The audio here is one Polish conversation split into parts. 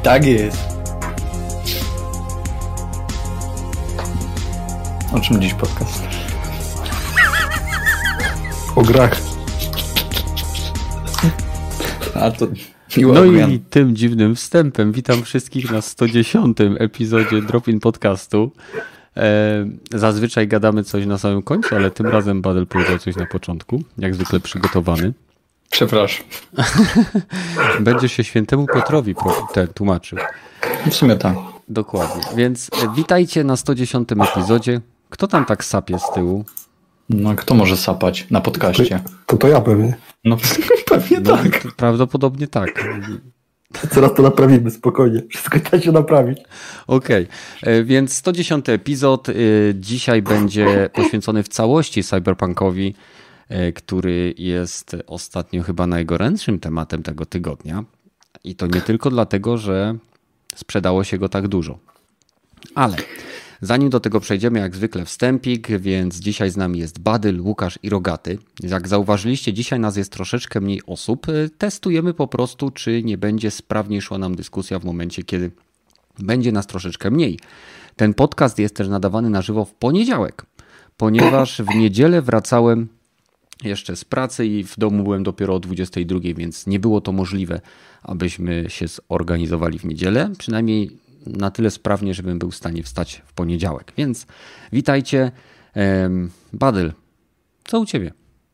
Tak jest. O czym dziś podcast? O grach. A to no i tym dziwnym wstępem witam wszystkich na 110. epizodzie Drop-In Podcastu. Zazwyczaj gadamy coś na samym końcu, ale tym razem Badel powiedział coś na początku, jak zwykle przygotowany. Przepraszam. Będziesz się świętemu Piotrowi tłumaczył. W sumie tak. Dokładnie. Więc witajcie na 110. epizodzie. Kto tam tak sapie z tyłu? No kto może sapać na podcaście? To ja pewnie. No pewnie tak. Prawdopodobnie tak. Zaraz to naprawimy, spokojnie. Wszystko da się naprawić. Okej, więc 110 epizod dzisiaj będzie poświęcony w całości cyberpunkowi, który jest ostatnio chyba najgorętszym tematem tego tygodnia. I to nie tylko dlatego, że sprzedało się go tak dużo. Ale zanim do tego przejdziemy, jak zwykle wstępik, więc dzisiaj z nami jest Badyl, Łukasz i Rogaty. Jak zauważyliście, dzisiaj nas jest troszeczkę mniej osób. Testujemy po prostu, czy nie będzie sprawniej szła nam dyskusja w momencie, kiedy będzie nas troszeczkę mniej. Ten podcast jest też nadawany na żywo w poniedziałek, ponieważ w niedzielę wracałem jeszcze z pracy i w domu byłem dopiero o 22, więc nie było to możliwe, abyśmy się zorganizowali w niedzielę, przynajmniej na tyle sprawnie, żebym był w stanie wstać w poniedziałek. Więc witajcie. Badyl, co u ciebie?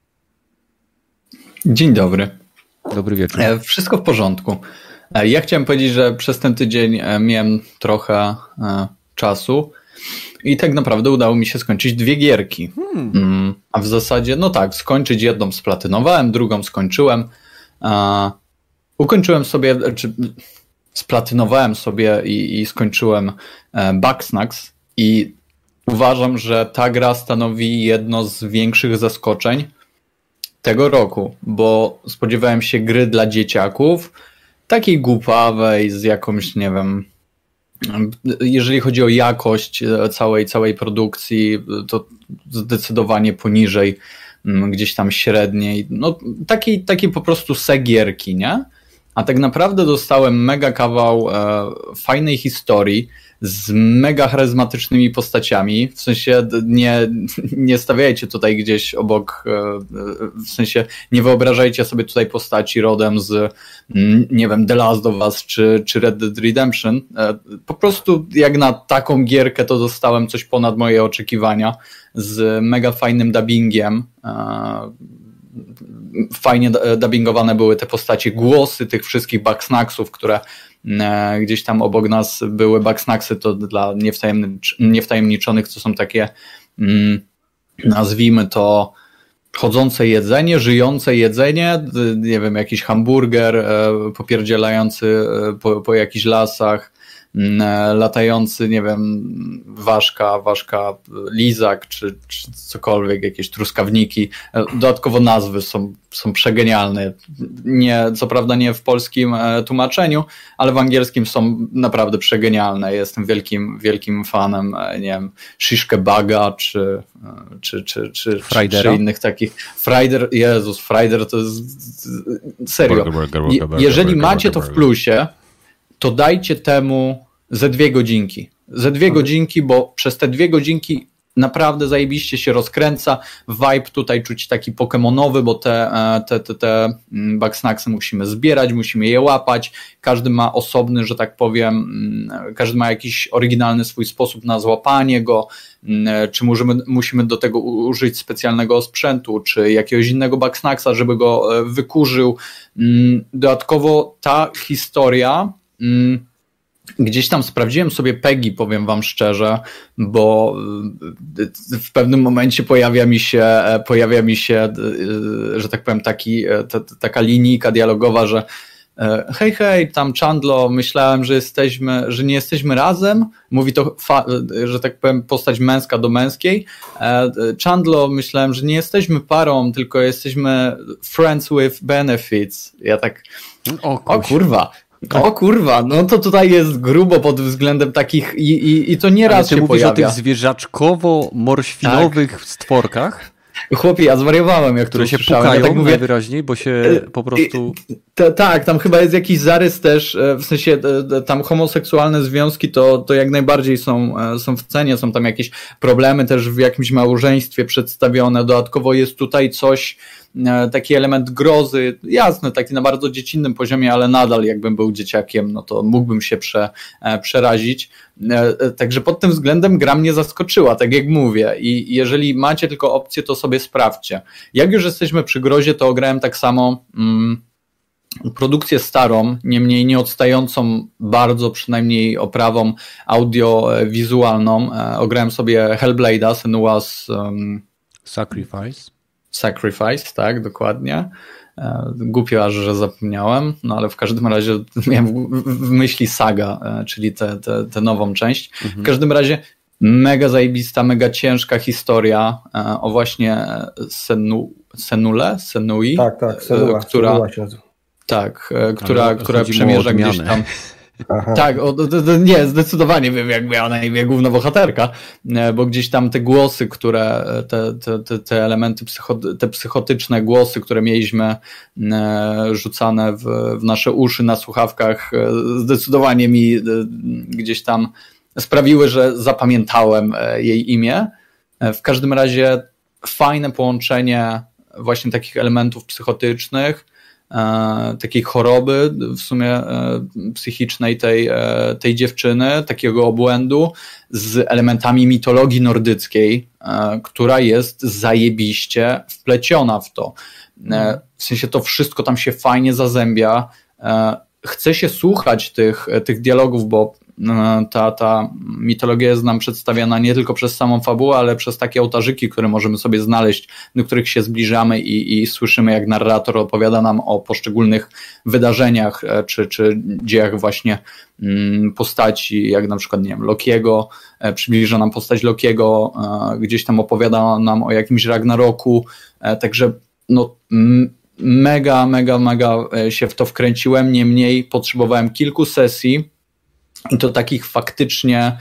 Dzień dobry. Dobry wieczór. Wszystko w porządku. Ja chciałem powiedzieć, że przez ten tydzień miałem trochę czasu i tak naprawdę udało mi się skończyć 2 gierki. A w zasadzie, no tak, skończyć jedną splatynowałem, drugą skończyłem. Ukończyłem sobie, splatynowałem sobie i skończyłem Bugsnax i uważam, że ta gra stanowi jedno z większych zaskoczeń tego roku, bo spodziewałem się gry dla dzieciaków, takiej głupawej, z jakąś, nie wiem, jeżeli chodzi o jakość całej produkcji, to zdecydowanie poniżej gdzieś tam średniej, no takiej po prostu segierki, nie? A tak naprawdę dostałem mega kawał fajnej historii z mega charyzmatycznymi postaciami. W sensie nie stawiajcie tutaj gdzieś obok, w sensie nie wyobrażajcie sobie tutaj postaci rodem z, nie wiem, The Last of Us czy Red Dead Redemption. Po prostu jak na taką gierkę to dostałem coś ponad moje oczekiwania z mega fajnym dubbingiem. Fajnie dubbingowane były te postacie, głosy tych wszystkich Bugsnaxów, które gdzieś tam obok nas były. Bugsnaxy to dla niewtajemniczonych, to są takie, nazwijmy to, chodzące jedzenie, żyjące jedzenie, nie wiem, jakiś hamburger popierdzielający po jakichś lasach, latający, nie wiem, ważka, lizak, czy cokolwiek, jakieś truskawniki. Dodatkowo nazwy są przegenialne. Co prawda nie w polskim tłumaczeniu, ale w angielskim są naprawdę przegenialne. Jestem wielkim fanem, nie wiem, shish kebaga, czy innych takich. Frider to jest serio. Jeżeli macie to w plusie, to dajcie temu ze 2 godzinki. Ze 2 godzinki, bo przez te 2 godzinki naprawdę zajebiście się rozkręca. Vibe tutaj czuć taki pokemonowy, bo te Bugsnaxy musimy zbierać, musimy je łapać. Każdy ma osobny, że tak powiem, każdy ma jakiś oryginalny swój sposób na złapanie go, czy musimy do tego użyć specjalnego sprzętu, czy jakiegoś innego Bugsnaxa, żeby go wykurzył. Dodatkowo ta historia, gdzieś tam sprawdziłem sobie PEGI, powiem wam szczerze, bo w pewnym momencie pojawia mi się, że tak powiem, taka linijka dialogowa, że hej, tam Chandlo, myślałem, że nie jesteśmy razem. Mówi to, że tak powiem, postać męska do męskiej. Chandlo, myślałem, że nie jesteśmy parą, tylko jesteśmy friends with benefits. Ja tak, o kurwa, no to tutaj jest grubo pod względem takich i to nieraz się pojawia. Ale ty mówisz o tych zwierzaczkowo-morświnowych stworkach? Chłopie, ja zwariowałem, jak które się pukają, ja tak mówię, najwyraźniej, bo się po prostu... Tak, tam chyba jest jakiś zarys też, w sensie tam homoseksualne związki to jak najbardziej są w cenie, są tam jakieś problemy też w jakimś małżeństwie przedstawione, dodatkowo jest tutaj coś, taki element grozy, jasne, taki na bardzo dziecinnym poziomie, ale nadal jakbym był dzieciakiem, no to mógłbym się przerazić. Także pod tym względem gra mnie zaskoczyła, tak jak mówię, i jeżeli macie tylko opcję, to sobie sprawdźcie. Jak już jesteśmy przy grozie, to ograłem tak samo produkcję starą, niemniej nie odstającą bardzo, przynajmniej oprawą audiowizualną. Ograłem sobie Hellblade'a, Senua's Sacrifice, tak, dokładnie. Głupio aż, że zapomniałem, no ale w każdym razie miałem w myśli Saga, czyli tę nową część. W każdym razie mega zajebista, mega ciężka historia o właśnie Senui, która przemierza gdzieś tam. Aha. Tak, nie, zdecydowanie wiem, jak miała na imię główna bohaterka, bo gdzieś tam te głosy, które, te elementy, te psychotyczne głosy, które mieliśmy rzucane w nasze uszy na słuchawkach, zdecydowanie mi gdzieś tam sprawiły, że zapamiętałem jej imię. W każdym razie fajne połączenie właśnie takich elementów psychotycznych, takiej choroby w sumie psychicznej tej dziewczyny, takiego obłędu z elementami mitologii nordyckiej, która jest zajebiście wpleciona w to. W sensie to wszystko tam się fajnie zazębia. Chce się słuchać tych dialogów, bo ta mitologia jest nam przedstawiana nie tylko przez samą fabułę, ale przez takie ołtarzyki, które możemy sobie znaleźć, do których się zbliżamy i słyszymy, jak narrator opowiada nam o poszczególnych wydarzeniach czy dziejach właśnie postaci, jak na przykład, nie wiem, Lokiego, przybliża nam postać Lokiego, gdzieś tam opowiada nam o jakimś Ragnaroku, także no mega się w to wkręciłem, niemniej potrzebowałem kilku sesji i to takich faktycznie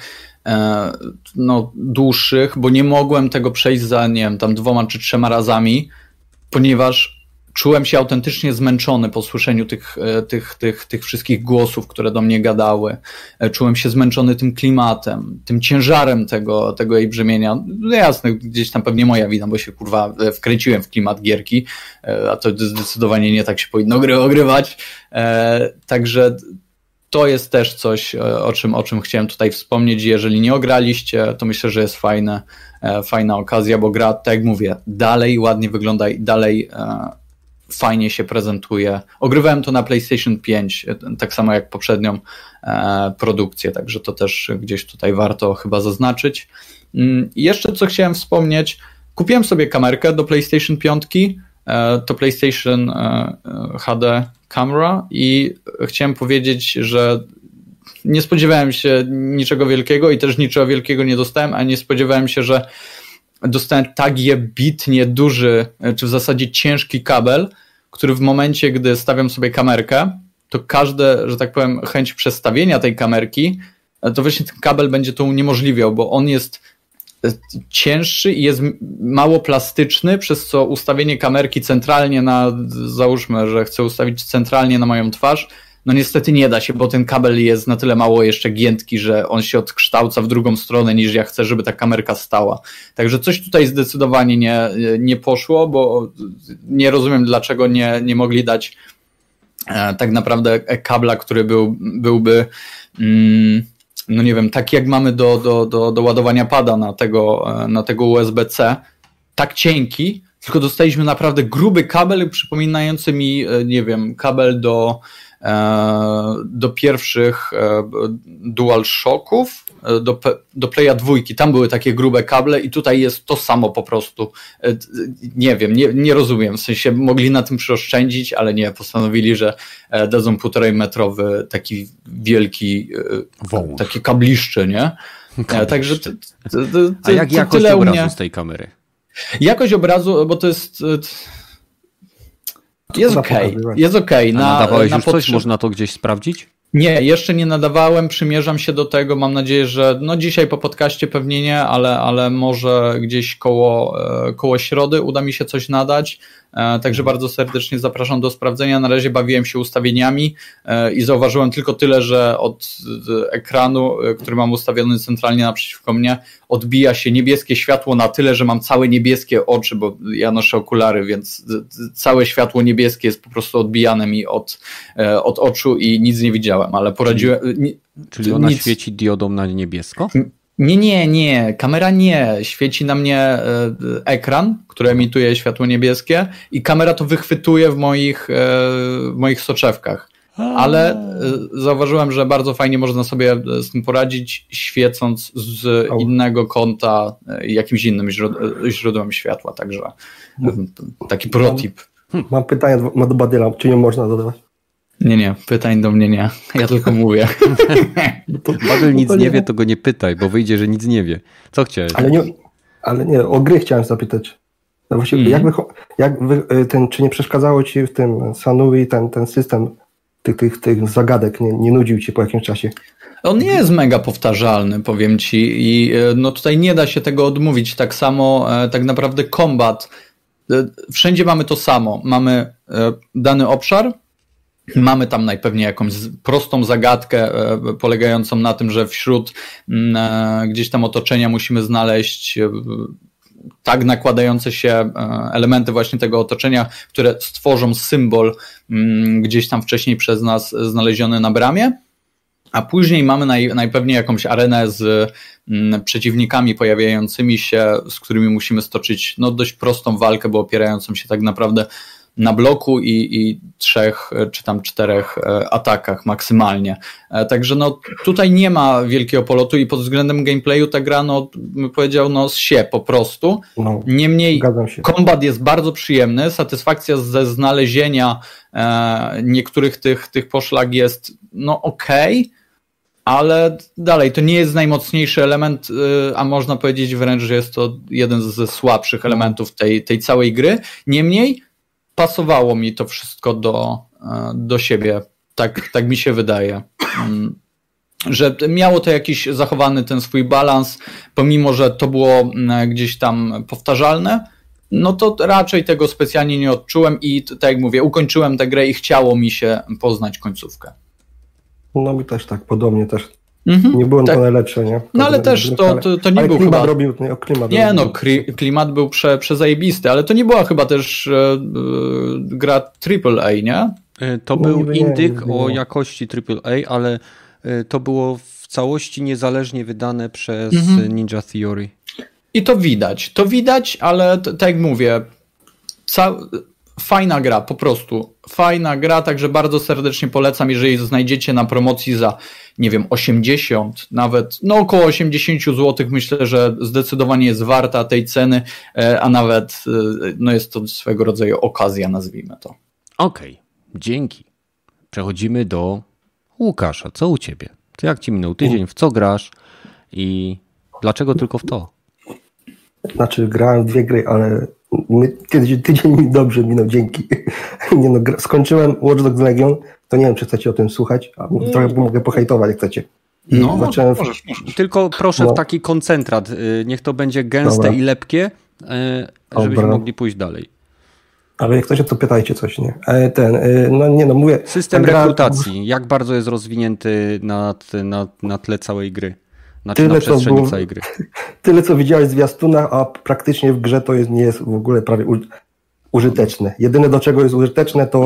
dłuższych, bo nie mogłem tego przejść za, nie wiem, tam 2 czy 3 razami, ponieważ czułem się autentycznie zmęczony po słyszeniu tych wszystkich głosów, które do mnie gadały. Czułem się zmęczony tym klimatem, tym ciężarem tego jej brzemienia. No jasne, gdzieś tam pewnie moja wina, bo się kurwa wkręciłem w klimat gierki, a to zdecydowanie nie tak się powinno ogrywać. Także to jest też coś, o czym chciałem tutaj wspomnieć. Jeżeli nie ograliście, to myślę, że jest fajna okazja, bo gra, tak jak mówię, dalej ładnie wygląda i dalej fajnie się prezentuje. Ogrywałem to na PlayStation 5, tak samo jak poprzednią produkcję, także to też gdzieś tutaj warto chyba zaznaczyć. I jeszcze co chciałem wspomnieć, kupiłem sobie kamerkę do PlayStation 5, to PlayStation HD Camera i chciałem powiedzieć, że nie spodziewałem się niczego wielkiego i też niczego wielkiego nie dostałem, a nie spodziewałem się, że dostałem tak jebitnie duży, czy w zasadzie ciężki kabel, który w momencie, gdy stawiam sobie kamerkę, to każde, że tak powiem, chęć przestawienia tej kamerki, to właśnie ten kabel będzie to uniemożliwiał, bo on jest cięższy i jest mało plastyczny, przez co ustawienie kamerki centralnie załóżmy, że chcę ustawić centralnie na moją twarz, no niestety nie da się, bo ten kabel jest na tyle mało jeszcze giętki, że on się odkształca w drugą stronę niż ja chcę, żeby ta kamerka stała. Także coś tutaj zdecydowanie nie poszło, bo nie rozumiem, dlaczego nie mogli dać tak naprawdę kabla, który byłby no nie wiem, tak jak mamy do ładowania pada na tego USB-C, tak cienki, tylko dostaliśmy naprawdę gruby kabel przypominający mi, nie wiem, kabel do pierwszych DualShocków, do Playa 2. Tam były takie grube kable i tutaj jest to samo po prostu. Nie wiem, nie rozumiem. W sensie mogli na tym przyoszczędzić, ale nie, postanowili, że dadzą 1,5-metrowy taki wielki takie kabliszcze, nie? Także a jak jakość obrazu z tej kamery? Jakość obrazu, bo to jest... Jest okej. Nadawałeś już coś? Można to gdzieś sprawdzić? Nie, jeszcze nie nadawałem, przymierzam się do tego, mam nadzieję, że dzisiaj po podcaście pewnie nie, ale może gdzieś koło środy uda mi się coś nadać, także bardzo serdecznie zapraszam do sprawdzenia. Na razie bawiłem się ustawieniami i zauważyłem tylko tyle, że od ekranu, który mam ustawiony centralnie naprzeciwko mnie, odbija się niebieskie światło na tyle, że mam całe niebieskie oczy, bo ja noszę okulary, więc całe światło niebieskie jest po prostu odbijane mi od oczu i nic nie widziałem, ale poradziłem... Czyli ona świeci diodą na niebiesko? Nie, kamera nie. Świeci na mnie ekran, który emituje światło niebieskie i kamera to wychwytuje w moich soczewkach. Ale zauważyłem, że bardzo fajnie można sobie z tym poradzić, świecąc z innego kąta jakimś innym źródłem światła. Także taki protip. Mam pytanie do Badyla, czy nie można dodawać? Nie, pytań do mnie nie. Ja tylko mówię. Badyl nic nie wie, to go nie pytaj, bo wyjdzie, że nic nie wie. Co chciałeś? Ale nie, o gry chciałem zapytać. No właśnie, czy nie przeszkadzało ci w tym Sanui ten system tych zagadek, nie nudził ci po jakimś czasie? On nie jest mega powtarzalny, powiem ci, i tutaj nie da się tego odmówić. Tak samo tak naprawdę kombat. Wszędzie mamy to samo. Mamy dany obszar, mamy tam najpewniej jakąś prostą zagadkę polegającą na tym, że wśród gdzieś tam otoczenia musimy znaleźć tak nakładające się elementy właśnie tego otoczenia, które stworzą symbol gdzieś tam wcześniej przez nas znaleziony na bramie, a później mamy najpewniej jakąś arenę z przeciwnikami pojawiającymi się, z którymi musimy stoczyć dość prostą walkę, bo opierającą się tak naprawdę na bloku i 3 czy tam 4 atakach maksymalnie. Także tutaj nie ma wielkiego polotu i pod względem gameplayu ta gra, bym powiedział, zsie po prostu. Niemniej kombat jest bardzo przyjemny, satysfakcja ze znalezienia niektórych tych poszlak jest okej, ale dalej to nie jest najmocniejszy element, a można powiedzieć wręcz, że jest to jeden ze słabszych elementów tej całej gry. Niemniej pasowało mi to wszystko do siebie. Tak mi się wydaje. Że miało to jakiś zachowany ten swój balans, pomimo że to było gdzieś tam powtarzalne, to raczej tego specjalnie nie odczułem i tak jak mówię, ukończyłem tę grę i chciało mi się poznać końcówkę. No mi też tak, podobnie też. Nie było to najlepsze, nie? Ale też to nie był klimat chyba... robił, klimat był przezajebisty, ale to nie była chyba też gra AAA, nie? To był indyk o jakości AAA, ale to było w całości niezależnie wydane przez Ninja Theory. I to widać, ale tak jak mówię, fajna gra, po prostu fajna gra, także bardzo serdecznie polecam, jeżeli znajdziecie na promocji za, 80, nawet około 80 zł, myślę, że zdecydowanie jest warta tej ceny, a nawet jest to swego rodzaju okazja, nazwijmy to. Okej, dzięki. Przechodzimy do Łukasza. Co u ciebie? To jak ci minął tydzień, w co grasz i dlaczego tylko w to? Znaczy grałem 2 gry, ale tydzień mi dobrze minął, dzięki. Skończyłem Watch Dogs Legion, to nie wiem, czy chcecie o tym słuchać, a trochę mogę pohejtować, jak chcecie. Możesz. Tylko proszę w taki koncentrat, niech to będzie gęste i lepkie, żebyśmy mogli pójść dalej. Ale jak chcecie, to pytajcie coś, nie? Mówię... System rekrutacji, jak bardzo jest rozwinięty na tle całej gry? Na przestrzeni całej gry. Tyle, co widziałeś w zwiastunach, a praktycznie w grze to nie jest w ogóle prawie użyteczne. Jedyne, do czego jest użyteczne, to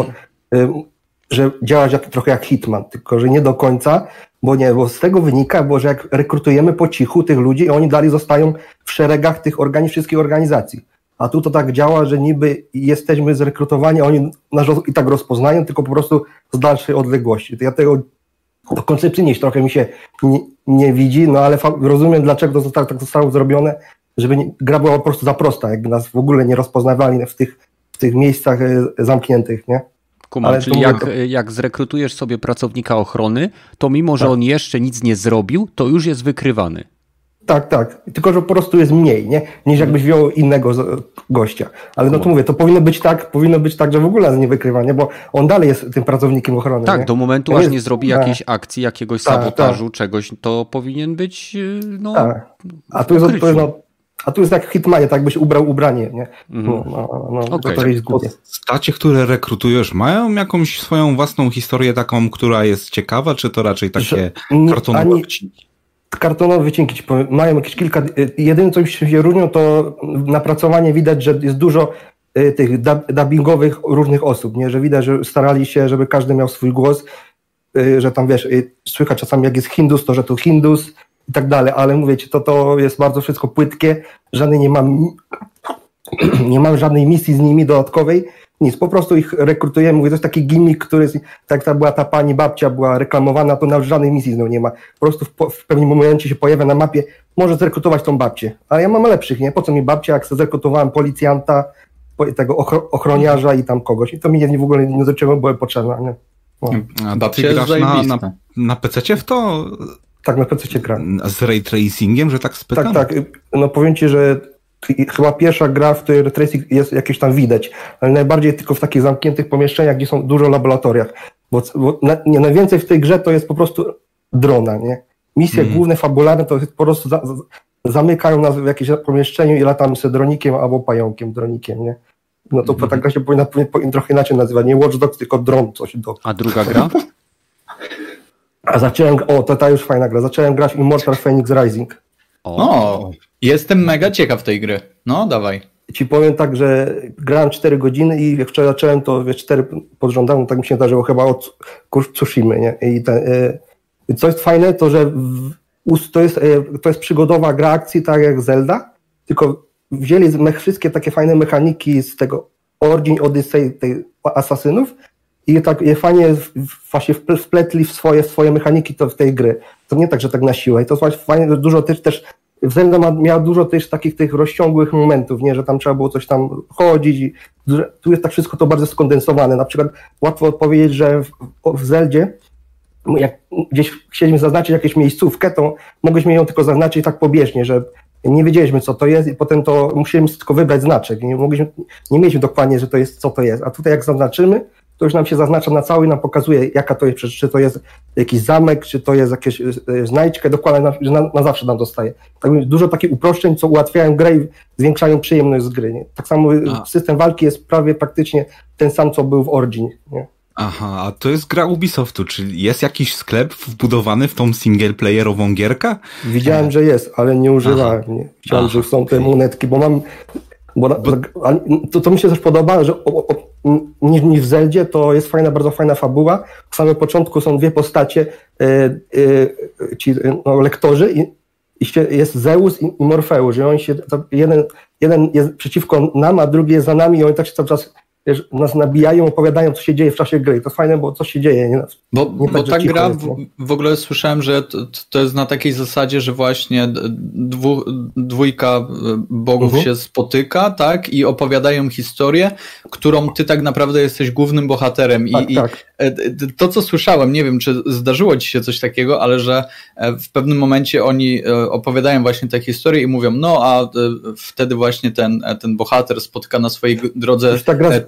że działasz trochę jak Hitman, tylko że nie do końca, bo z tego wynika, że jak rekrutujemy po cichu tych ludzi, oni dalej zostają w szeregach tych wszystkich organizacji. A tu to tak działa, że niby jesteśmy zrekrutowani, a oni nas i tak rozpoznają, tylko po prostu z dalszej odległości. Ja tego koncepcyjnie trochę mi się nie widzi, ale rozumiem, dlaczego to tak zostało zrobione, żeby gra była po prostu za prosta, jakby nas w ogóle nie rozpoznawali w tych miejscach zamkniętych, nie? Ale czyli jak zrekrutujesz sobie pracownika ochrony, to mimo, że on jeszcze nic nie zrobił, to już jest wykrywany. Tak. Tylko, że po prostu jest mniej, nie? Niż jakbyś wziął innego gościa. Ale no to mówię, to powinno być tak, że w ogóle nie wykrywa, nie? Bo on dalej jest tym pracownikiem ochrony. Tak, nie? do momentu, aż nie zrobi jakiejś akcji, jakiegoś sabotażu, czegoś, to powinien być, no... Tak. A tu jest jak w Hitmanie, tak byś ubrał ubranie, nie? Postacie, które rekrutujesz, mają jakąś swoją własną historię taką, która jest ciekawa, czy to raczej takie kartonowe wycinki? Kartonowe wycinki mają jakieś kilka. Jedyne, co się różnią, to napracowanie widać, że jest dużo tych dubbingowych różnych osób, nie? Że widać, że starali się, żeby każdy miał swój głos, że tam wiesz, słychać czasami jak jest Hindus, to że to Hindus i tak dalej, ale mówię ci, to jest bardzo wszystko płytkie, nie mam żadnej misji z nimi dodatkowej, nic, po prostu ich rekrutujemy, mówię, to jest taki gimmick, który jest, tak jak była ta pani babcia, była reklamowana, to nawet żadnej misji z nią nie ma, po prostu w pewnym momencie się pojawia na mapie, może zrekrutować tą babcię, ale ja mam lepszych, nie, po co mi babcia, jak zrekrutowałem policjanta, tego ochroniarza i tam kogoś, i to mi w ogóle nie do czego było potrzebne, nie. No. A ty grasz na PC-cie w to? Tak, na PC-cie gram. Z ray tracingiem, że tak spytam? Tak, no powiem ci, że chyba pierwsza gra, w której ray tracing jest jakieś tam widać, ale najbardziej tylko w takich zamkniętych pomieszczeniach, gdzie są dużo laboratoriach, bo najwięcej w tej grze to jest po prostu drona, nie? Misje główne, fabularne to jest po prostu zamykają nas w jakimś pomieszczeniu i latamy sobie dronikiem albo pająkiem, dronikiem, nie? No to ta gra się powinna trochę inaczej nazywać, nie Watch Dogs, tylko dron coś do. A druga gra? A zacząłem, to już fajna gra, zacząłem grać Immortal Phoenix Rising. Jestem mega ciekaw tej gry. No, dawaj. Ci powiem tak, że grałem 4 godziny i jak wczoraj zacząłem, to 4 pod rządami, tak mi się zdarzyło chyba od Tsushimy, nie? I co jest fajne, to że to jest przygodowa gra akcji, tak jak Zelda, tylko wzięli wszystkie takie fajne mechaniki z tego Origin Odyssey, tej asasynów i tak je fajnie właśnie wpletli w swoje mechaniki to w tej gry. To nie tak, że tak na siłę. I to jest fajnie, że dużo też Zelda miała dużo też takich tych rozciągłych momentów, nie, że tam trzeba było coś tam chodzić i tu jest tak wszystko to bardzo skondensowane. Na przykład łatwo odpowiedzieć, że w Zeldzie jak gdzieś chcieliśmy zaznaczyć jakąś miejscówkę, to mogliśmy ją tylko zaznaczyć tak pobieżnie, że nie wiedzieliśmy, co to jest i potem to musieliśmy tylko wybrać znaczek. Nie mieliśmy dokładnie, że to jest, co to jest. A tutaj jak zaznaczymy, to już nam się zaznacza na cały i nam pokazuje, jaka to jest, czy to jest jakiś zamek, czy to jest jakieś znajdźka, dokładnie na zawsze nam dostaje. Tak, dużo takich uproszczeń, co ułatwiają grę i zwiększają przyjemność z gry. Nie? Tak samo system walki jest prawie praktycznie ten sam, co był w Origin. Nie? Aha, a to jest gra Ubisoftu, czyli jest jakiś sklep wbudowany w tą singleplayerową gierkę? Widziałem, że jest, ale nie używałem. Nie. Chciałem, że są te monetki, bo mam... To mi się też podoba, że niż w Zeldzie to jest bardzo fajna fabuła. W samym początku są dwie postacie, ci lektorzy i jest Zeus i Morfeusz. I oni się, jeden jest przeciwko nam, a drugi jest za nami i oni tak się cały czas nas nabijają, opowiadają, co się dzieje w czasie gry. To fajne, bo co się dzieje. Nie? Bo ta gra, w ogóle słyszałem, że to jest na takiej zasadzie, że właśnie dwójka bogów się spotyka, tak, i opowiadają historię, którą ty tak naprawdę jesteś głównym bohaterem. Tak. I to, co słyszałem, nie wiem, czy zdarzyło ci się coś takiego, ale że w pewnym momencie oni opowiadają właśnie tę historię i mówią, no a wtedy właśnie ten bohater spotyka na swojej drodze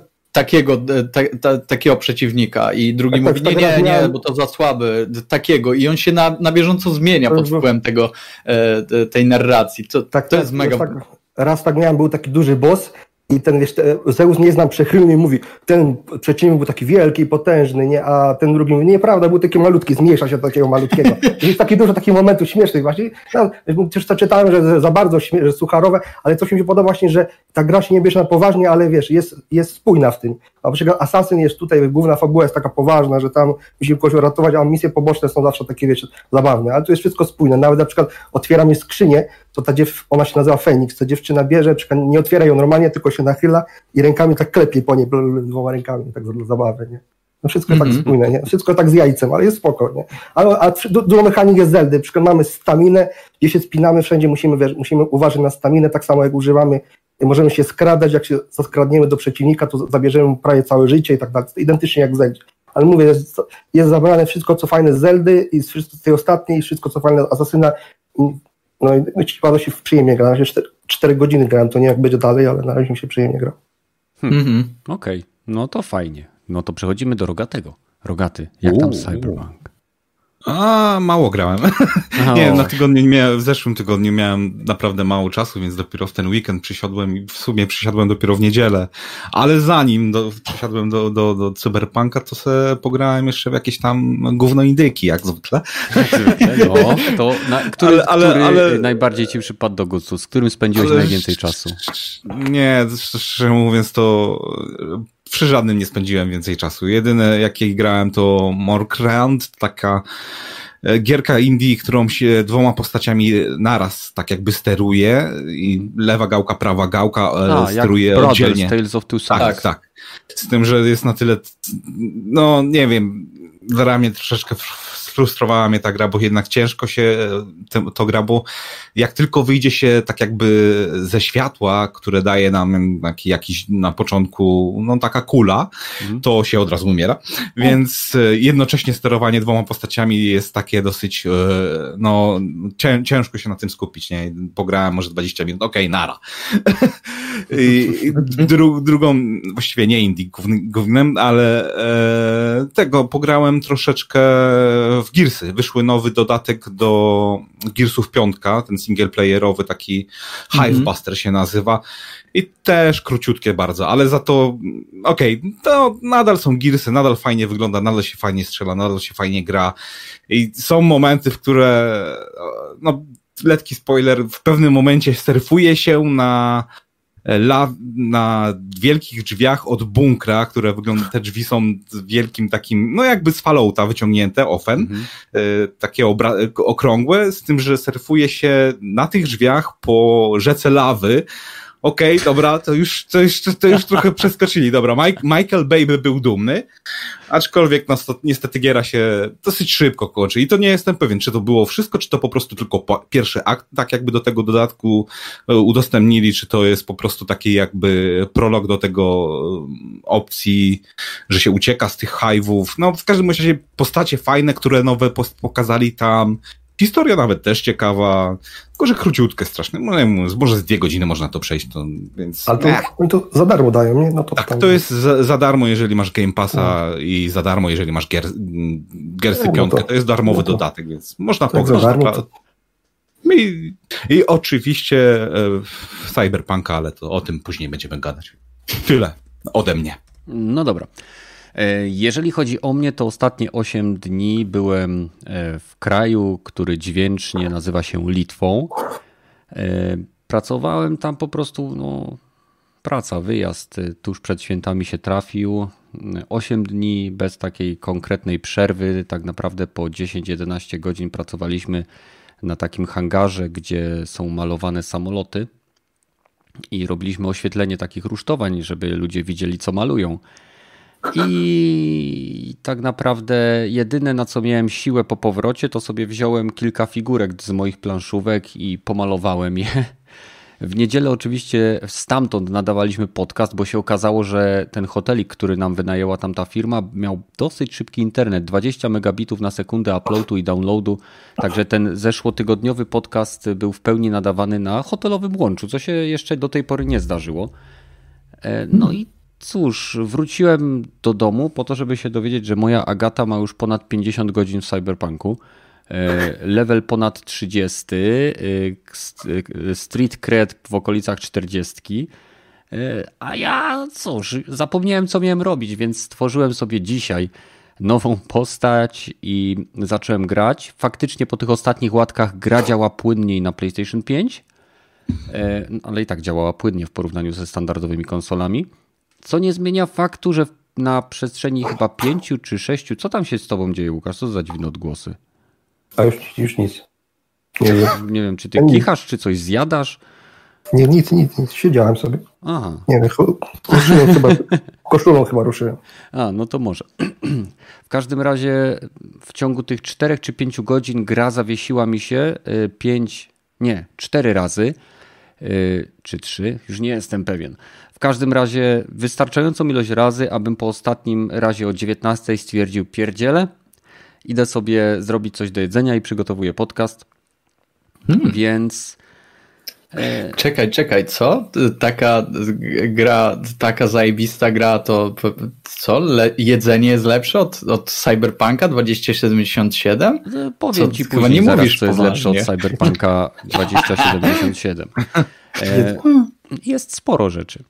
takiego przeciwnika i drugi mówi, nie, bo to za słaby, takiego i on się na bieżąco zmienia pod wpływem tej narracji. To jest mega... Raz tak miałem, był taki duży boss i ten, wiesz, Zeus nie znam przechylny i mówi, ten przeciwnik był taki wielki i potężny, nie, a ten drugi mówi, nieprawda, był taki malutki, zmniejsza się do takiego malutkiego. Jest taki dużo takich momentów śmiesznych właśnie. Też czytałem, że za bardzo że sucharowe, ale coś mi się podoba właśnie, że ta gra się nie bierze na poważnie, ale wiesz, jest spójna w tym. A na przykład Assassin jest tutaj, główna fabuła jest taka poważna, że tam musimy kogoś uratować, a misje poboczne są zawsze takie, wiesz, zabawne, ale tu jest wszystko spójne. Nawet na przykład otwieramy skrzynię, to ona się nazywa Feniks, ta dziewczyna bierze, nie otwiera ją normalnie, tylko się nachyla i rękami tak klepie po niej, dwoma rękami, tak dla zabawy, nie? No wszystko tak spójne, nie? Wszystko tak z jajcem, ale jest spoko, nie? A dużo mechanik jest Zeldy, na przykład mamy staminę, gdzie się spinamy, wszędzie musimy uważać na staminę, tak samo jak używamy, możemy się skradać, jak się skradniemy do przeciwnika, to zabierzemy mu prawie całe życie i tak dalej, identycznie jak w Zeldzie. Ale mówię, jest zabrane wszystko, co fajne z Zeldy i z tej ostatniej, wszystko, co fajne z Asasyna. No i bardzo się przyjemnie gra. 4 godziny grałem, to nie jak będzie dalej, ale na razie mi się przyjemnie gra. Okej, no to fajnie. No to przechodzimy do Rogatego. Rogaty, jak tam Cyberpunk? Mało grałem. W zeszłym tygodniu miałem naprawdę mało czasu, więc dopiero w ten weekend przysiadłem i w sumie przysiadłem dopiero w niedzielę. Ale zanim przysiadłem do Cyberpunka, to sobie pograłem jeszcze w jakieś tam gówno indyki, jak zwykle. No, to który najbardziej ci przypadł do gustu? Z którym spędziłeś najwięcej czasu? Nie, szczerze mówiąc to przy żadnym nie spędziłem więcej czasu. Jedyne jakie grałem to Morkrand, taka gierka indie, którą się 2 postaciami naraz tak jakby steruje i lewa gałka, prawa gałka steruje jak oddzielnie. Tales of Two Sons. Tak. Z tym, że jest na tyle, no nie wiem, dla mnie troszeczkę sfrustrowała mnie ta gra, bo jednak ciężko się to gra, bo jak tylko wyjdzie się tak jakby ze światła, które daje nam jakiś na początku, no taka kula, to się od razu umiera. Więc jednocześnie sterowanie 2 postaciami jest takie dosyć, no ciężko się na tym skupić, nie? Pograłem może 20 minut, okej, nara. Drugą, właściwie nie indie gównem, ale tego pograłem troszeczkę w Gearsy. Wyszły nowy dodatek do Gearsów 5, ten singleplayerowy, taki Hivebuster się nazywa i też króciutkie bardzo, ale za to to nadal są Gearsy, nadal fajnie wygląda, nadal się fajnie strzela, nadal się fajnie gra i są momenty, w które no letki spoiler, w pewnym momencie surfuje się na wielkich drzwiach od bunkra, które wygląda, te drzwi są wielkim takim, no jakby z Fallouta wyciągnięte, takie okrągłe, z tym, że surfuje się na tych drzwiach po rzece lawy. Okej, dobra, to już trochę przeskoczyli. Dobra, Michael Bay był dumny, aczkolwiek niestety giera się dosyć szybko kończy. I to nie jestem pewien, czy to było wszystko, czy to po prostu tylko pierwszy akt, tak jakby do tego dodatku udostępnili, czy to jest po prostu taki jakby prolog do tego opcji, że się ucieka z tych hive'ów. No w każdym razie postacie fajne, które nowe pokazali tam. Historia nawet też ciekawa, tylko że króciutkie strasznie. Może z 2 godziny można to przejść, to więc... Ale to za darmo dają, nie? No to tak, to jest za darmo, jeżeli masz Game Passa i za darmo, jeżeli masz Gearsy 5, to jest darmowy dodatek, więc można pograć. I oczywiście Cyberpunka, ale to o tym później będziemy gadać. Tyle ode mnie. No dobra. Jeżeli chodzi o mnie, to ostatnie 8 dni byłem w kraju, który dźwięcznie nazywa się Litwą. Pracowałem tam po prostu, wyjazd tuż przed świętami się trafił. 8 dni bez takiej konkretnej przerwy, tak naprawdę po 10-11 godzin pracowaliśmy na takim hangarze, gdzie są malowane samoloty i robiliśmy oświetlenie takich rusztowań, żeby ludzie widzieli, co malują. I tak naprawdę jedyne, na co miałem siłę po powrocie, to sobie wziąłem kilka figurek z moich planszówek i pomalowałem je. W niedzielę oczywiście stamtąd nadawaliśmy podcast, bo się okazało, że ten hotelik, który nam wynajęła tamta firma, miał dosyć szybki internet, 20 megabitów na sekundę uploadu i downloadu, także ten zeszłotygodniowy podcast był w pełni nadawany na hotelowym łączu, co się jeszcze do tej pory nie zdarzyło. No i cóż, wróciłem do domu po to, żeby się dowiedzieć, że moja Agata ma już ponad 50 godzin w Cyberpunku. Level ponad 30, street cred w okolicach 40. A ja cóż, zapomniałem, co miałem robić, więc stworzyłem sobie dzisiaj nową postać i zacząłem grać. Faktycznie po tych ostatnich łatkach gra działa płynniej na PlayStation 5, ale i tak działała płynnie w porównaniu ze standardowymi konsolami. Co nie zmienia faktu, że na przestrzeni chyba 5 czy 6... Co tam się z tobą dzieje, Łukasz? Co za dziwne odgłosy? A już nic. Nie wiem, czy ty kichasz, czy coś zjadasz? Nie, nic. Siedziałem sobie. Aha. Nie wiem, koszulą chyba ruszyłem. A, no to może. W każdym razie w ciągu tych 4 czy 5 godzin gra zawiesiła mi się 4 razy. Czy 3? Już nie jestem pewien. W każdym razie wystarczającą ilość razy, abym po ostatnim razie o 19 stwierdził pierdzielę. Idę sobie zrobić coś do jedzenia i przygotowuję podcast. Więc... Czekaj, co? Taka gra, taka zajebista gra, to co? Jedzenie jest lepsze od Cyberpunka 2077? Powiem ci później nie zaraz, co jest lepsze od Cyberpunka 2077. Jest sporo rzeczy.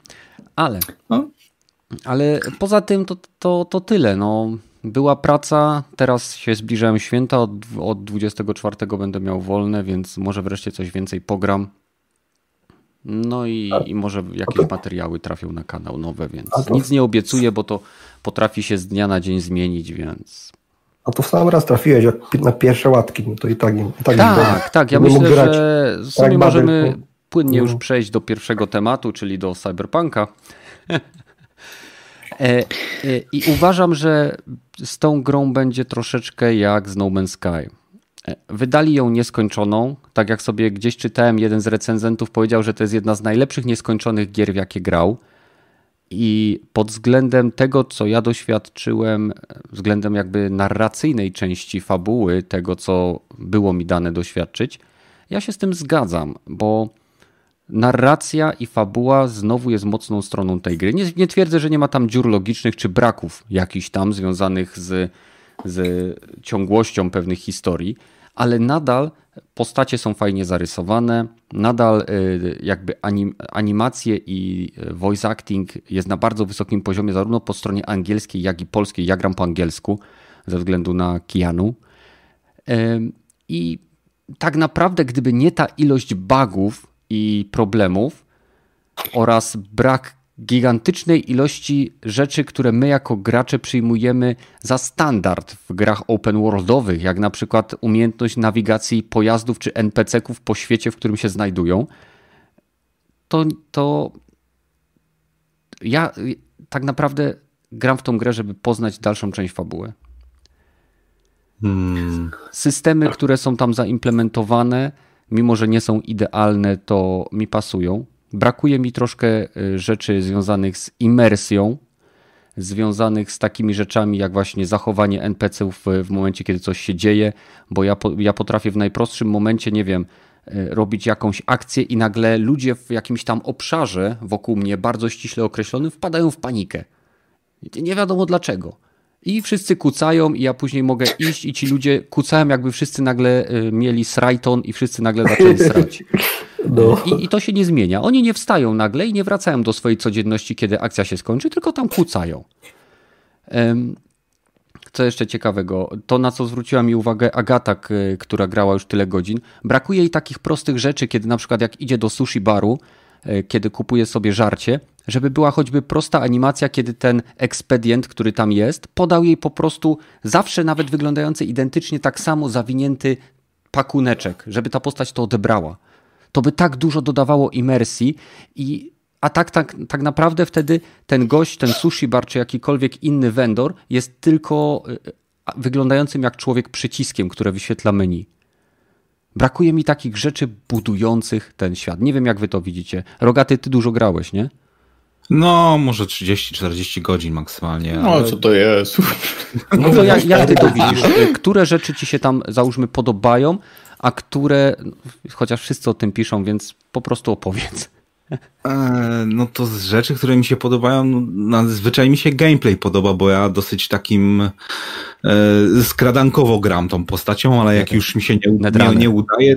Ale poza tym to tyle. No, była praca, teraz się zbliżają święta, od 24 będę miał wolne, więc może wreszcie coś więcej pogram. No i może jakieś materiały trafią na kanał nowe, więc nic nie obiecuję, bo to potrafi się z dnia na dzień zmienić, więc... A to w sam raz trafiłeś na pierwsze łatki, no to i tak. Tak, ja myślę, że w sumie możemy płynnie już przejść do pierwszego tematu, czyli do Cyberpunka. I uważam, że z tą grą będzie troszeczkę jak z No Man's Sky. Wydali ją nieskończoną, tak jak sobie gdzieś czytałem, jeden z recenzentów powiedział, że to jest jedna z najlepszych nieskończonych gier, w jakie grał. I pod względem tego, co ja doświadczyłem, względem jakby narracyjnej części fabuły, tego, co było mi dane doświadczyć, ja się z tym zgadzam, bo narracja i fabuła znowu jest mocną stroną tej gry. Nie twierdzę, że nie ma tam dziur logicznych czy braków jakichś tam związanych z ciągłością pewnych historii, ale nadal postacie są fajnie zarysowane, nadal jakby animacje i voice acting jest na bardzo wysokim poziomie, zarówno po stronie angielskiej, jak i polskiej. Ja gram po angielsku ze względu na Keanu. I tak naprawdę, gdyby nie ta ilość bugów i problemów oraz brak gigantycznej ilości rzeczy, które my jako gracze przyjmujemy za standard w grach open worldowych, jak na przykład umiejętność nawigacji pojazdów czy NPC-ków po świecie, w którym się znajdują, to ja tak naprawdę gram w tą grę, żeby poznać dalszą część fabuły. Systemy, które są tam zaimplementowane, mimo że nie są idealne, to mi pasują. Brakuje mi troszkę rzeczy związanych z imersją, związanych z takimi rzeczami jak właśnie zachowanie NPC-ów w momencie, kiedy coś się dzieje, bo ja potrafię w najprostszym momencie, nie wiem, robić jakąś akcję i nagle ludzie w jakimś tam obszarze wokół mnie, bardzo ściśle określonym, wpadają w panikę. Nie wiadomo dlaczego. I wszyscy kucają i ja później mogę iść i ci ludzie kucają, jakby wszyscy nagle mieli srajton i wszyscy nagle zaczęli srać. No. I to się nie zmienia. Oni nie wstają nagle i nie wracają do swojej codzienności, kiedy akcja się skończy, tylko tam kucają. Co jeszcze ciekawego, to na co zwróciła mi uwagę Agata, która grała już tyle godzin, brakuje jej takich prostych rzeczy, kiedy na przykład jak idzie do sushi baru, kiedy kupuje sobie żarcie, żeby była choćby prosta animacja, kiedy ten ekspedient, który tam jest, podał jej po prostu zawsze nawet wyglądający identycznie tak samo zawinięty pakuneczek, żeby ta postać to odebrała. To by tak dużo dodawało imersji a tak naprawdę wtedy ten gość, ten sushi bar czy jakikolwiek inny vendor jest tylko wyglądającym jak człowiek przyciskiem, które wyświetla menu. Brakuje mi takich rzeczy budujących ten świat. Nie wiem, jak wy to widzicie. Rogaty, ty dużo grałeś, nie? No, może 30-40 godzin maksymalnie. No, ale co to jest? No to jak ty to widzisz? Które rzeczy ci się tam, załóżmy, podobają, a które, chociaż wszyscy o tym piszą, więc po prostu opowiedz. No to z rzeczy, które mi się podobają, nadzwyczaj mi się gameplay podoba, bo ja dosyć takim skradankowo gram tą postacią, ale jak już mi się nie udaje,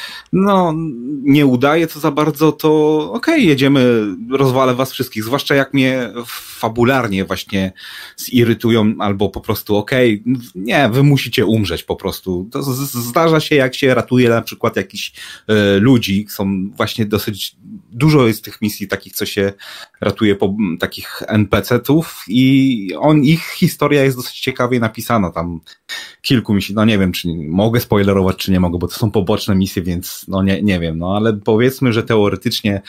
nie udaje to za bardzo, to okej, jedziemy, rozwalę was wszystkich, zwłaszcza jak mnie fabularnie właśnie zirytują, albo po prostu nie, wy musicie umrzeć po prostu. To zdarza się, jak się ratuje na przykład jakichś ludzi, są właśnie dosyć, dużo jest tych misji takich, co się ratuje takich NPC-ów i ich historia jest dosyć ciekawie napisana, tam kilku misji, nie wiem, czy mogę spoilerować, czy nie mogę, bo to są poboczne misje, więc nie wiem, ale powiedzmy, że teoretycznie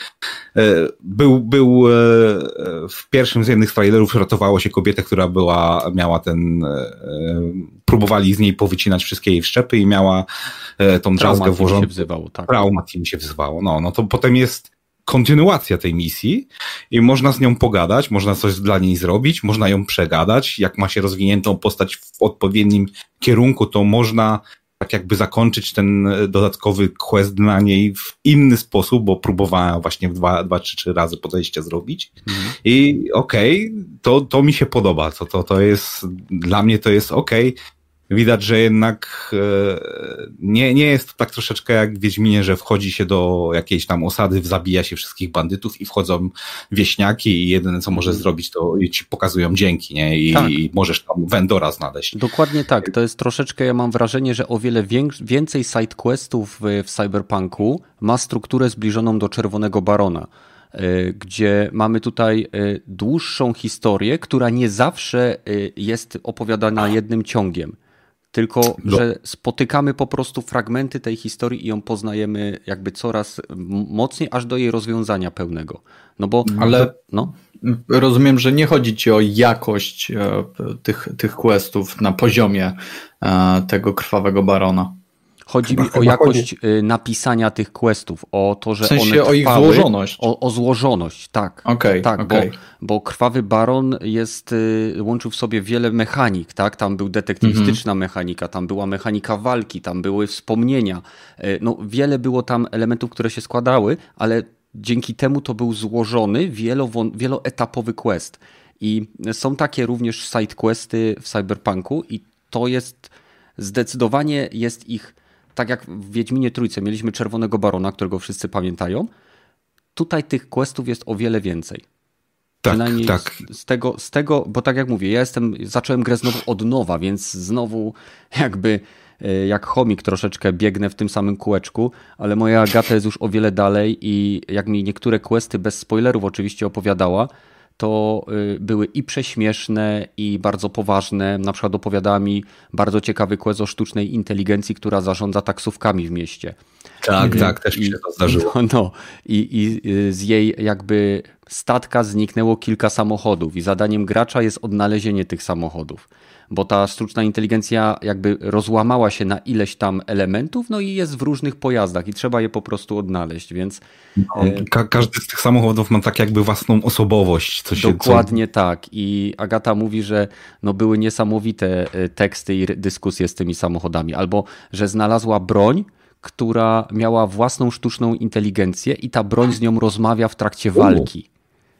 był w pierwszym z jednych trailerów ratowało się kobietę, która miała próbowali z niej powycinać wszystkie jej wszczepy i miała tą drzazgę włożoną. Traumat im się wzywało. No to potem jest kontynuacja tej misji i można z nią pogadać, można coś dla niej zrobić, można ją przegadać. Jak ma się rozwiniętą postać w odpowiednim kierunku, to można tak jakby zakończyć ten dodatkowy quest dla niej w inny sposób, bo próbowała właśnie w 2 czy 3 razy podejście zrobić. I okej, to mi się podoba. To jest, dla mnie to jest okej. Widać, że jednak nie jest to tak troszeczkę jak w Wiedźminie, że wchodzi się do jakiejś tam osady, zabija się wszystkich bandytów i wchodzą wieśniaki i jedyne co możesz zrobić, to ci pokazują dzięki, nie? I możesz tam vendora znaleźć. Dokładnie tak. To jest troszeczkę, ja mam wrażenie, że o wiele więcej sidequestów w Cyberpunku ma strukturę zbliżoną do Czerwonego Barona, gdzie mamy tutaj dłuższą historię, która nie zawsze jest opowiadana jednym ciągiem. Tylko, że spotykamy po prostu fragmenty tej historii i ją poznajemy jakby coraz mocniej, aż do jej rozwiązania pełnego. No bo... Ale rozumiem, że nie chodzi ci o jakość tych questów na poziomie tego Krwawego Barona. Chodzi mi o jakość napisania tych questów, o to, że w sensie one trwały, o ich złożoność. O złożoność, tak. Bo Krwawy Baron łączył w sobie wiele mechanik, tak? Tam był detektywistyczna mechanika, tam była mechanika walki, tam były wspomnienia. No, wiele było tam elementów, które się składały, ale dzięki temu to był złożony, wieloetapowy quest. I są takie również sidequesty w Cyberpunku i to jest zdecydowanie jest ich. Tak jak w Wiedźminie Trójce mieliśmy Czerwonego Barona, którego wszyscy pamiętają, tutaj tych questów jest o wiele więcej. Przynajmniej z tego, bo tak jak mówię, zacząłem grę znowu od nowa, więc znowu jakby jak chomik troszeczkę biegnę w tym samym kółeczku, ale moja Agata jest już o wiele dalej i jak mi niektóre questy bez spoilerów oczywiście opowiadała, to były i prześmieszne, i bardzo poważne. Na przykład opowiadała mi bardzo ciekawy quest o sztucznej inteligencji, która zarządza taksówkami w mieście. Tak, też mi się to zdarzyło. I z jej jakby statka zniknęło kilka samochodów i zadaniem gracza jest odnalezienie tych samochodów. Bo ta sztuczna inteligencja jakby rozłamała się na ileś tam elementów, no i jest w różnych pojazdach i trzeba je po prostu odnaleźć, więc... Każdy z tych samochodów ma tak jakby własną osobowość. Dokładnie tak. I Agata mówi, że były niesamowite teksty i dyskusje z tymi samochodami, albo że znalazła broń, która miała własną sztuczną inteligencję i ta broń z nią rozmawia w trakcie walki.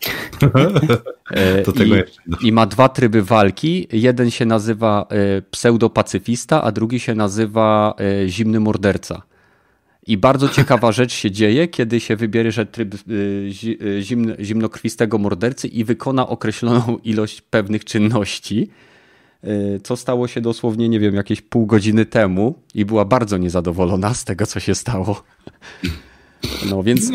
I ma 2 tryby walki. Jeden się nazywa pseudopacyfista, a drugi się nazywa zimny morderca. I bardzo ciekawa rzecz się dzieje, kiedy się wybierze tryb zimnokrwistego mordercy i wykona określoną ilość pewnych czynności, co stało się dosłownie, nie wiem, jakieś pół godziny temu i była bardzo niezadowolona z tego, co się stało. No więc...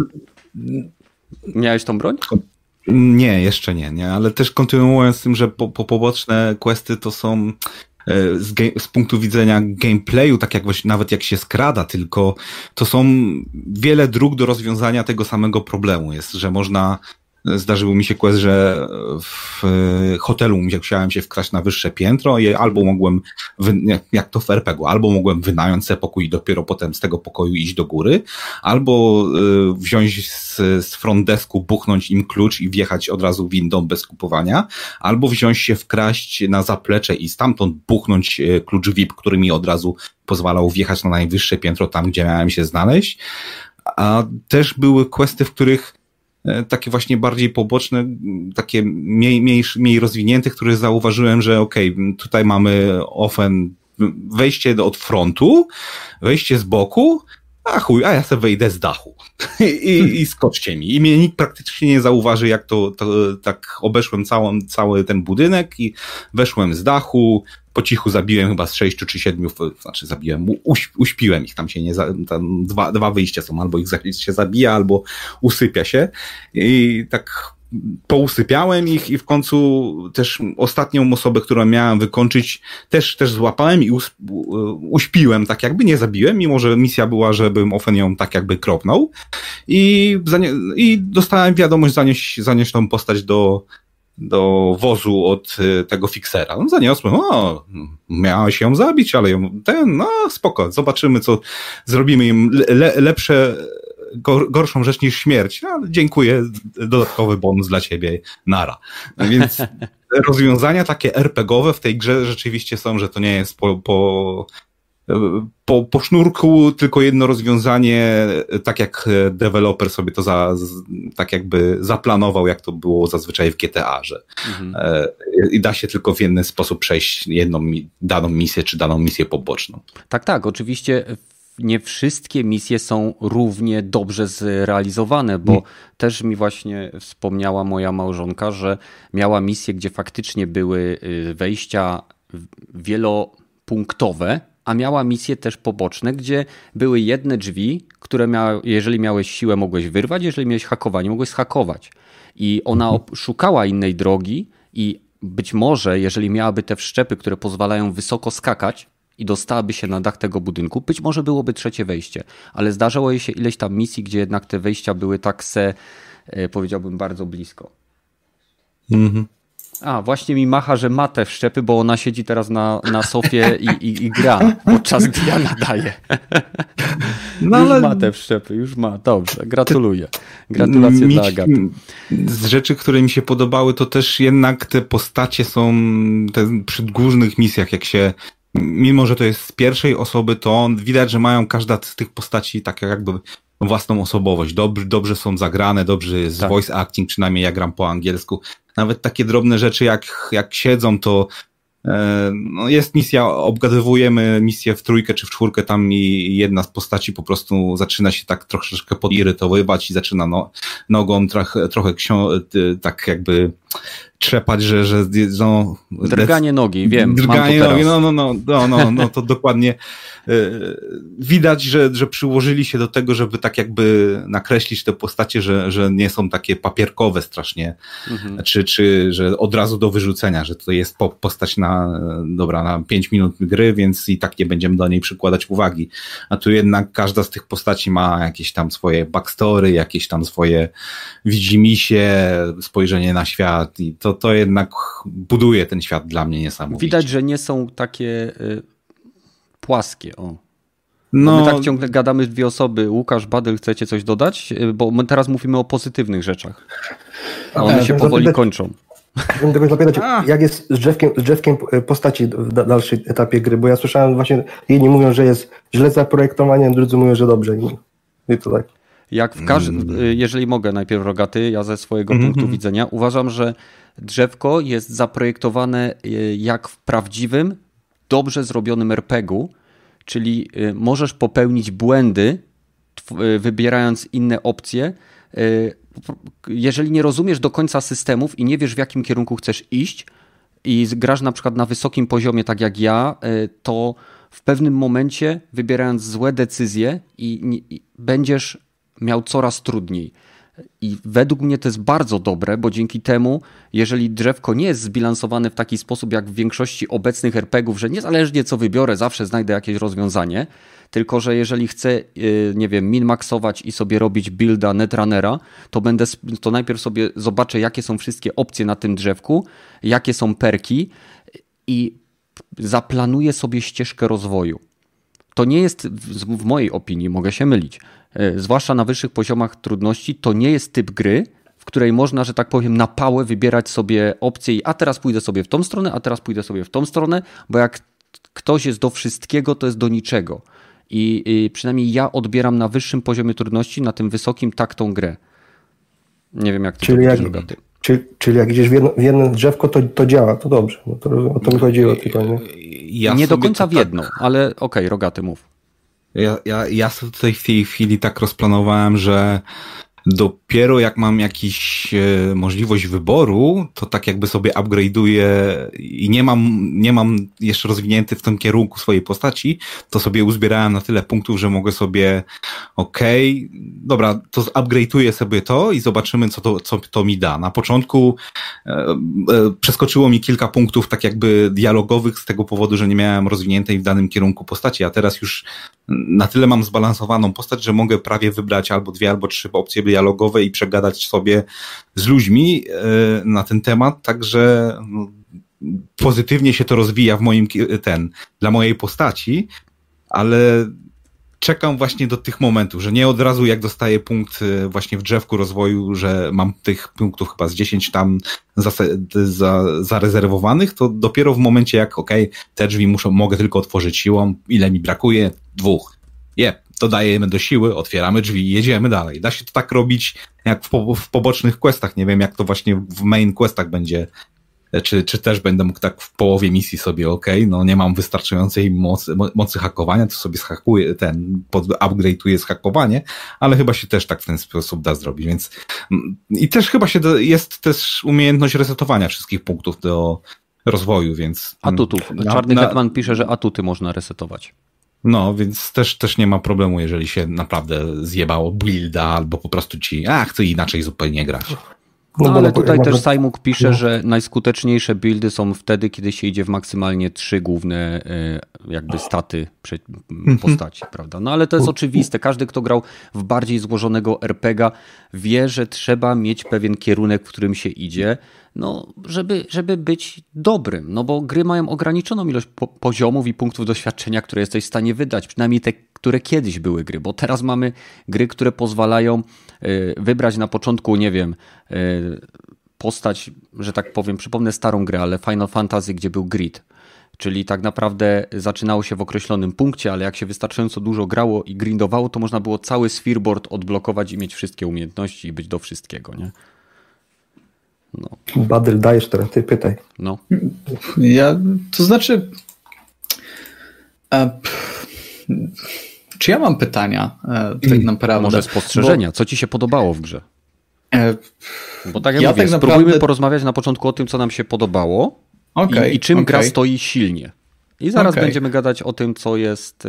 Miałeś tą broń? Nie, jeszcze nie, ale też kontynuując z tym, że poboczne questy to są z punktu widzenia gameplayu, tak jak nawet jak się skrada, tylko to są wiele dróg do rozwiązania tego samego problemu. Jest, że zdarzyło mi się quest, że w hotelu musiałem się wkraść na wyższe piętro i albo mogłem, jak to w RPG-u, albo mogłem wynająć sobie pokój i dopiero potem z tego pokoju iść do góry, albo wziąć z front desku, buchnąć im klucz i wjechać od razu windą bez kupowania, albo wziąć się wkraść na zaplecze i stamtąd buchnąć klucz VIP, który mi od razu pozwalał wjechać na najwyższe piętro tam, gdzie miałem się znaleźć. A też były questy, w których takie właśnie bardziej poboczne, takie mniej rozwinięte, które zauważyłem, że tutaj mamy wejście od frontu, wejście z boku, a ja sobie wejdę z dachu i skoczcie mi. I mnie nikt praktycznie nie zauważy, jak to tak obeszłem cały ten budynek i weszłem z dachu, po cichu zabiłem chyba z 6 czy 7, znaczy zabiłem, uśpiłem ich, tam się tam dwa wyjścia są, albo ich się zabija, albo usypia się i tak pousypiałem ich i w końcu też ostatnią osobę, którą miałem wykończyć, też złapałem i uśpiłem, tak jakby nie zabiłem, mimo że misja była, żebym ją tak jakby kropnął i dostałem wiadomość zanieść tą postać do wozu od tego fiksera. No, zaniosłem, miałeś ją zabić, ale spoko, zobaczymy, co zrobimy im gorszą rzecz niż śmierć. Ale dziękuję, dodatkowy bonus dla ciebie, nara. Więc rozwiązania takie RPG-owe w tej grze rzeczywiście są, że to nie jest po sznurku tylko jedno rozwiązanie, tak jak deweloper sobie to tak jakby zaplanował, jak to było zazwyczaj w GTA, że i da się tylko w jeden sposób przejść jedną daną misję, czy daną misję poboczną. Tak, oczywiście nie wszystkie misje są równie dobrze zrealizowane, bo też mi właśnie wspomniała moja małżonka, że miała misje, gdzie faktycznie były wejścia wielopunktowe, a miała misje też poboczne, gdzie były jedne drzwi, które jeżeli miałeś siłę, mogłeś wyrwać, jeżeli miałeś hakowanie, mogłeś zhakować. I ona szukała innej drogi i być może, jeżeli miałaby te wszczepy, które pozwalają wysoko skakać i dostałaby się na dach tego budynku, być może byłoby trzecie wejście. Ale zdarzało jej się ileś tam misji, gdzie jednak te wejścia były tak powiedziałbym, bardzo blisko. A, właśnie mi macha, że ma te wszczepy, bo ona siedzi teraz na sofie i gra, podczas gdy ja nadaję. No już ale... ma te wszczepy, już ma. Dobrze, gratuluję. Gratulacje dla Agaty. Z rzeczy, które mi się podobały, to też jednak te postacie są przy głównych misjach, jak się mimo, że to jest z pierwszej osoby, to widać, że mają każda z tych postaci tak jakby własną osobowość. Dobrze są zagrane, dobrze jest voice acting, przynajmniej ja gram po angielsku. Nawet takie drobne rzeczy jak siedzą, to no jest misja, obgadywujemy misję w trójkę czy w czwórkę tam i jedna z postaci po prostu zaczyna się tak troszeczkę podirytowywać i zaczyna nogą trochę tak jakby trzepać, że no... Drganie nogi, wiem. Drganie nogi, no, to dokładnie widać, że przyłożyli się do tego, żeby tak jakby nakreślić te postacie, że nie są takie papierkowe strasznie, czy że od razu do wyrzucenia, że to jest postać na 5 minut gry, więc i tak nie będziemy do niej przykładać uwagi. A tu jednak każda z tych postaci ma jakieś tam swoje backstory, jakieś tam swoje widzimisię, spojrzenie na świat i to jednak buduje ten świat dla mnie niesamowicie. Widać, że nie są takie płaskie. No, my tak ciągle gadamy dwie osoby. Łukasz, Badyl, chcecie coś dodać? Bo my teraz mówimy o pozytywnych rzeczach. A one się powoli kończą. Chciałbym tego zapytać, jak jest z drzewkiem postaci w dalszym etapie gry, bo ja słyszałem właśnie, jedni mówią, że jest źle zaprojektowanie, drudzy mówią, że dobrze. I to tak. Jak w jeżeli mogę najpierw, Rogaty, ja ze swojego punktu widzenia uważam, że drzewko jest zaprojektowane jak w prawdziwym, dobrze zrobionym RPG-u, czyli możesz popełnić błędy, wybierając inne opcje. Jeżeli nie rozumiesz do końca systemów i nie wiesz, w jakim kierunku chcesz iść i grasz na przykład na wysokim poziomie, tak jak ja, to w pewnym momencie, wybierając złe decyzje, i będziesz miał coraz trudniej. I według mnie to jest bardzo dobre, bo dzięki temu, jeżeli drzewko nie jest zbilansowane w taki sposób jak w większości obecnych RPG-ów, że niezależnie co wybiorę, zawsze znajdę jakieś rozwiązanie, tylko że jeżeli chcę, nie wiem, min-maxować i sobie robić builda netrunnera, to najpierw sobie zobaczę, jakie są wszystkie opcje na tym drzewku, jakie są perki i zaplanuję sobie ścieżkę rozwoju. To nie jest, w mojej opinii, mogę się mylić, zwłaszcza na wyższych poziomach trudności, to nie jest typ gry, w której można, że tak powiem, na pałę wybierać sobie opcje a teraz pójdę sobie w tą stronę, a teraz pójdę sobie w tą stronę, bo jak ktoś jest do wszystkiego, to jest do niczego. I przynajmniej ja odbieram na wyższym poziomie trudności, na tym wysokim tą grę. Nie wiem, jak ty czyli to Rogaty. Czyli jak idziesz w jedno drzewko, to działa, to dobrze. No to o to mi chodziło tylko, nie? Nie do końca w jedno, ale okej, Rogaty, mów. Ja sobie tutaj w tej chwili tak rozplanowałem, że dopiero jak mam jakiś możliwość wyboru, to tak jakby sobie upgrade'uję i nie mam jeszcze rozwinięty w tym kierunku swojej postaci, to sobie uzbierałem na tyle punktów, że mogę sobie dobra, to upgrade'uję sobie to i zobaczymy, co to mi da. Na początku przeskoczyło mi kilka punktów tak jakby dialogowych z tego powodu, że nie miałem rozwiniętej w danym kierunku postaci, a teraz już na tyle mam zbalansowaną postać, że mogę prawie wybrać albo 2, albo 3 opcje dialogowe i przegadać sobie z ludźmi na ten temat, także pozytywnie się to rozwija w moim dla mojej postaci, ale czekam właśnie do tych momentów, że nie od razu jak dostaję punkt właśnie w drzewku rozwoju, że mam tych punktów chyba z 10 tam zarezerwowanych, to dopiero w momencie jak te drzwi mogę tylko otworzyć siłą, ile mi brakuje? 2. Dodajemy do siły, otwieramy drzwi i jedziemy dalej. Da się to tak robić jak w pobocznych questach, nie wiem jak to właśnie w main questach będzie, czy też będę mógł tak w połowie misji sobie, nie mam wystarczającej mocy hakowania, to sobie zhakuję, upgrade'uję zhakowanie, ale chyba się też tak w ten sposób da zrobić, więc i też chyba jest też umiejętność resetowania wszystkich punktów do rozwoju, więc... Atutów. Czarny Hetman pisze, że atuty można resetować. No, więc też nie ma problemu, jeżeli się naprawdę zjebało builda, albo po prostu chcę inaczej zupełnie grać. No ale tutaj też Sajmuk pisze, że najskuteczniejsze buildy są wtedy, kiedy się idzie w maksymalnie 3 główne jakby staty postaci, prawda? No ale to jest oczywiste. Każdy, kto grał w bardziej złożonego RPG wie, że trzeba mieć pewien kierunek, w którym się idzie, no żeby być dobrym. No bo gry mają ograniczoną ilość poziomów i punktów doświadczenia, które jesteś w stanie wydać. Przynajmniej te, które kiedyś były gry, bo teraz mamy gry, które pozwalają wybrać na początku, nie wiem, postać, że tak powiem, przypomnę starą grę, ale Final Fantasy, gdzie był grid. Czyli tak naprawdę zaczynało się w określonym punkcie, ale jak się wystarczająco dużo grało i grindowało, to można było cały sphereboard odblokować i mieć wszystkie umiejętności i być do wszystkiego, nie? No. Badyl, dajesz teraz, ty pytaj. No. To znaczy... Czy ja mam pytania tak naprawdę? Może spostrzeżenia, co ci się podobało w grze? Bo tak jak mówię, tak naprawdę... spróbujmy porozmawiać na początku o tym, co nam się podobało i czym gra stoi silnie. I zaraz będziemy gadać o tym, co jest...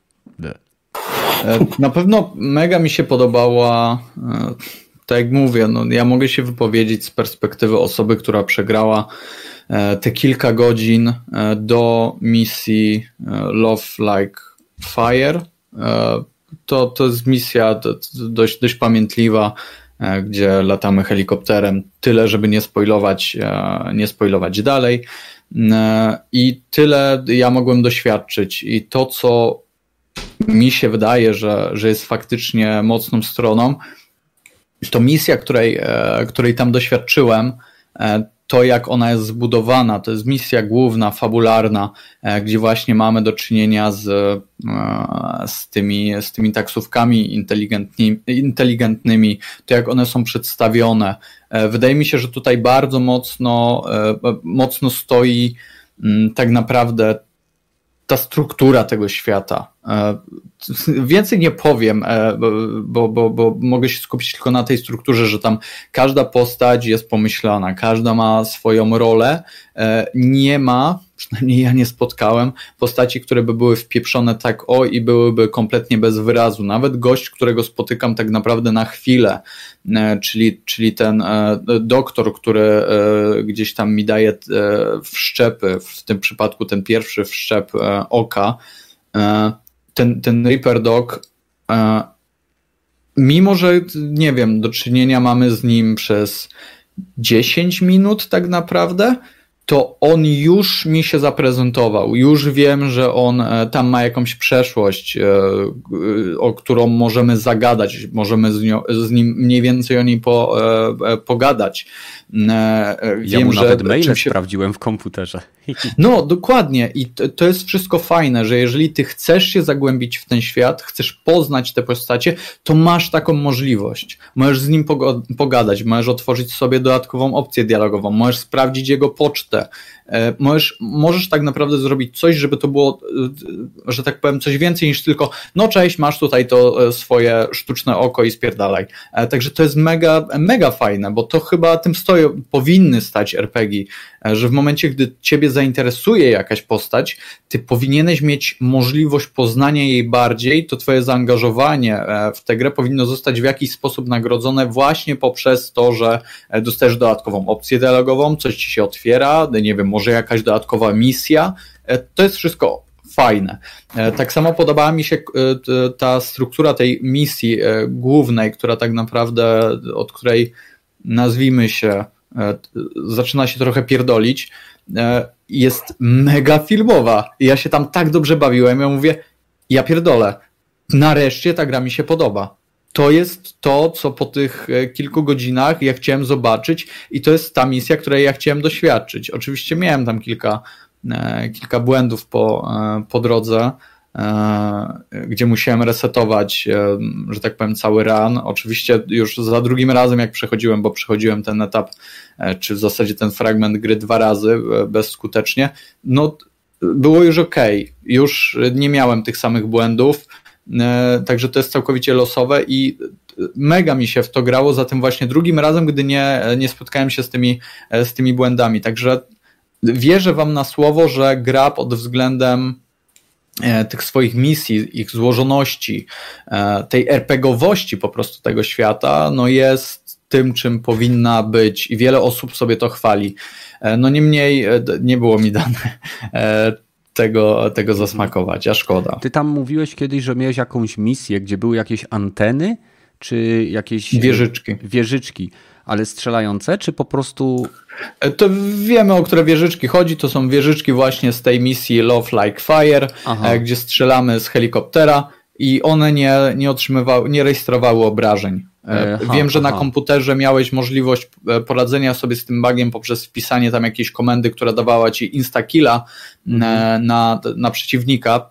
Na pewno mega mi się podobała, tak jak mówię, ja mogę się wypowiedzieć z perspektywy osoby, która przegrała te kilka godzin do misji Love Like Fire. To jest misja dość pamiętliwa, gdzie latamy helikopterem, tyle, żeby nie spoilować dalej. I tyle ja mogłem doświadczyć. I to, co mi się wydaje, że jest faktycznie mocną stroną, to misja, której tam doświadczyłem, to jak ona jest zbudowana, to jest misja główna, fabularna, gdzie właśnie mamy do czynienia z tymi taksówkami inteligentnymi, to jak one są przedstawione. Wydaje mi się, że tutaj bardzo mocno stoi tak naprawdę ta struktura tego świata. Więcej nie powiem, bo mogę się skupić tylko na tej strukturze, że tam każda postać jest pomyślana, każda ma swoją rolę. Nie ma, przynajmniej ja nie spotkałem, postaci, które by były wpieprzone tak i byłyby kompletnie bez wyrazu. Nawet gość, którego spotykam tak naprawdę na chwilę, czyli ten doktor, który gdzieś tam mi daje wszczepy, w tym przypadku ten pierwszy wszczep oka, ten Reaper Dog, mimo że nie wiem, do czynienia mamy z nim przez 10 minut tak naprawdę, to on już mi się zaprezentował. Już wiem, że on tam ma jakąś przeszłość, o którą możemy zagadać, możemy z nim mniej więcej o niej pogadać. Ja mu nawet maile sprawdziłem w komputerze. No, dokładnie. I to jest wszystko fajne, że jeżeli ty chcesz się zagłębić w ten świat, chcesz poznać te postacie, to masz taką możliwość. Możesz z nim pogadać, możesz otworzyć sobie dodatkową opcję dialogową, możesz sprawdzić jego pocztę. Możesz tak naprawdę zrobić coś, żeby to było, że tak powiem, coś więcej niż tylko cześć, masz tutaj to swoje sztuczne oko i spierdalaj. Także to jest mega, mega fajne, bo to chyba tym powinny stać RPG, że w momencie, gdy ciebie zainteresuje jakaś postać, ty powinieneś mieć możliwość poznania jej bardziej, to twoje zaangażowanie w tę grę powinno zostać w jakiś sposób nagrodzone właśnie poprzez to, że dostajesz dodatkową opcję dialogową, coś ci się otwiera, nie wiem, może jakaś dodatkowa misja, to jest wszystko fajne. Tak samo podobała mi się ta struktura tej misji głównej, która tak naprawdę, od której nazwijmy się, zaczyna się trochę pierdolić, jest mega filmowa. Ja się tam tak dobrze bawiłem, ja mówię, ja pierdolę, nareszcie ta gra mi się podoba. To jest to, co po tych kilku godzinach ja chciałem zobaczyć i to jest ta misja, której ja chciałem doświadczyć. Oczywiście miałem tam kilka błędów po drodze, gdzie musiałem resetować, że tak powiem, cały run. Oczywiście już za drugim razem, jak przechodziłem, bo przechodziłem ten etap, czy w zasadzie ten fragment gry 2 razy bezskutecznie, no było już okej. Już nie miałem tych samych błędów, także to jest całkowicie losowe i mega mi się w to grało za tym właśnie drugim razem, gdy nie spotkałem się z tymi błędami. Także wierzę wam na słowo, że gra pod względem tych swoich misji, ich złożoności, tej RPGowości po prostu tego świata, no jest tym, czym powinna być i wiele osób sobie to chwali. No niemniej nie było mi dane tego zasmakować, a szkoda. Ty tam mówiłeś kiedyś, że miałeś jakąś misję, gdzie były jakieś anteny, czy jakieś wieżyczki, ale strzelające, czy po prostu... To wiemy, o które wieżyczki chodzi, to są wieżyczki właśnie z tej misji Love Like Fire, gdzie strzelamy z helikoptera i one nie rejestrowały obrażeń. Wiem, że na komputerze miałeś możliwość poradzenia sobie z tym bugiem poprzez wpisanie tam jakiejś komendy, która dawała ci insta-killa na przeciwnika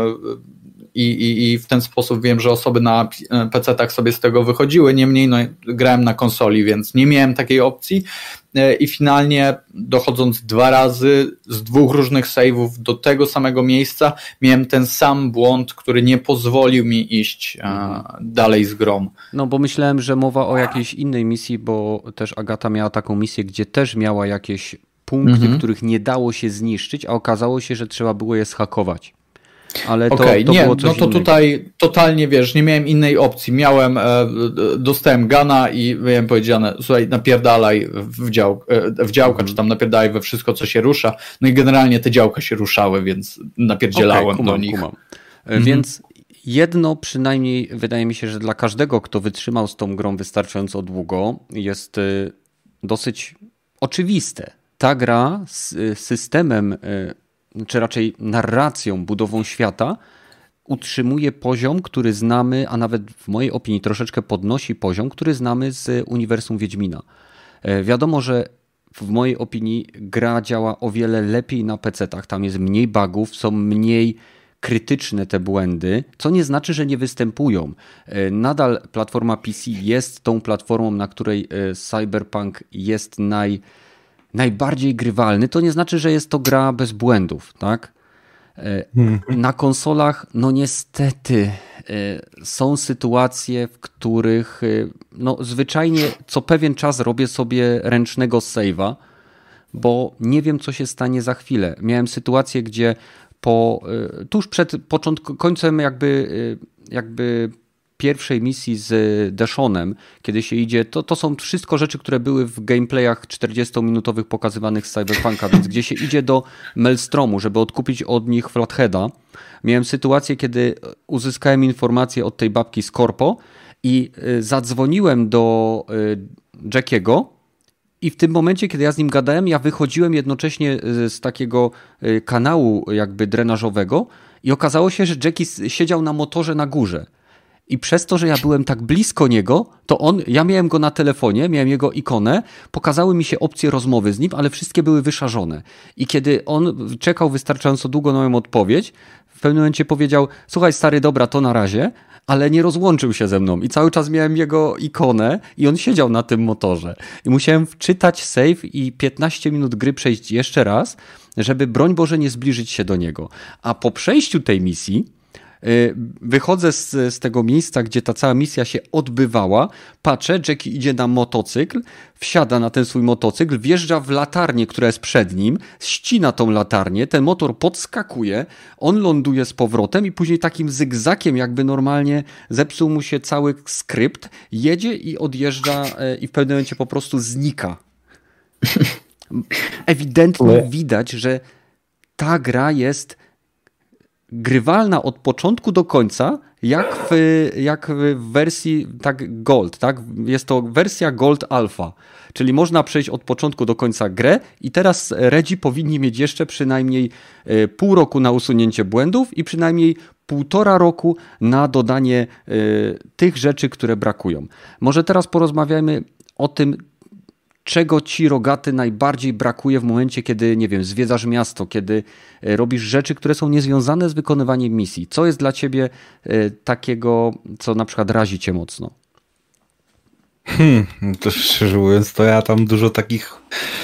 i w ten sposób wiem, że osoby na PC-tach sobie z tego wychodziły, niemniej no, grałem na konsoli, więc nie miałem takiej opcji i finalnie dochodząc 2 razy z 2 różnych save'ów do tego samego miejsca miałem ten sam błąd, który nie pozwolił mi iść dalej z grą. No bo myślałem, że mowa o jakiejś innej misji, bo też Agata miała taką misję, gdzie też miała jakieś punkty, których nie dało się zniszczyć, a okazało się, że trzeba było je zhakować. Ale to było coś no to innego. Tutaj totalnie wiesz, nie miałem innej opcji. Dostałem gana i miałem powiedziane, słuchaj, napierdalaj w działka, czy tam napierdalaj we wszystko, co się rusza. No i generalnie te działka się ruszały, więc napierdzielałem do nich. Więc jedno przynajmniej wydaje mi się, że dla każdego, kto wytrzymał z tą grą wystarczająco długo, jest dosyć oczywiste. Ta gra z systemem, czy raczej narracją, budową świata utrzymuje poziom, który znamy, a nawet w mojej opinii troszeczkę podnosi poziom, który znamy z uniwersum Wiedźmina. Wiadomo, że w mojej opinii gra działa o wiele lepiej na PC-tach. Tam jest mniej bugów, są mniej krytyczne te błędy, co nie znaczy, że nie występują. Nadal platforma PC jest tą platformą, na której Cyberpunk jest najbardziej grywalny. To nie znaczy, że jest to gra bez błędów, tak? Na konsolach, no niestety są sytuacje, w których no zwyczajnie co pewien czas robię sobie ręcznego save'a, bo nie wiem, co się stanie za chwilę. Miałem sytuację, gdzie tuż przed końcem jakby pierwszej misji z Deshonem, kiedy się idzie, to są wszystko rzeczy, które były w gameplayach 40-minutowych pokazywanych z Cyberpunka, więc gdzie się idzie do Maelstromu, żeby odkupić od nich Flatheada. Miałem sytuację, kiedy uzyskałem informację od tej babki z Corpo i zadzwoniłem do Jackiego i w tym momencie, kiedy ja z nim gadałem, ja wychodziłem jednocześnie z takiego kanału jakby drenażowego i okazało się, że Jackie siedział na motorze na górze. I przez to, że ja byłem tak blisko niego, to ja miałem go na telefonie, miałem jego ikonę, pokazały mi się opcje rozmowy z nim, ale wszystkie były wyszarzone. I kiedy on czekał wystarczająco długo na moją odpowiedź, w pewnym momencie powiedział, słuchaj stary, dobra, to na razie, ale nie rozłączył się ze mną. I cały czas miałem jego ikonę i on siedział na tym motorze. I musiałem wczytać save i 15 minut gry przejść jeszcze raz, żeby broń Boże nie zbliżyć się do niego. A po przejściu tej misji wychodzę z tego miejsca, gdzie ta cała misja się odbywała, patrzę, Jackie idzie na motocykl, wsiada na ten swój motocykl, wjeżdża w latarnię, która jest przed nim, ścina tą latarnię, ten motor podskakuje, on ląduje z powrotem i później takim zygzakiem jakby normalnie zepsuł mu się cały skrypt, jedzie i odjeżdża i w pewnym momencie po prostu znika. Ewidentnie widać, że ta gra jest grywalna od początku do końca, jak w wersji tak Gold, tak? Jest to wersja Gold Alpha, czyli można przejść od początku do końca grę i teraz redzi powinni mieć jeszcze przynajmniej pół roku na usunięcie błędów i przynajmniej 1,5 roku na dodanie tych rzeczy, które brakują. Może teraz porozmawiajmy o tym, czego ci Rogaty najbardziej brakuje w momencie, kiedy, nie wiem, zwiedzasz miasto, kiedy robisz rzeczy, które są niezwiązane z wykonywaniem misji. Co jest dla ciebie takiego, co na przykład razi cię mocno? To szczerze mówiąc, to ja tam dużo takich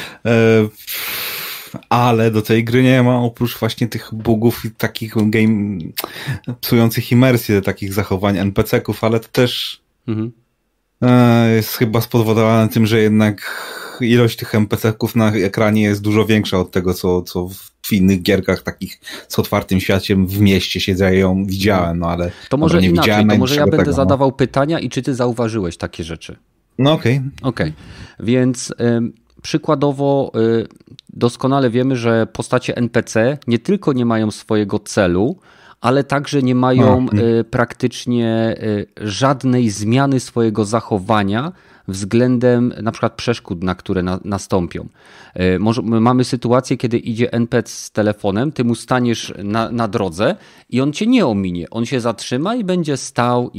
ale do tej gry nie ma, oprócz właśnie tych bugów i takich psujących imersję, takich zachowań NPC-ków, ale to też jest chyba spowodowane tym, że jednak ilość tych NPC-ków na ekranie jest dużo większa od tego, co w innych gierkach takich z otwartym światem w mieście się dzieją, widziałem, no ale to może nie inaczej, to może ja będę tego, zadawał pytania i czy ty zauważyłeś takie rzeczy? No okej. Okej, więc przykładowo doskonale wiemy, że postacie NPC nie tylko nie mają swojego celu, ale także nie mają praktycznie żadnej zmiany swojego zachowania względem na przykład przeszkód, na które nastąpią. Mamy sytuację, kiedy idzie NPC z telefonem, ty mu staniesz na drodze i on cię nie ominie. On się zatrzyma i będzie stał,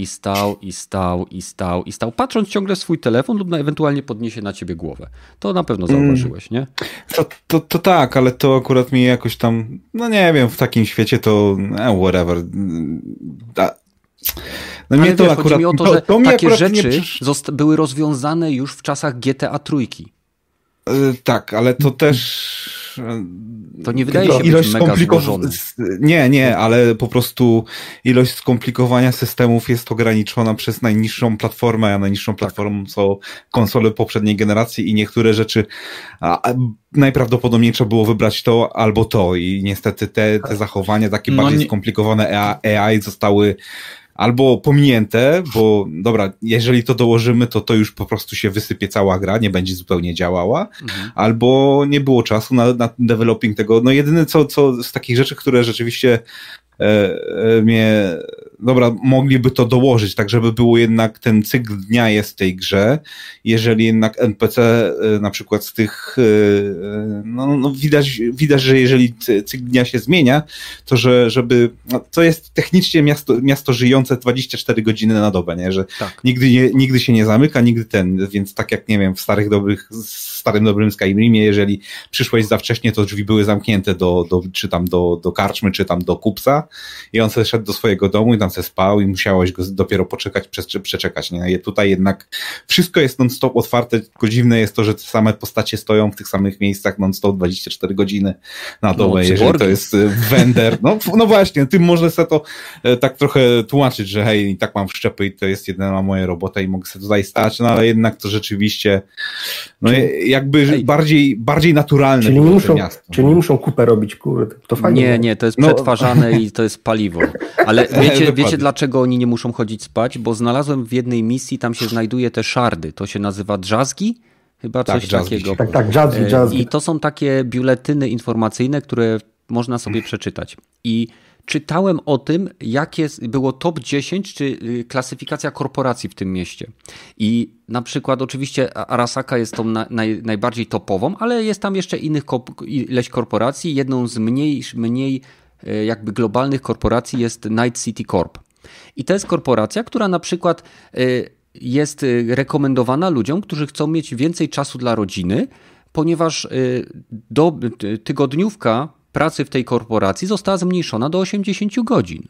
patrząc ciągle w swój telefon lub ewentualnie podniesie na ciebie głowę. To na pewno zauważyłeś, nie? To tak, ale to akurat mi jakoś tam, no nie wiem, w takim świecie to whatever. No mnie to akurat, chodzi mi o to, że takie rzeczy były rozwiązane już w czasach GTA Trójki. Tak, ale to też... To nie wydaje się być mega złożone. Nie, ale po prostu ilość skomplikowania systemów jest ograniczona przez najniższą platformę, a najniższą platformą są konsole poprzedniej generacji i niektóre rzeczy najprawdopodobniej trzeba było wybrać to albo to i niestety te zachowania takie bardziej skomplikowane AI zostały albo pominięte, bo dobra, jeżeli to dołożymy, to już po prostu się wysypie cała gra, nie będzie zupełnie działała, albo nie było czasu na developing tego. No jedyne co z takich rzeczy, które rzeczywiście mnie, dobra, mogliby to dołożyć, tak żeby było jednak ten cykl dnia jest w tej grze, jeżeli jednak NPC na przykład z tych, no widać, że jeżeli cykl dnia się zmienia, to żeby, to jest technicznie miasto żyjące 24 godziny na dobę, nie, że nigdy się nie zamyka, więc tak jak, nie wiem, w starym dobrym Skyrimie, jeżeli przyszłeś za wcześnie, to drzwi były zamknięte czy tam do karczmy, czy tam do kupca, i on sobie szedł do swojego domu i tam sobie spał i musiałeś go dopiero przeczekać. Nie? Tutaj jednak wszystko jest non-stop otwarte, tylko dziwne jest to, że te same postacie stoją w tych samych miejscach non-stop 24 godziny na dobę, jeżeli to jest vendor. No właśnie, tym można sobie to tak trochę tłumaczyć, że hej, i tak mam wszczepy i to jest jedyna moja robota i mogę sobie tutaj stać, no ale jednak to rzeczywiście jakby bardziej naturalne. Czyli nie muszą kupę robić, kurde, to fajnie. Nie, to jest przetwarzane i to jest paliwo. Ale wiecie dlaczego oni nie muszą chodzić spać? Bo znalazłem w jednej misji, tam się znajduje te szardy. To się nazywa drzazgi? Chyba coś takiego. Tak, drzazgi. I to są takie biuletyny informacyjne, które można sobie przeczytać. I czytałem o tym, jakie było top 10, czy klasyfikacja korporacji w tym mieście. I na przykład oczywiście Arasaka jest tą najbardziej topową, ale jest tam jeszcze ileś korporacji. Jedną z mniej jakby globalnych korporacji jest Night City Corp. I to jest korporacja, która na przykład jest rekomendowana ludziom, którzy chcą mieć więcej czasu dla rodziny, ponieważ tygodniówka pracy w tej korporacji została zmniejszona do 80 godzin.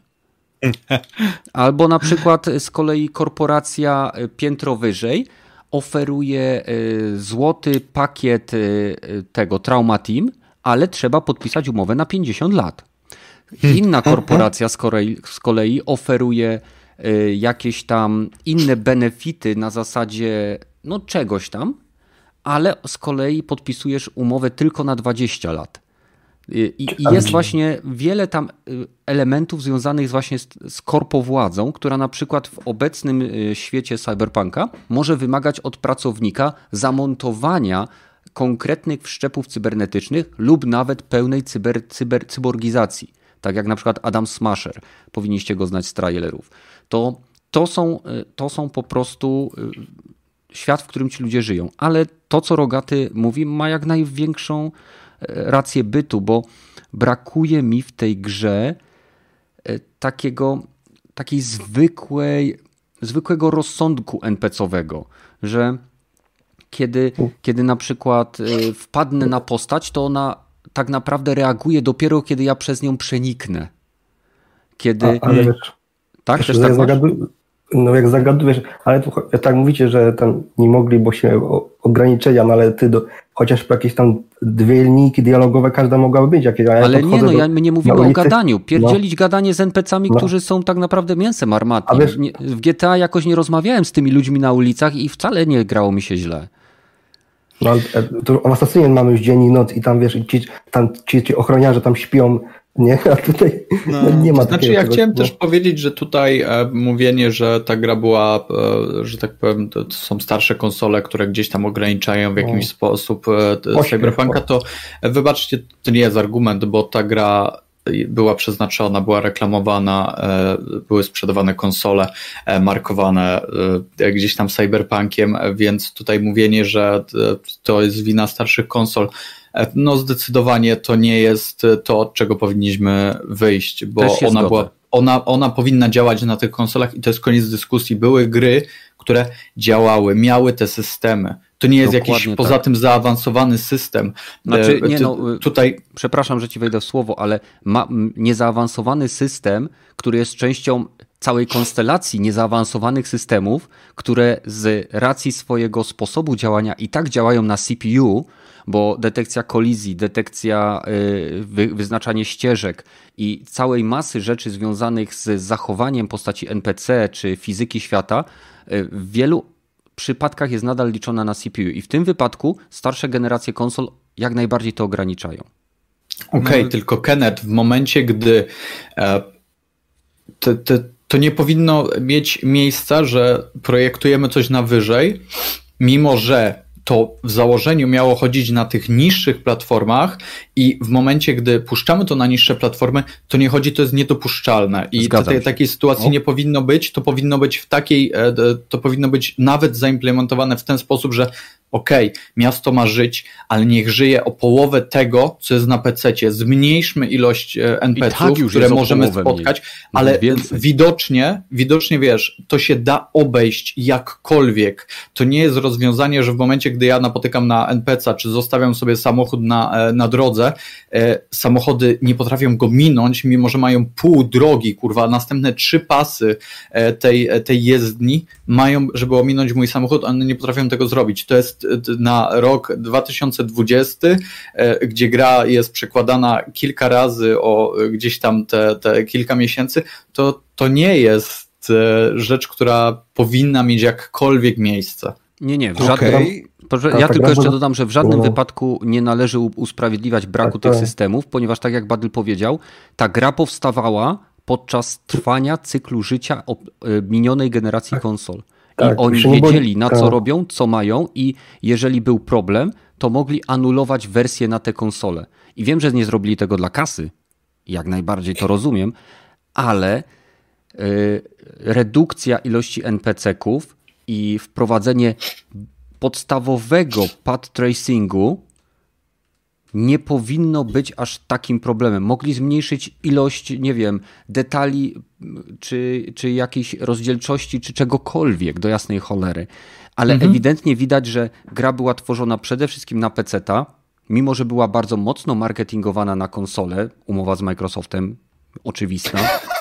Albo na przykład z kolei korporacja piętro wyżej oferuje złoty pakiet tego Trauma Team, ale trzeba podpisać umowę na 50 lat. Inna korporacja z kolei oferuje jakieś tam inne benefity na zasadzie czegoś tam, ale z kolei podpisujesz umowę tylko na 20 lat. I jest właśnie wiele tam elementów związanych właśnie z korpowładzą, która na przykład w obecnym świecie cyberpunka może wymagać od pracownika zamontowania konkretnych wszczepów cybernetycznych lub nawet pełnej cyborgizacji. tak jak na przykład Adam Smasher, powinniście go znać z trailerów, to są po prostu świat, w którym ci ludzie żyją. Ale to, co Rogaty mówi, ma jak największą rację bytu, bo brakuje mi w tej grze takiej zwykłego rozsądku NPC-owego, że kiedy na przykład wpadnę na postać, to ona tak naprawdę reaguje dopiero, kiedy ja przez nią przeniknę. Ale wiesz, tak? Też tak no jak zagadujesz, ale tu, tak mówicie, że tam nie mogli, bo się ograniczenia, no ale chociaż jakieś tam 2 linijki dialogowe każda mogłaby być. Ale my nie mówimy o gadaniu. Pierdzielić gadanie z NPC-ami, którzy są tak naprawdę mięsem armatnim. W GTA jakoś nie rozmawiałem z tymi ludźmi na ulicach i wcale nie grało mi się źle. No, to w Assassinie mamy już dzień i noc i tam wiesz, ci ochroniarze tam śpią, nie? A tutaj nie ma takiego. Ja chciałem też powiedzieć, że tutaj mówienie, że ta gra była, że tak powiem, to są starsze konsole, które gdzieś tam ograniczają w jakiś sposób Cyberpunka, to wybaczcie, to nie jest argument, bo ta gra była przeznaczona, była reklamowana, były sprzedawane konsole markowane gdzieś tam Cyberpunkiem, więc tutaj mówienie, że to jest wina starszych konsol, no zdecydowanie to nie jest to, od czego powinniśmy wyjść, bo ona powinna działać na tych konsolach i to jest koniec dyskusji. Były gry, które działały, miały te systemy. To nie jest jakiś poza tym zaawansowany system. Znaczy, tutaj... Przepraszam, że ci wejdę w słowo, ale niezaawansowany system, który jest częścią całej konstelacji niezaawansowanych systemów, które z racji swojego sposobu działania i tak działają na CPU, bo detekcja kolizji, detekcja, wyznaczanie ścieżek i całej masy rzeczy związanych z zachowaniem postaci NPC czy fizyki świata w wielu przypadkach jest nadal liczona na CPU i w tym wypadku starsze generacje konsol jak najbardziej to ograniczają. Okej, tylko Kenneth, w momencie, gdy to nie powinno mieć miejsca, że projektujemy coś na wyżej, mimo że to w założeniu miało chodzić na tych niższych platformach i w momencie, gdy puszczamy to na niższe platformy, to nie chodzi, to jest niedopuszczalne i takiej sytuacji nie powinno być, to powinno być to powinno być nawet zaimplementowane w ten sposób, że miasto ma żyć, ale niech żyje o połowę tego, co jest na PC-cie. Zmniejszmy ilość NPC-ów, które możemy spotkać, ale widocznie wiesz, to się da obejść jakkolwiek. To nie jest rozwiązanie, że w momencie, gdy ja napotykam na NPC-a, czy zostawiam sobie samochód na drodze, samochody nie potrafią go minąć, mimo że mają pół drogi, następne 3 pasy tej jezdni mają, żeby ominąć mój samochód, one nie potrafią tego zrobić. To jest na rok 2020, gdzie gra jest przekładana kilka razy o gdzieś tam te kilka miesięcy, to nie jest rzecz, która powinna mieć jakkolwiek miejsce. Nie, w żadnym... Ja tylko jeszcze dodam, że w żadnym wypadku nie należy usprawiedliwiać braku tych systemów, ponieważ tak jak Badyl powiedział, ta gra powstawała podczas trwania cyklu życia minionej generacji konsol. I oni wiedzieli, na co robią, co mają i jeżeli był problem, to mogli anulować wersję na te konsole. I wiem, że nie zrobili tego dla kasy, jak najbardziej to rozumiem, ale redukcja ilości NPC-ków i wprowadzenie podstawowego path tracingu nie powinno być aż takim problemem. Mogli zmniejszyć ilość, nie wiem, detali czy jakiejś rozdzielczości, czy czegokolwiek do jasnej cholery. Ale ewidentnie widać, że gra była tworzona przede wszystkim na PC-ta, mimo że była bardzo mocno marketingowana na konsolę, umowa z Microsoftem oczywista.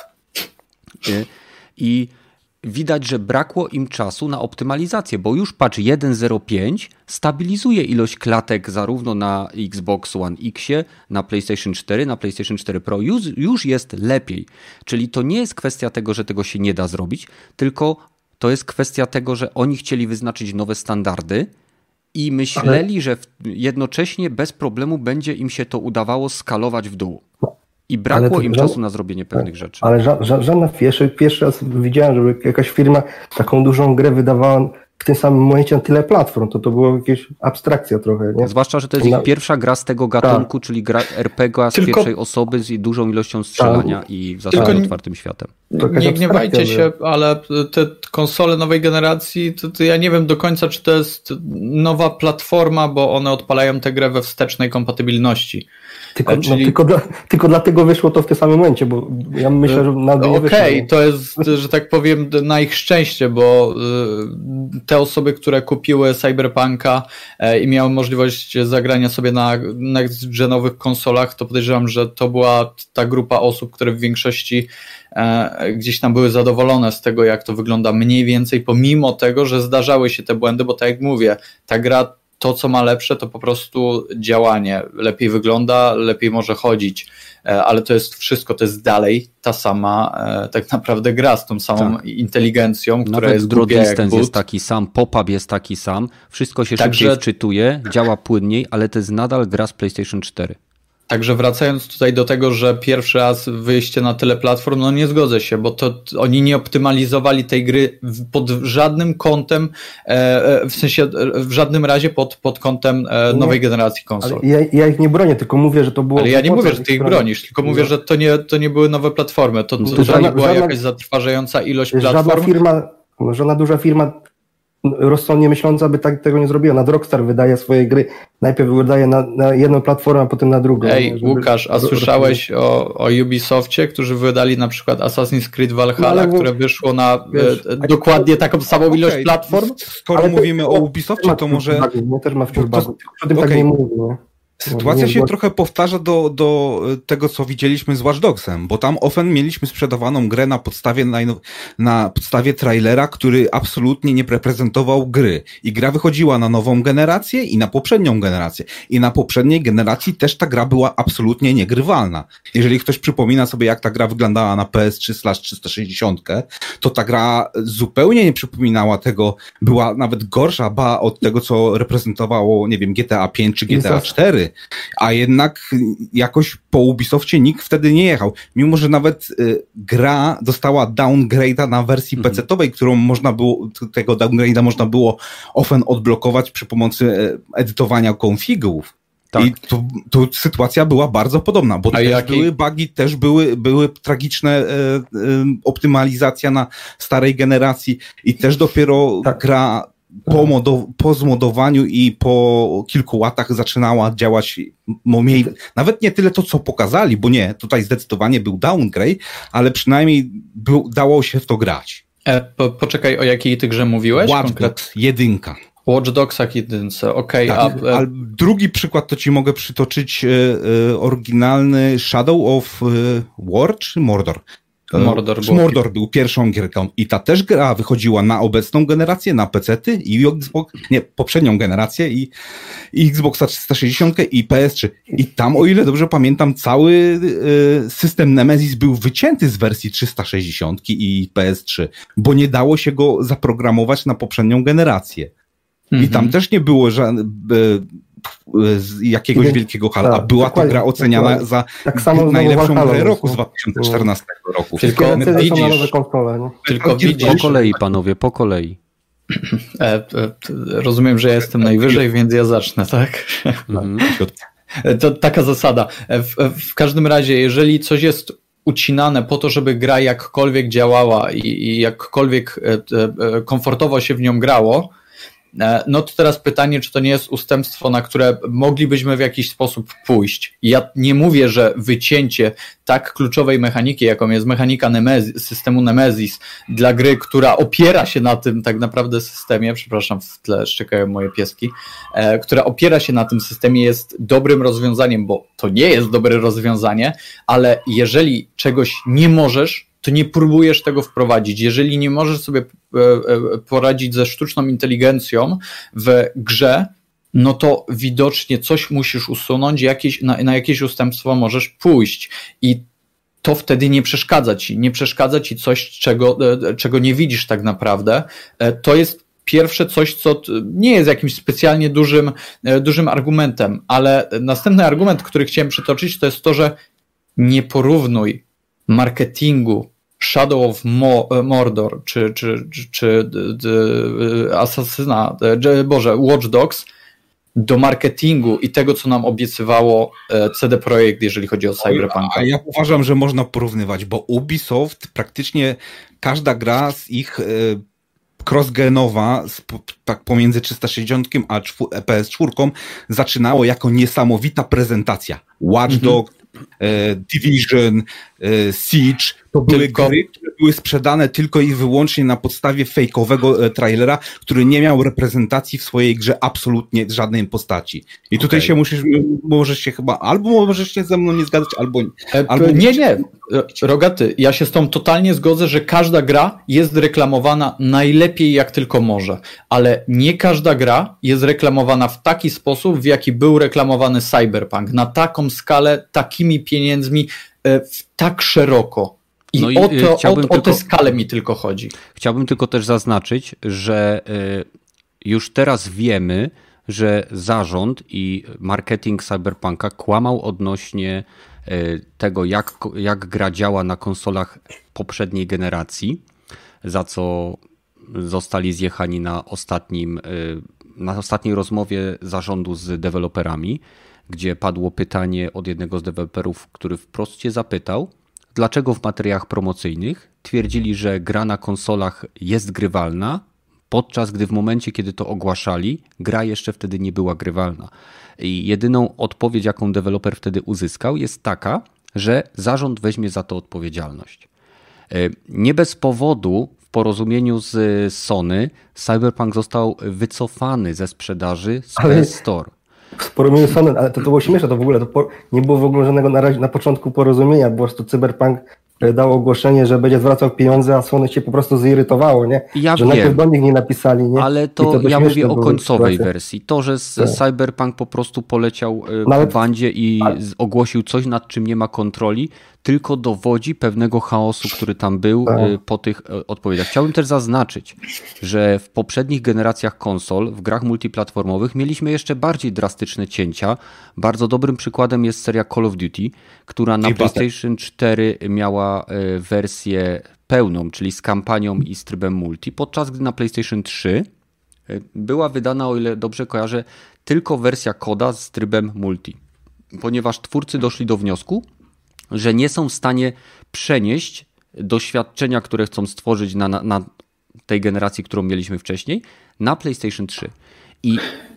I widać, że brakło im czasu na optymalizację, bo już patch 1.05 stabilizuje ilość klatek zarówno na Xbox One X-ie, na PlayStation 4, na PlayStation 4 Pro. Już jest lepiej. Czyli to nie jest kwestia tego, że tego się nie da zrobić, tylko to jest kwestia tego, że oni chcieli wyznaczyć nowe standardy i myśleli, że jednocześnie bez problemu będzie im się to udawało skalować w dół. I brakło im czasu na zrobienie pewnych rzeczy. Ale żadna pierwszy raz widziałem, żeby jakaś firma taką dużą grę wydawała w tym samym momencie na tyle platform, to było jakieś abstrakcja trochę, nie? Zwłaszcza, że to jest ich pierwsza gra z tego gatunku, czyli gra RPG z pierwszej osoby z dużą ilością strzelania i w zasadzie otwartym światem. Nie gniewajcie się, ale te konsole nowej generacji, to ja nie wiem do końca, czy to jest nowa platforma, bo one odpalają tę grę we wstecznej kompatybilności. Tylko dlatego wyszło to w tym samym momencie, bo ja myślę, że nawet nie wyszło. Okej, to jest, że tak powiem, na ich szczęście, bo te osoby, które kupiły Cyberpunka i miały możliwość zagrania sobie na next-genowych konsolach, to podejrzewam, że to była ta grupa osób, które w większości gdzieś tam były zadowolone z tego, jak to wygląda mniej więcej, pomimo tego, że zdarzały się te błędy, bo tak jak mówię, ta gra, to co ma lepsze, to po prostu działanie. Lepiej wygląda, lepiej może chodzić, ale to jest wszystko, to jest dalej ta sama tak naprawdę gra z tą samą inteligencją, która nawet jest głupia jak Distance jest taki sam, pop-up jest taki sam, wszystko się szybciej wczytuje, działa płynniej, ale to jest nadal gra z PlayStation 4. Także wracając tutaj do tego, że pierwszy raz wyjście na tyle platform, no nie zgodzę się, bo to oni nie optymalizowali tej gry pod żadnym kątem, w sensie w żadnym razie pod kątem nowej generacji konsol. Ja ich nie bronię, tylko mówię, że to było... Ale ja nie mówię, że ty ich bronisz, tylko mówię, że to nie były nowe platformy, to nie była jakaś zatrważająca ilość platform. Żadna duża firma rozsądnie myśląca by tego nie zrobiła. Nad Rockstar wydaje swoje gry, najpierw wydaje na jedną platformę, a potem na drugą. Łukasz, a słyszałeś o Ubisoftie, którzy wydali na przykład Assassin's Creed Valhalla, które wyszło na dokładnie taką samą ilość platform? Skoro mówimy o Ubisoftie, to może... Nie, też ma wciąż bugów, o tym tak nie mówię, nie? Sytuacja się trochę powtarza do tego, co widzieliśmy z Watch Dogsem, bo tam mieliśmy sprzedawaną grę na podstawie trailera, który absolutnie nie reprezentował gry. I gra wychodziła na nową generację i na poprzednią generację. I na poprzedniej generacji też ta gra była absolutnie niegrywalna. Jeżeli ktoś przypomina sobie, jak ta gra wyglądała na PS3/360, to ta gra zupełnie nie przypominała tego, była nawet gorsza od tego, co reprezentowało, nie wiem, GTA 5 czy GTA 4. A jednak jakoś po Ubisoftie nikt wtedy nie jechał. Mimo że nawet gra dostała downgrade'a na wersji PC-towej, którą tego downgrade'a można było odblokować przy pomocy edytowania konfigów. Tak. I tu sytuacja była bardzo podobna, bo były bugi, też były tragiczne optymalizacja na starej generacji i też dopiero gra po zmodowaniu i po kilku latach zaczynała działać nawet nie tyle to, co pokazali, bo nie, tutaj zdecydowanie był downgrade, ale przynajmniej dało się w to grać. Poczekaj, o jakiej ty grze mówiłeś? Watch Dogs 1. Watch Dogsach 1, okej. Tak, a drugi przykład to ci mogę przytoczyć oryginalny Shadow of War czy Mordor? Mordor był pierwszą gierką i ta też gra wychodziła na obecną generację, na PC-ty i poprzednią generację i Xboxa 360 i PS3. I tam, o ile dobrze pamiętam, cały system Nemesis był wycięty z wersji 360 i PS3, bo nie dało się go zaprogramować na poprzednią generację. I tam też nie było jakiegoś wielkiego hala, a była ta gra oceniana za najlepszą grę roku z 2014 roku. Tylko widzisz, po kolei, panowie, po kolei. Rozumiem, że ja jestem najwyżej, więc ja zacznę, tak? To taka zasada. W każdym razie, jeżeli coś jest ucinane po to, żeby gra jakkolwiek działała i jakkolwiek komfortowo się w nią grało, no to teraz pytanie, czy to nie jest ustępstwo, na które moglibyśmy w jakiś sposób pójść. Ja nie mówię, że wycięcie tak kluczowej mechaniki, jaką jest mechanika systemu Nemesis dla gry, która opiera się na tym tak naprawdę systemie, przepraszam, w tle szczekają moje pieski, która opiera się na tym systemie, jest dobrym rozwiązaniem, bo to nie jest dobre rozwiązanie, ale jeżeli czegoś nie możesz, to nie próbujesz tego wprowadzić. Jeżeli nie możesz sobie poradzić ze sztuczną inteligencją w grze, no to widocznie coś musisz usunąć, na jakieś ustępstwo możesz pójść i to wtedy nie przeszkadza ci coś, czego nie widzisz tak naprawdę. To jest pierwsze coś, co nie jest jakimś specjalnie dużym argumentem, ale następny argument, który chciałem przytoczyć, to jest to, że nie porównuj marketingu Shadow of Mordor, czy Watch Dogs do marketingu i tego, co nam obiecywało CD Projekt, jeżeli chodzi o Cyberpunk. A ja uważam, że można porównywać, bo Ubisoft, praktycznie każda gra z ich cross-genowa, tak pomiędzy 360 a PS4 zaczynało jako niesamowita prezentacja. Watch Dogs, Division, Siege, to były gry, które były sprzedane tylko i wyłącznie na podstawie fejkowego trailera, który nie miał reprezentacji w swojej grze absolutnie żadnej postaci. I tutaj się możesz się chyba, albo możesz się ze mną nie zgadzać, albo nie. Rogaty, ja się z tą totalnie zgodzę, że każda gra jest reklamowana najlepiej jak tylko może, ale nie każda gra jest reklamowana w taki sposób, w jaki był reklamowany Cyberpunk, na taką skalę, takimi pieniędzmi, tak szeroko. I o tę skalę mi tylko chodzi. Chciałbym tylko też zaznaczyć, że już teraz wiemy, że zarząd i marketing Cyberpunka kłamał odnośnie tego, jak gra działa na konsolach poprzedniej generacji, za co zostali zjechani na ostatniej rozmowie zarządu z deweloperami, gdzie padło pytanie od jednego z deweloperów, który wprost się zapytał, dlaczego w materiałach promocyjnych twierdzili, że gra na konsolach jest grywalna, podczas gdy w momencie, kiedy to ogłaszali, gra jeszcze wtedy nie była grywalna. I jedyną odpowiedź, jaką deweloper wtedy uzyskał, jest taka, że zarząd weźmie za to odpowiedzialność. Nie bez powodu w porozumieniu z Sony Cyberpunk został wycofany ze sprzedaży z PS Store. W porozumieniu z Sony, ale to było śmieszne, to w ogóle nie było w ogóle żadnego na początku porozumienia, po prostu Cyberpunk dał ogłoszenie, że będzie zwracał pieniądze, a Sony się po prostu zirytowało, nie? Ja że wiem, najpierw do nich nie napisali, nie? Ale to ja mówię o końcowej wersji. To, że Cyberpunk po prostu poleciał po bandzie i ogłosił coś, nad czym nie ma kontroli, tylko dowodzi pewnego chaosu, który tam był po tych odpowiedziach. Chciałbym też zaznaczyć, że w poprzednich generacjach konsol, w grach multiplatformowych mieliśmy jeszcze bardziej drastyczne cięcia. Bardzo dobrym przykładem jest seria Call of Duty, która na PlayStation 4 miała wersję pełną, czyli z kampanią i z trybem multi, podczas gdy na PlayStation 3 była wydana, o ile dobrze kojarzę, tylko wersja koda z trybem multi. Ponieważ twórcy doszli do wniosku, że nie są w stanie przenieść doświadczenia, które chcą stworzyć na tej generacji, którą mieliśmy wcześniej, na PlayStation 3. I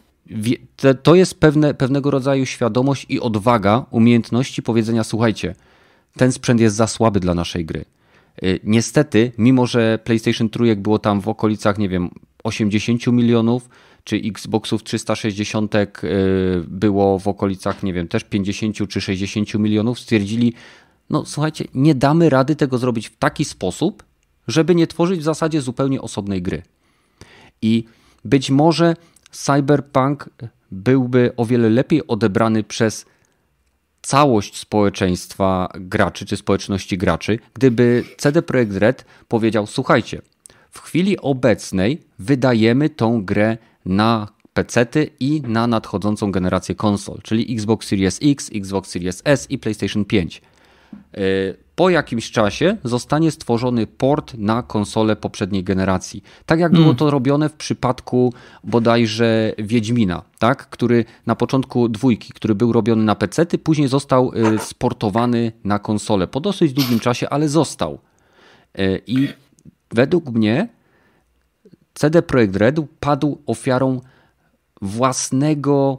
to jest pewnego rodzaju świadomość i odwaga, umiejętności powiedzenia, słuchajcie, ten sprzęt jest za słaby dla naszej gry. Niestety, mimo że PlayStation 3 było tam w okolicach, nie wiem, 80 milionów, czy Xboxów 360 było w okolicach, nie wiem, też 50 czy 60 milionów, stwierdzili, no słuchajcie, nie damy rady tego zrobić w taki sposób, żeby nie tworzyć w zasadzie zupełnie osobnej gry. I być może Cyberpunk byłby o wiele lepiej odebrany przez całość społeczeństwa graczy, czy społeczności graczy, gdyby CD Projekt Red powiedział, słuchajcie, w chwili obecnej wydajemy tą grę na PC-ty i na nadchodzącą generację konsol, czyli Xbox Series X, Xbox Series S i PlayStation 5. Po jakimś czasie zostanie stworzony port na konsolę poprzedniej generacji. Tak jak było to robione w przypadku bodajże Wiedźmina, tak? Który na początku dwójki, który był robiony na PC-ty, później został sportowany na konsolę. Po dosyć długim czasie, ale został. I według mnie CD Projekt Red padł ofiarą własnego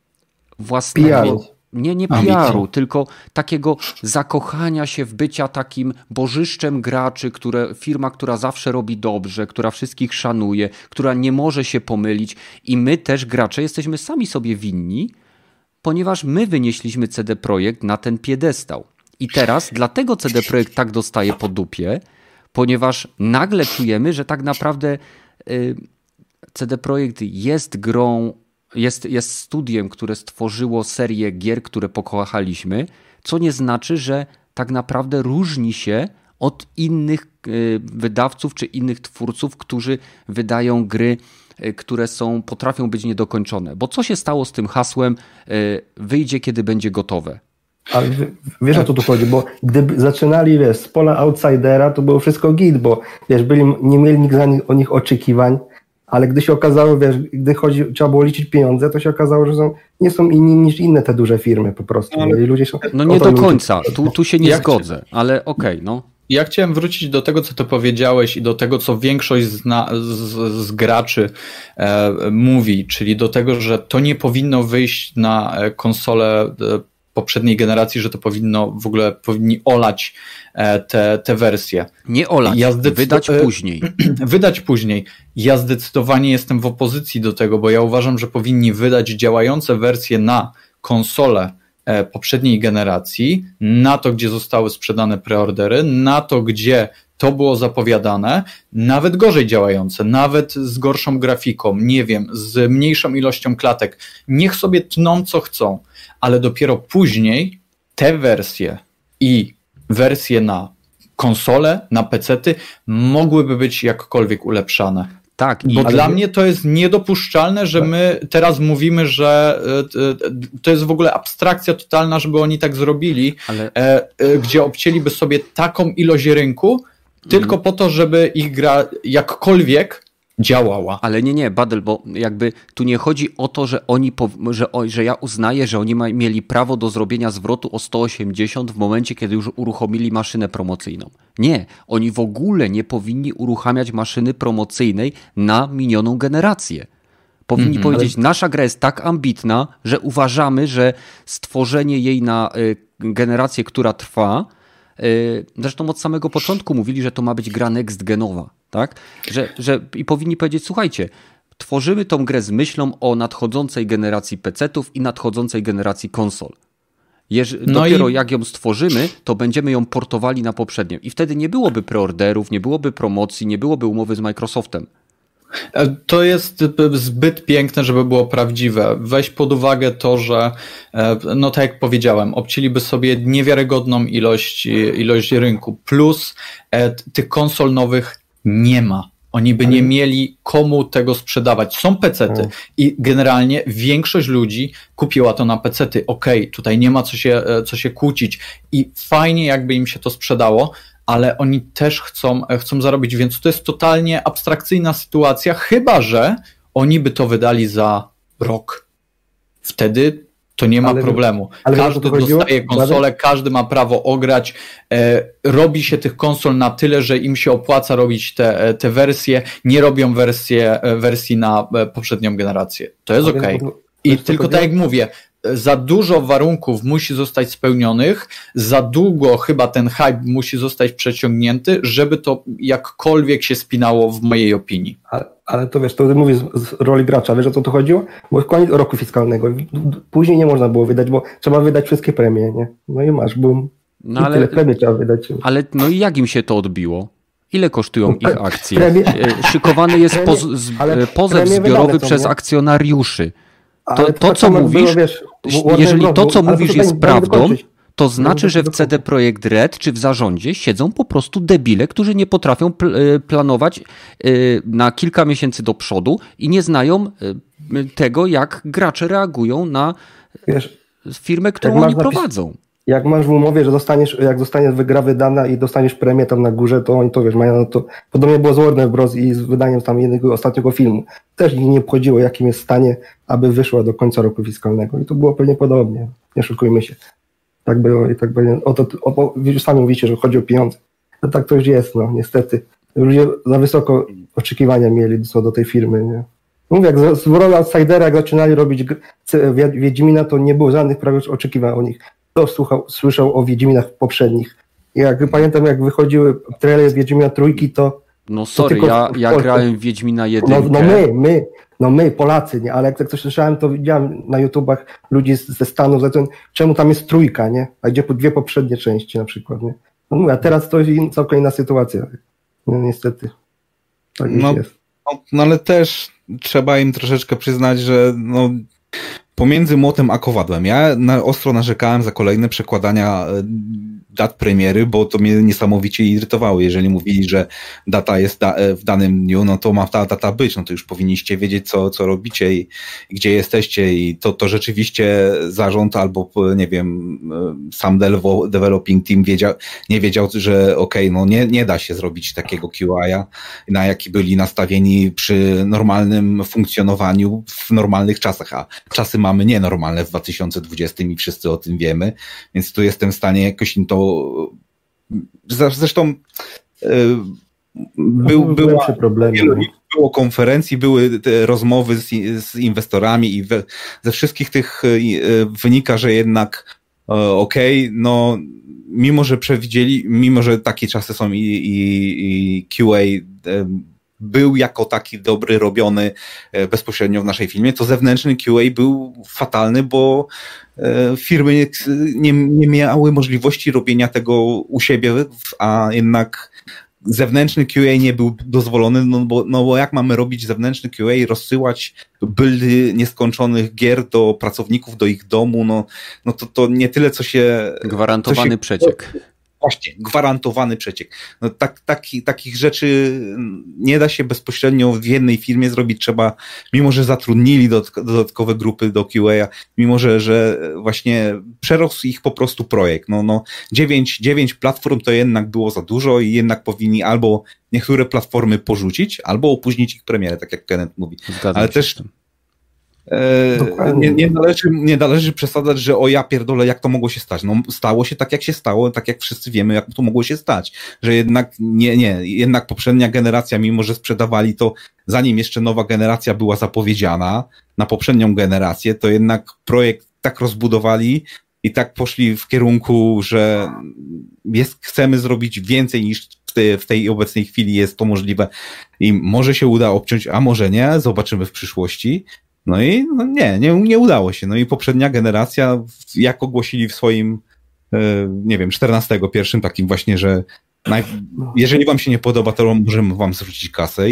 nie PR-u, tylko takiego zakochania się w bycia takim bożyszczem graczy, firma, która zawsze robi dobrze, która wszystkich szanuje, która nie może się pomylić i my też gracze jesteśmy sami sobie winni, ponieważ my wynieśliśmy CD Projekt na ten piedestał. I teraz dlatego CD Projekt tak dostaje po dupie, ponieważ nagle czujemy, że tak naprawdę CD Projekt jest grą, jest studiem, które stworzyło serię gier, które pokochaliśmy, co nie znaczy, że tak naprawdę różni się od innych wydawców czy innych twórców, którzy wydają gry, które potrafią być niedokończone. Bo co się stało z tym hasłem wyjdzie, kiedy będzie gotowe? Ale wiesz, o co tu chodzi, bo gdyby zaczynali, wiesz, z pola outsidera, to było wszystko git, bo wiesz, nie mieli nikt o nich oczekiwań, ale gdy się okazało, wiesz, trzeba było liczyć pieniądze, to się okazało, że nie są inni niż inne te duże firmy po prostu. Ludzie są, no nie do końca, tu się nie zgodzę, ale okej, no. Ja chciałem wrócić do tego, co ty powiedziałeś i do tego, co większość z graczy mówi, czyli do tego, że to nie powinno wyjść na konsolę poprzedniej generacji, że to powinni olać te wersje. Nie olać, wydać później. Wydać później. Ja zdecydowanie jestem w opozycji do tego, bo ja uważam, że powinni wydać działające wersje na konsolę poprzedniej generacji, na to, gdzie zostały sprzedane preordery, na to, gdzie to było zapowiadane, nawet gorzej działające, nawet z gorszą grafiką, nie wiem, z mniejszą ilością klatek. Niech sobie tną, co chcą, ale dopiero później te wersje i wersje na konsole, na pecety mogłyby być jakkolwiek ulepszane. Tak, bo dla mnie to jest niedopuszczalne, że my teraz mówimy, że to jest w ogóle abstrakcja totalna, żeby oni tak zrobili, gdzie obcięliby sobie taką ilość rynku, tylko po to, żeby ich gra jakkolwiek działała. Ale nie, Badel, bo jakby tu nie chodzi o to, że że ja uznaję, że oni mieli prawo do zrobienia zwrotu o 180 w momencie, kiedy już uruchomili maszynę promocyjną. Nie, oni w ogóle nie powinni uruchamiać maszyny promocyjnej na minioną generację. Powinni powiedzieć, nasza gra jest tak ambitna, że uważamy, że stworzenie jej na generację, która trwa, zresztą od samego początku mówili, że to ma być gra next-genowa, tak? I powinni powiedzieć, słuchajcie, tworzymy tą grę z myślą o nadchodzącej generacji PC-ów i nadchodzącej generacji konsol. Dopiero jak ją stworzymy, to będziemy ją portowali na poprzednią. I wtedy nie byłoby preorderów, nie byłoby promocji, nie byłoby umowy z Microsoftem. To jest zbyt piękne, żeby było prawdziwe. Weź pod uwagę to, że no tak jak powiedziałem, obcięliby sobie niewiarygodną ilość rynku, plus tych konsol nowych nie ma. Oni by nie mieli komu tego sprzedawać. Są pecety i generalnie większość ludzi kupiła to na pecety. Okej, tutaj nie ma co się kłócić i fajnie jakby im się to sprzedało, ale oni też chcą zarobić, więc to jest totalnie abstrakcyjna sytuacja, chyba że oni by to wydali za rok. Wtedy to nie ma problemu. Każdy dostaje konsolę, każdy ma prawo ograć, robi się tych konsol na tyle, że im się opłaca robić te wersje, nie robią wersji na poprzednią generację. To jest okej. I tylko tak jak mówię, za dużo warunków musi zostać spełnionych, za długo chyba ten hype musi zostać przeciągnięty, żeby to jakkolwiek się spinało w mojej opinii. Ale to wiesz, to mówisz z roli gracza, wiesz o co tu chodziło? Bo koniec roku fiskalnego, później nie można było wydać, bo trzeba wydać wszystkie premie, nie? No i masz, boom. No tyle premii trzeba wydać. Ale no i jak im się to odbiło? Ile kosztują ich akcje? Szykowany jest pozew zbiorowy przez akcjonariuszy. To co mówisz, jeżeli to, co mówisz, jest prawdą, to znaczy, że w CD Projekt Red czy w zarządzie siedzą po prostu debile, którzy nie potrafią planować na kilka miesięcy do przodu i nie znają tego, jak gracze reagują na firmę, którą oni prowadzą. Jak masz w umowie, że jak zostanie gra wydana i dostaniesz premię tam na górze, to oni to wiesz, mają na to. Podobnie było z Warner Bros. I z wydaniem tam jednego ostatniego filmu. Też ich nie obchodziło, jakim jest stanie, aby wyszła do końca roku fiskalnego. I to było pewnie podobnie. Nie szukujmy się. Tak było i tak było. Sami mówicie, że chodzi o pieniądze. No tak to już jest, no niestety. Ludzie za wysoko oczekiwania mieli co do tej firmy, nie? Mówię, jak z roli outsidera, jak zaczynali robić Wiedźmina, to nie było żadnych prawie oczekiwań o nich. Kto słyszał o Wiedźminach poprzednich. Jak pamiętam, jak wychodziły trailery z Wiedźmina trójki, to... No sorry, ja grałem w Wiedźmina 1. No my, Polacy, nie? Ale jak coś słyszałem, to widziałem na YouTubach ludzi ze Stanów, czemu tam jest trójka, nie? A gdzie dwie poprzednie części na przykład, nie? No mówię, a teraz to jest całkiem inna sytuacja. No niestety. Tak już jest. No ale też trzeba im troszeczkę przyznać, że pomiędzy młotem a kowadłem. Ja ostro narzekałem za kolejne przekładania dat premiery, bo to mnie niesamowicie irytowało. Jeżeli mówili, że data jest w danym dniu, no to ma ta data być, no to już powinniście wiedzieć, co robicie i gdzie jesteście i to rzeczywiście zarząd albo, nie wiem, sam developing team nie wiedział, że no nie da się zrobić takiego QI-a, na jaki byli nastawieni przy normalnym funkcjonowaniu w normalnych czasach, a czasy mamy nienormalne w 2020 i wszyscy o tym wiemy, więc tu jestem w stanie jakoś im to zresztą było konferencji, były te rozmowy z inwestorami i ze wszystkich tych wynika, że jednak no mimo, że przewidzieli, mimo, że takie czasy są i QA był jako taki dobry robiony bezpośrednio w naszej firmie, to zewnętrzny QA był fatalny, bo firmy nie miały możliwości robienia tego u siebie, a jednak zewnętrzny QA nie był dozwolony, no bo jak mamy robić zewnętrzny QA, rozsyłać buildy nieskończonych gier do pracowników, do ich domu, no to nie tyle, co się... Gwarantowany przeciek. Właśnie, gwarantowany przeciek. No takich rzeczy nie da się bezpośrednio w jednej firmie zrobić. Trzeba, mimo że zatrudnili dodatkowe grupy do QA, mimo że właśnie przerósł ich po prostu projekt. No 9 platform to jednak było za dużo i jednak powinni albo niektóre platformy porzucić, albo opóźnić ich premierę, tak jak Kenneth mówi. Zgadzam ale też nie należy przesadzać, że ja pierdolę, jak to mogło się stać. No stało się tak, jak się stało, tak jak wszyscy wiemy, jak to mogło się stać. Że jednak jednak poprzednia generacja, mimo że sprzedawali to, zanim jeszcze nowa generacja była zapowiedziana na poprzednią generację, to jednak projekt tak rozbudowali i tak poszli w kierunku, że chcemy zrobić więcej niż w tej obecnej chwili jest to możliwe i może się uda obciąć, a może nie, zobaczymy w przyszłości. No i nie udało się. No i poprzednia generacja, jak ogłosili w swoim, nie wiem, 14 takim właśnie, że jeżeli wam się nie podoba, to możemy wam zwrócić kasę.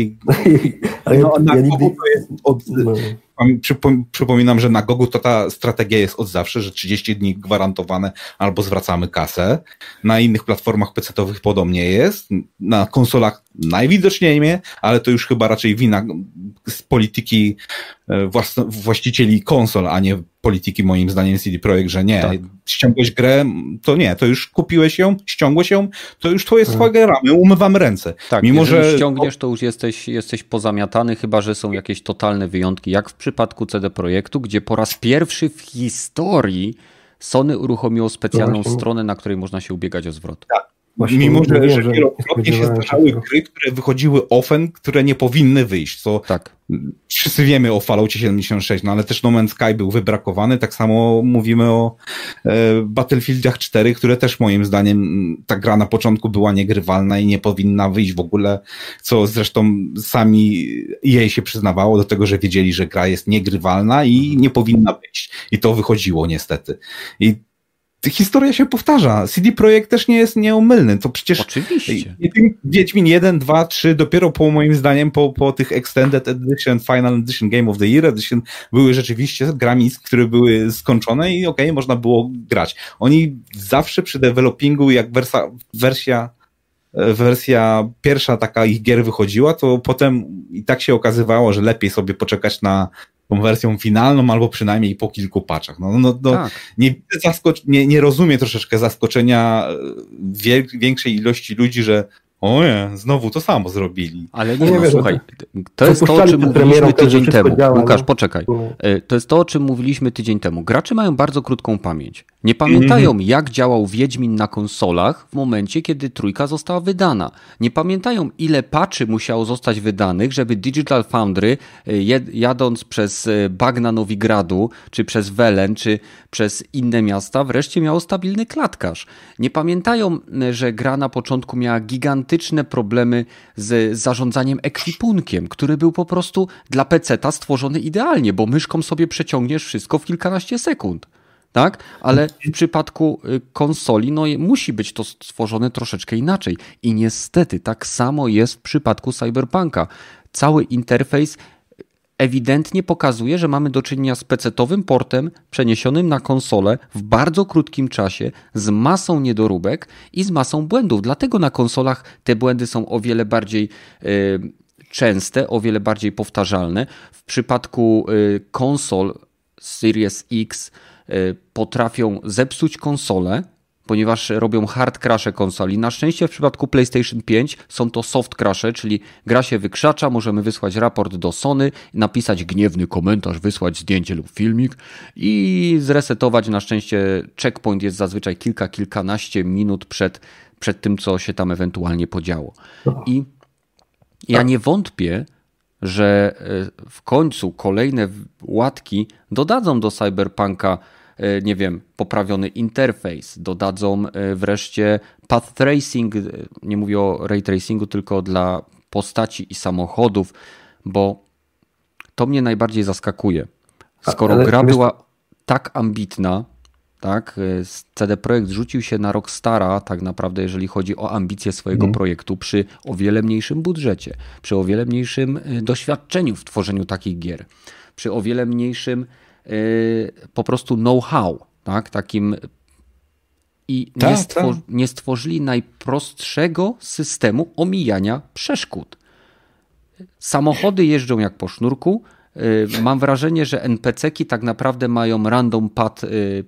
Przypominam, że na Gogu to ta strategia jest od zawsze, że 30 dni gwarantowane albo zwracamy kasę. Na innych platformach PC-towych podobnie jest. Na konsolach najwidoczniej nie, ale to już chyba raczej wina z polityki właścicieli konsol, a nie polityki moim zdaniem CD Projekt, że nie, tak. Ściągłeś grę, to nie, to już kupiłeś ją, ściągłeś ją, to już to jest twoja gra, my umywamy ręce. Tak, mimo że ściągniesz, to już jesteś pozamiatany, chyba że są jakieś totalne wyjątki, jak w przypadku CD Projektu, gdzie po raz pierwszy w historii Sony uruchomiło specjalną stronę, na której można się ubiegać o zwrot. Tak. Mimo, że wielokrotnie się zdarzały gry, które wychodziły offen, które nie powinny wyjść, co tak. Wszyscy wiemy o Falloutie 76, no ale też No Man's Sky był wybrakowany, tak samo mówimy o Battlefieldach 4, które też moim zdaniem ta gra na początku była niegrywalna i nie powinna wyjść w ogóle, co zresztą sami jej się przyznawało do tego, że wiedzieli, że gra jest niegrywalna i nie powinna wyjść. I to wychodziło niestety. I historia się powtarza. CD Projekt też nie jest nieomylny. To przecież oczywiście. Wiedźmin 1, 2, 3 dopiero po moim zdaniem po tych Extended Edition, Final Edition, Game of the Year Edition były rzeczywiście grami, które były skończone i można było grać. Oni zawsze przy developingu, jak wersja pierwsza taka ich gier wychodziła, to potem i tak się okazywało, że lepiej sobie poczekać na tą wersją finalną, albo przynajmniej po kilku patchach. Tak. Nie rozumiem troszeczkę zaskoczenia większej ilości ludzi, że znowu to samo zrobili. Ale słuchaj, to jest to, o czym mówiliśmy tydzień temu. Łukasz, poczekaj. To jest to, o czym mówiliśmy tydzień temu. Gracze mają bardzo krótką pamięć. Nie pamiętają, jak działał Wiedźmin na konsolach w momencie, kiedy trójka została wydana. Nie pamiętają, ile patchy musiało zostać wydanych, żeby Digital Foundry, jadąc przez bagna Nowigradu, czy przez Welen, czy przez inne miasta, wreszcie miało stabilny klatkarz. Nie pamiętają, że gra na początku miała gigantyczne problemy z zarządzaniem ekwipunkiem, który był po prostu dla peceta stworzony idealnie, bo myszką sobie przeciągniesz wszystko w kilkanaście sekund. Tak? Ale w przypadku konsoli musi być to stworzone troszeczkę inaczej. I niestety tak samo jest w przypadku Cyberpunka. Cały interfejs ewidentnie pokazuje, że mamy do czynienia z PC-towym portem przeniesionym na konsolę w bardzo krótkim czasie, z masą niedoróbek i z masą błędów. Dlatego na konsolach te błędy są o wiele bardziej częste, o wiele bardziej powtarzalne. W przypadku konsol Series X potrafią zepsuć konsolę, ponieważ robią hard crashe konsoli. Na szczęście w przypadku PlayStation 5 są to soft crashe, czyli gra się wykrzacza, możemy wysłać raport do Sony, napisać gniewny komentarz, wysłać zdjęcie lub filmik i zresetować. Na szczęście checkpoint jest zazwyczaj kilkanaście minut przed tym, co się tam ewentualnie podziało. I ja nie wątpię, że w końcu kolejne łatki dodadzą do Cyberpunka, nie wiem, poprawiony interfejs, dodadzą wreszcie path tracing, nie mówię o ray tracingu, tylko dla postaci i samochodów, bo to mnie najbardziej zaskakuje. Skoro gra była tak ambitna, tak, CD Projekt rzucił się na Rockstara tak naprawdę, jeżeli chodzi o ambicje swojego projektu przy o wiele mniejszym budżecie, przy o wiele mniejszym doświadczeniu w tworzeniu takich gier, przy o wiele mniejszym po prostu know-how, tak, takim i nie stworzyli najprostszego systemu omijania przeszkód. Samochody jeżdżą jak po sznurku. Mam wrażenie, że NPC-ki tak naprawdę mają random path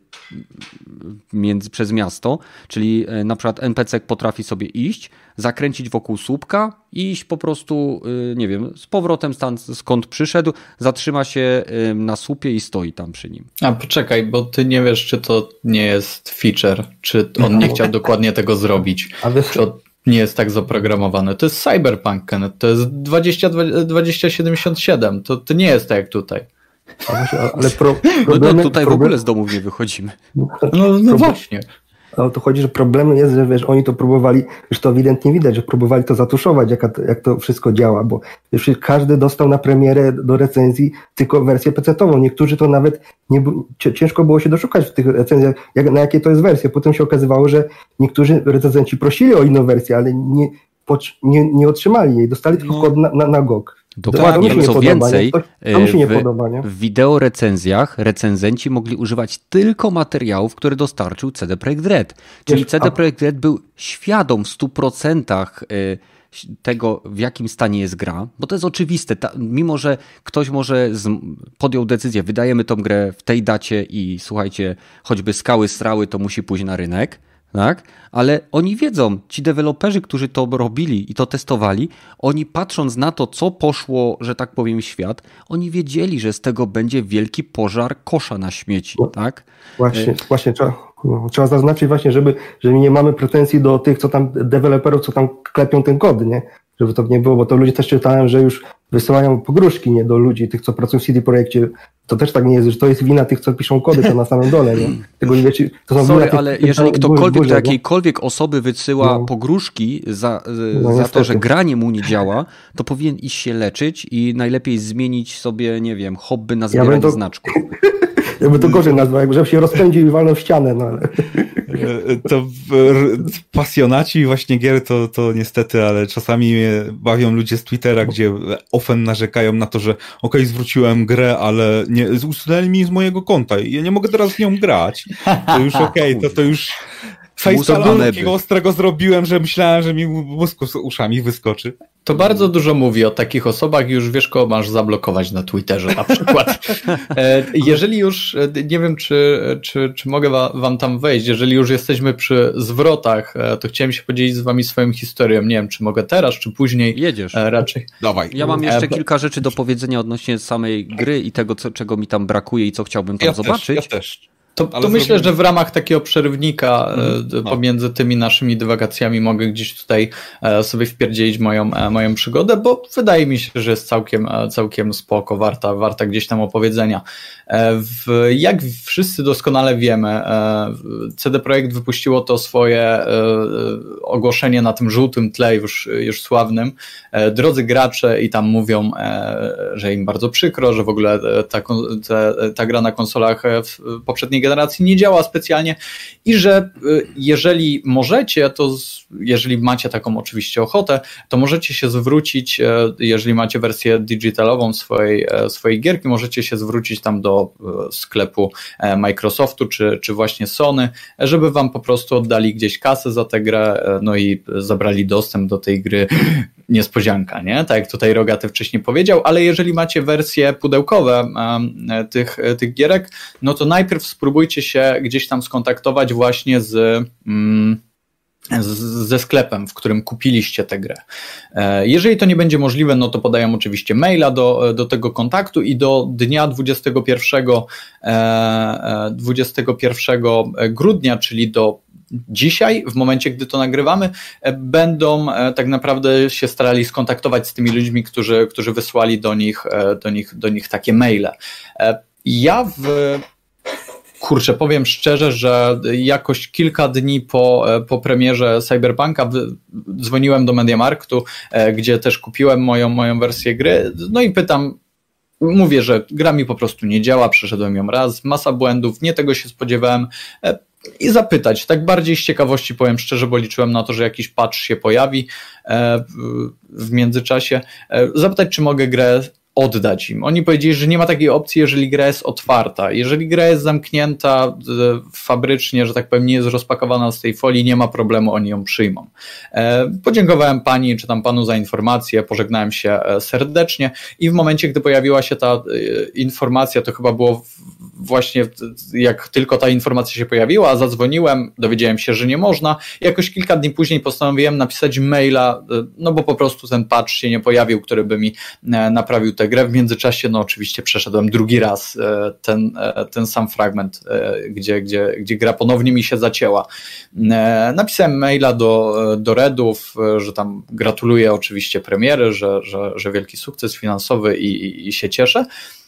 przez miasto, czyli na przykład NPC potrafi sobie iść, zakręcić wokół słupka i iść po prostu, nie wiem, z powrotem skąd przyszedł, zatrzyma się na słupie i stoi tam przy nim. A poczekaj, bo ty nie wiesz, czy to nie jest feature, czy on nie chciał dokładnie tego zrobić, czy nie jest tak zaprogramowane. To jest Cyberpunk, Kenneth, to jest 2077, to nie jest tak jak tutaj. Ale tutaj w ogóle z domów nie wychodzimy. No właśnie. Ale o to chodzi, że problemem jest, że wiesz, oni to próbowali, już to ewidentnie widać, że próbowali to zatuszować, jak to wszystko działa, bo wiesz, każdy dostał na premierę do recenzji tylko wersję PC-tową. Niektórzy to nawet ciężko było się doszukać w tych recenzjach, na jakie to jest wersje. Potem się okazywało, że niektórzy recenzenci prosili o inną wersję, ale nie otrzymali jej, dostali tylko kod na GOG. Dokładnie, co więcej, w wideo recenzjach recenzenci mogli używać tylko materiałów, które dostarczył CD Projekt Red. Czyli CD Projekt Red był świadom w 100% tego, w jakim stanie jest gra, bo to jest oczywiste, mimo że ktoś może podjął decyzję, wydajemy tą grę w tej dacie i słuchajcie, choćby skały strały, to musi pójść na rynek, tak? Ale oni wiedzą, ci deweloperzy, którzy to robili i to testowali, oni patrząc na to, co poszło, że tak powiem, w świat, oni wiedzieli, że z tego będzie wielki pożar kosza na śmieci, tak? Właśnie trzeba zaznaczyć właśnie, że nie mamy pretensji do tych, co tam deweloperów, co tam klepią ten kod, nie? Żeby to nie było, bo to ludzie też czytałem, że już wysyłają pogróżki, nie, do ludzi, tych, co pracują w CD Projekcie. To też tak nie jest, że to jest wina tych, co piszą kody, to na samym dole, nie? Tego nie wiecie, to są ale jeżeli ktokolwiek do jakiejkolwiek osoby wysyła pogróżki za to, że granie mu nie działa, to powinien iść się leczyć i najlepiej zmienić sobie, nie wiem, hobby na zbieranie znaczków. Ja bym to gorzej nazwał, jakby się rozpędził i walnął w ścianę, no ale... To pasjonaci właśnie gier to niestety, ale czasami mnie bawią ludzie z Twittera, gdzie often narzekają na to, że zwróciłem grę, ale nie usunęli mi z mojego konta i ja nie mogę teraz w nią grać. To już to już facepala takiego ostrego zrobiłem, że myślałem, że mi mózg z uszami wyskoczy. To bardzo dużo mówi o takich osobach i już wiesz, kogo masz zablokować na Twitterze na przykład. Jeżeli już, nie wiem czy mogę wam tam wejść, jeżeli już jesteśmy przy zwrotach, to chciałem się podzielić z wami swoją historią. Nie wiem, czy mogę teraz, czy później. Jedziesz. Raczej. Dawaj. Ja mam jeszcze kilka rzeczy do powiedzenia odnośnie samej gry i tego, czego mi tam brakuje i co chciałbym tam zobaczyć. Ja też. To myślę, że w ramach takiego przerywnika pomiędzy tymi naszymi dywagacjami mogę gdzieś tutaj sobie wpierdzielić moją przygodę, bo wydaje mi się, że jest całkiem spoko, warta gdzieś tam opowiedzenia. Jak wszyscy doskonale wiemy, CD Projekt wypuściło to swoje ogłoszenie na tym żółtym tle już sławnym. Drodzy gracze, i tam mówią, że im bardzo przykro, że w ogóle ta gra na konsolach w poprzedniej generacji nie działa specjalnie i że jeżeli możecie, to jeżeli macie taką oczywiście ochotę, to możecie się zwrócić, jeżeli macie wersję digitalową swojej gierki, możecie się zwrócić tam do sklepu Microsoftu czy właśnie Sony, żeby wam po prostu oddali gdzieś kasę za tę grę, no i zabrali dostęp do tej gry. Niespodzianka, nie? Tak jak tutaj Rogaty wcześniej powiedział, ale jeżeli macie wersje pudełkowe tych gierek, no to najpierw spróbujcie się gdzieś tam skontaktować właśnie ze sklepem, w którym kupiliście tę grę. Jeżeli to nie będzie możliwe, no to podaję oczywiście maila do tego kontaktu i do dnia 21 grudnia, czyli do dzisiaj, w momencie, gdy to nagrywamy, będą tak naprawdę się starali skontaktować z tymi ludźmi, którzy wysłali do nich takie maile. Ja powiem szczerze, że jakoś kilka dni po premierze Cyberpunka dzwoniłem do MediaMarktu, gdzie też kupiłem moją wersję gry, no i pytam, mówię, że gra mi po prostu nie działa, przeszedłem ją raz, masa błędów, nie tego się spodziewałem, i zapytać, tak bardziej z ciekawości powiem szczerze, bo liczyłem na to, że jakiś patch się pojawi w międzyczasie, zapytać, czy mogę grę oddać im. Oni powiedzieli, że nie ma takiej opcji, jeżeli gra jest otwarta. Jeżeli gra jest zamknięta fabrycznie, że tak powiem, nie jest rozpakowana z tej folii, nie ma problemu, oni ją przyjmą. Podziękowałem pani, czy tam panu za informację, pożegnałem się serdecznie i w momencie, gdy pojawiła się ta informacja, to chyba było właśnie jak tylko ta informacja się pojawiła, zadzwoniłem, dowiedziałem się, że nie można. Jakoś kilka dni później postanowiłem napisać maila, no bo po prostu ten patch się nie pojawił, który by mi naprawił tę grę. W międzyczasie, no oczywiście przeszedłem drugi raz ten sam fragment, gdzie gra ponownie mi się zacięła. Napisałem maila do Redów, że tam gratuluję oczywiście premiery, że wielki sukces finansowy i się cieszę.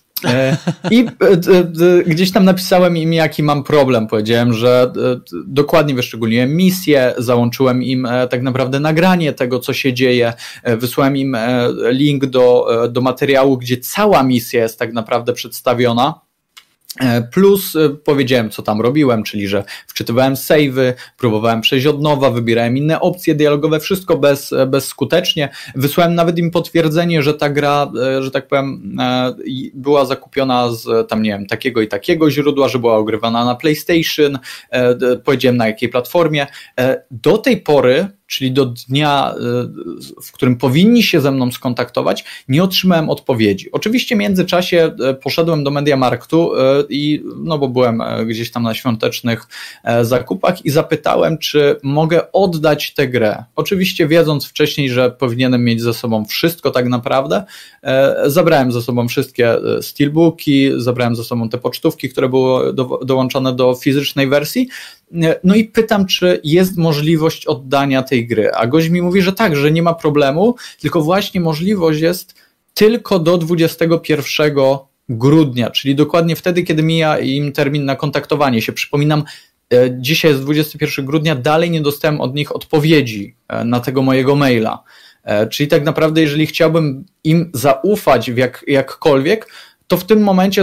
I gdzieś tam napisałem im, jaki mam problem. Powiedziałem, że dokładnie wyszczególniłem misję, załączyłem im tak naprawdę nagranie tego, co się dzieje, wysłałem im link do materiału, gdzie cała misja jest tak naprawdę przedstawiona. Plus powiedziałem, co tam robiłem, czyli że wczytywałem save'y, próbowałem przejść od nowa, wybierałem inne opcje dialogowe, wszystko bezskutecznie. Wysłałem nawet im potwierdzenie, że ta gra, że tak powiem, była zakupiona z tam, nie wiem, takiego i takiego źródła, że była ogrywana na PlayStation, powiedziałem na jakiej platformie. Do tej pory, czyli do dnia, w którym powinni się ze mną skontaktować, nie otrzymałem odpowiedzi. Oczywiście w międzyczasie poszedłem do MediaMarktu no bo byłem gdzieś tam na świątecznych zakupach i zapytałem, czy mogę oddać tę grę. Oczywiście wiedząc wcześniej, że powinienem mieć ze sobą wszystko tak naprawdę, zabrałem ze sobą wszystkie steelbooki, zabrałem ze sobą te pocztówki, które były dołączone do fizycznej wersji. No i pytam, czy jest możliwość oddania tej gry, a gość mi mówi, że tak, że nie ma problemu, tylko właśnie możliwość jest tylko do 21 grudnia, czyli dokładnie wtedy, kiedy mija im termin na kontaktowanie się. Przypominam, dzisiaj jest 21 grudnia, dalej nie dostałem od nich odpowiedzi na tego mojego maila, czyli tak naprawdę jeżeli chciałbym im zaufać jakkolwiek, to w tym momencie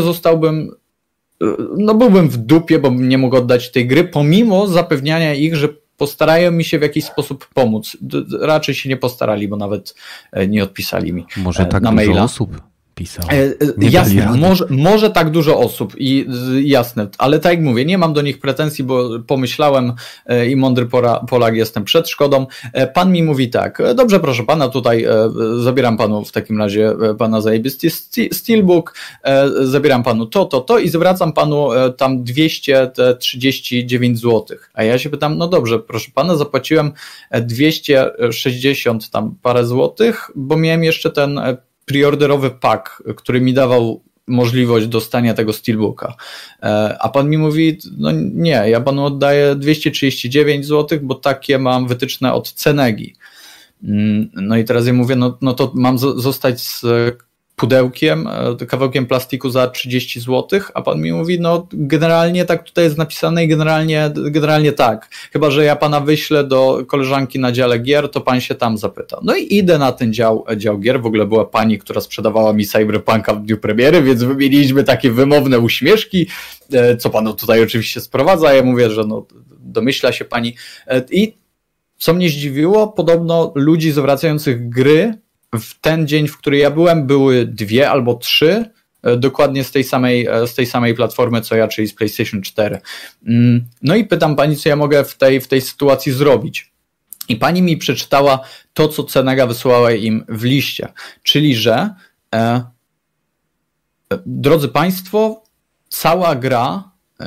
byłbym w dupie, bo nie mógł oddać tej gry, pomimo zapewniania ich, że postarają mi się w jakiś sposób pomóc. Raczej się nie postarali, bo nawet nie odpisali mi może tak na dużo maila. Osób pisał. Jasne, może tak dużo osób i jasne, ale tak jak mówię, nie mam do nich pretensji, bo pomyślałem i mądry Polak jestem przed szkodą. Pan mi mówi tak, dobrze proszę pana, tutaj zabieram panu w takim razie pana zajebisty steelbook, zabieram panu to i zwracam panu tam 239 zł. A ja się pytam, no dobrze, proszę pana, zapłaciłem 260 tam parę złotych, bo miałem jeszcze ten preorderowy pack, który mi dawał możliwość dostania tego steelbooka. A pan mi mówi, no nie, ja panu oddaję 239 zł, bo takie mam wytyczne od Cenegi. No i teraz ja mówię, no to mam zostać z pudełkiem, kawałkiem plastiku za 30 zł, a pan mi mówi, no generalnie tak tutaj jest napisane i generalnie tak. Chyba że ja pana wyślę do koleżanki na dziale gier, to pan się tam zapyta. No i idę na ten dział gier, w ogóle była pani, która sprzedawała mi Cyberpunka w dniu premiery, więc wymieniliśmy takie wymowne uśmieszki, co panu tutaj oczywiście sprowadza, ja mówię, że no domyśla się pani. I co mnie zdziwiło, podobno ludzi zwracających gry w ten dzień, w który ja byłem, były 2 albo 3, dokładnie z tej samej platformy co ja, czyli z PlayStation 4. No i pytam pani, co ja mogę w tej sytuacji zrobić. I pani mi przeczytała to, co Cenega wysłała im w liście, czyli że drodzy państwo, cała gra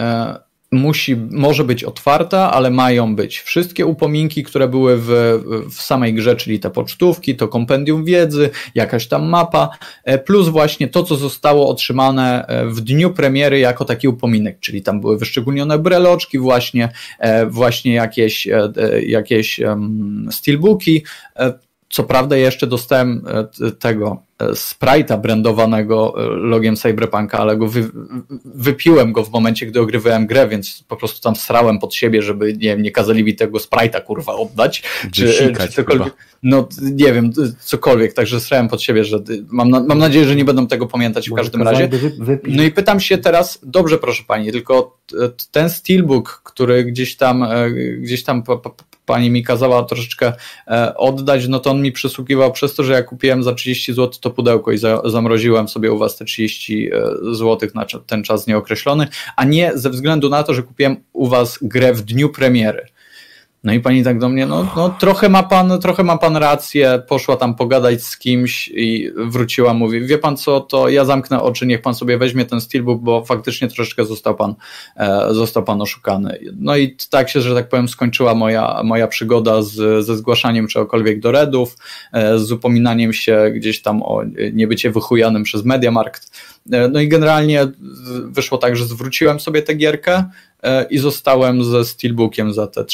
może być otwarta, ale mają być wszystkie upominki, które były w samej grze, czyli te pocztówki, to kompendium wiedzy, jakaś tam mapa, plus właśnie to, co zostało otrzymane w dniu premiery jako taki upominek, czyli tam były wyszczególnione breloczki, właśnie jakieś steelbooki. Co prawda jeszcze dostałem tego Sprite'a brandowanego logiem Cyberpunka, ale wypiłem go w momencie, gdy ogrywałem grę, więc po prostu tam srałem pod siebie, żeby nie kazali mi tego Sprite'a kurwa oddać, czy cokolwiek. No nie wiem, cokolwiek, także srałem pod siebie, że mam nadzieję, że nie będą tego pamiętać w każdym razie. No i pytam się teraz, dobrze proszę pani, tylko ten steelbook, który gdzieś tam pani mi kazała troszeczkę oddać, no to on mi przysługiwał przez to, że ja kupiłem za 30 zł to pudełko i zamroziłem sobie u was te 30 zł na ten czas nieokreślony, a nie ze względu na to, że kupiłem u was grę w dniu premiery. No i pani tak do mnie, no trochę ma pan rację, poszła tam pogadać z kimś i wróciła, mówi, wie pan co, to ja zamknę oczy, niech pan sobie weźmie ten steelbook, bo faktycznie troszeczkę został pan oszukany. No i tak się, że tak powiem, skończyła moja przygoda ze zgłaszaniem czegokolwiek do Redów, z upominaniem się gdzieś tam o niebycie wychujanym przez MediaMarkt. No i generalnie wyszło tak, że zwróciłem sobie tę gierkę i zostałem ze steelbookiem za te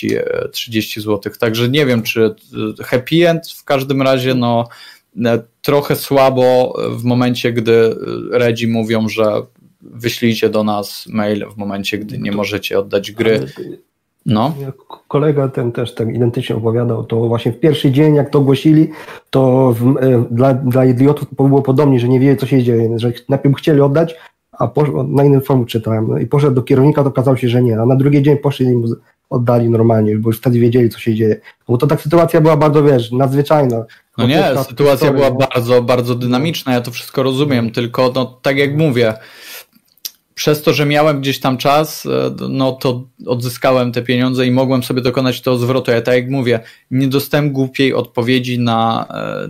30 zł. Także nie wiem, czy happy end, w każdym razie no trochę słabo w momencie, gdy Redzi mówią, że wyślijcie do nas mail w momencie, gdy nie możecie oddać gry. No. Kolega ten też tak identycznie opowiadał, to właśnie w pierwszy dzień, jak to ogłosili, to dla idiotów było podobnie, że nie wiedzieli, co się dzieje, że najpierw chcieli oddać, a na innym forum czytałem, no i poszedł do kierownika, to okazało się, że nie, a na drugi dzień poszli i mu oddali normalnie, bo już wtedy wiedzieli, co się dzieje. Bo to tak sytuacja była bardzo, nadzwyczajna. No nie, sytuacja była bardzo, bardzo dynamiczna, ja to wszystko rozumiem, tylko no tak jak mówię, przez to, że miałem gdzieś tam czas, no to odzyskałem te pieniądze i mogłem sobie dokonać tego zwrotu. Ja tak jak mówię, nie dostałem głupiej odpowiedzi na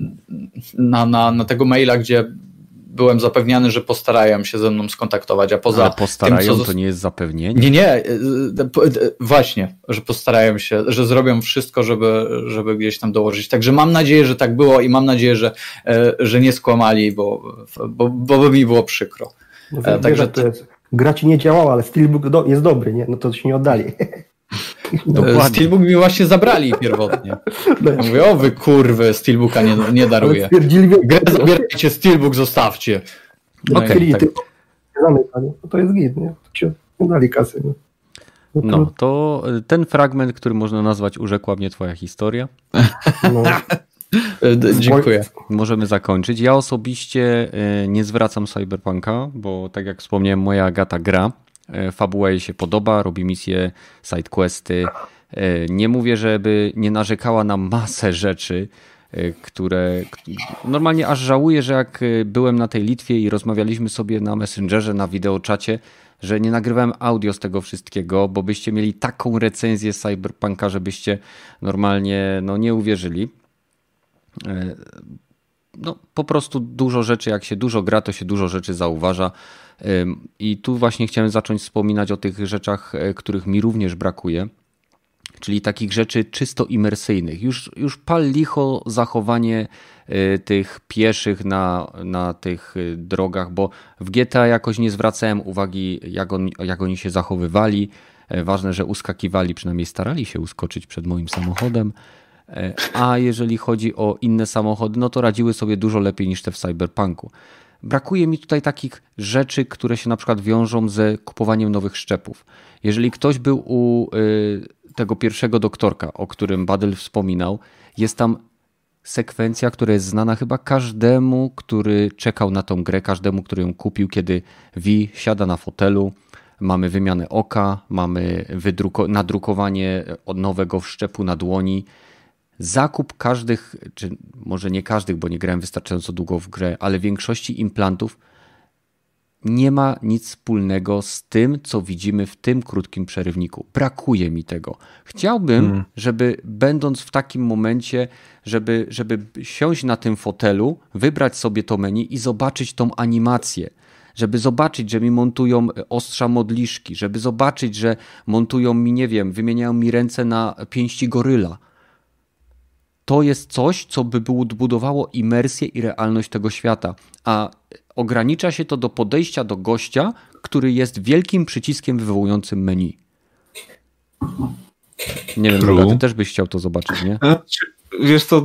tego maila, gdzie byłem zapewniany, że postarają się ze mną skontaktować, a poza ale postarają tym, to nie jest zapewnienie? Nie, właśnie, że postarają się, że zrobią wszystko, żeby gdzieś tam dołożyć. Także mam nadzieję, że tak było i mam nadzieję, że nie skłamali, bo by mi było przykro. No, także gra ci nie działała, ale Steelbook jest dobry, nie? No to się nie oddali. Steelbook mi właśnie zabrali pierwotnie. Ja mówię, o wy kurwy, Steelbooka nie daruję. Grę zabierajcie, Steelbook zostawcie. Okej, tak. To jest git, nie? To się dali kasy. No to ten fragment, który można nazwać urzekła mnie twoja historia. No. Dziękuję. Możemy zakończyć. Ja osobiście nie zwracam Cyberpunka, bo tak jak wspomniałem, moja Agata gra. Fabuła jej się podoba, robi misje, sidequesty. Nie mówię, żeby nie narzekała na masę rzeczy, które normalnie aż żałuję, że jak byłem na tej Litwie i rozmawialiśmy sobie na Messengerze, na wideoczacie, że nie nagrywałem audio z tego wszystkiego, bo byście mieli taką recenzję Cyberpunka, żebyście normalnie nie uwierzyli. No, po prostu dużo rzeczy, jak się dużo gra, to się dużo rzeczy zauważa i tu właśnie chciałem zacząć wspominać o tych rzeczach, których mi również brakuje, czyli takich rzeczy czysto imersyjnych. Już pal licho zachowanie tych pieszych na tych drogach, bo w GTA jakoś nie zwracałem uwagi, jak oni się zachowywali. Ważne, że uskakiwali, przynajmniej starali się uskoczyć przed moim samochodem. A jeżeli chodzi o inne samochody, no to radziły sobie dużo lepiej niż te w Cyberpunku. Brakuje mi tutaj takich rzeczy, które się na przykład wiążą ze kupowaniem nowych szczepów. Jeżeli ktoś był u tego pierwszego doktorka, o którym Badel wspominał, jest tam sekwencja, która jest znana chyba każdemu, który czekał na tą grę, każdemu, który ją kupił, kiedy V siada na fotelu, mamy wymianę oka, mamy nadrukowanie nowego wszczepu na dłoni. Zakup każdych, czy może nie każdych, bo nie grałem wystarczająco długo w grę, ale większości implantów nie ma nic wspólnego z tym, co widzimy w tym krótkim przerywniku. Brakuje mi tego. Chciałbym, żeby będąc w takim momencie, żeby siąść na tym fotelu, wybrać sobie to menu i zobaczyć tą animację. Żeby zobaczyć, że mi montują ostrza modliszki, żeby zobaczyć, że montują mi, nie wiem, wymieniają mi ręce na pięści goryla. To jest coś, co by budowało imersję i realność tego świata. A ogranicza się to do podejścia do gościa, który jest wielkim przyciskiem wywołującym menu. Nie wiem, Roga, ty też byś chciał to zobaczyć, nie? Wiesz co,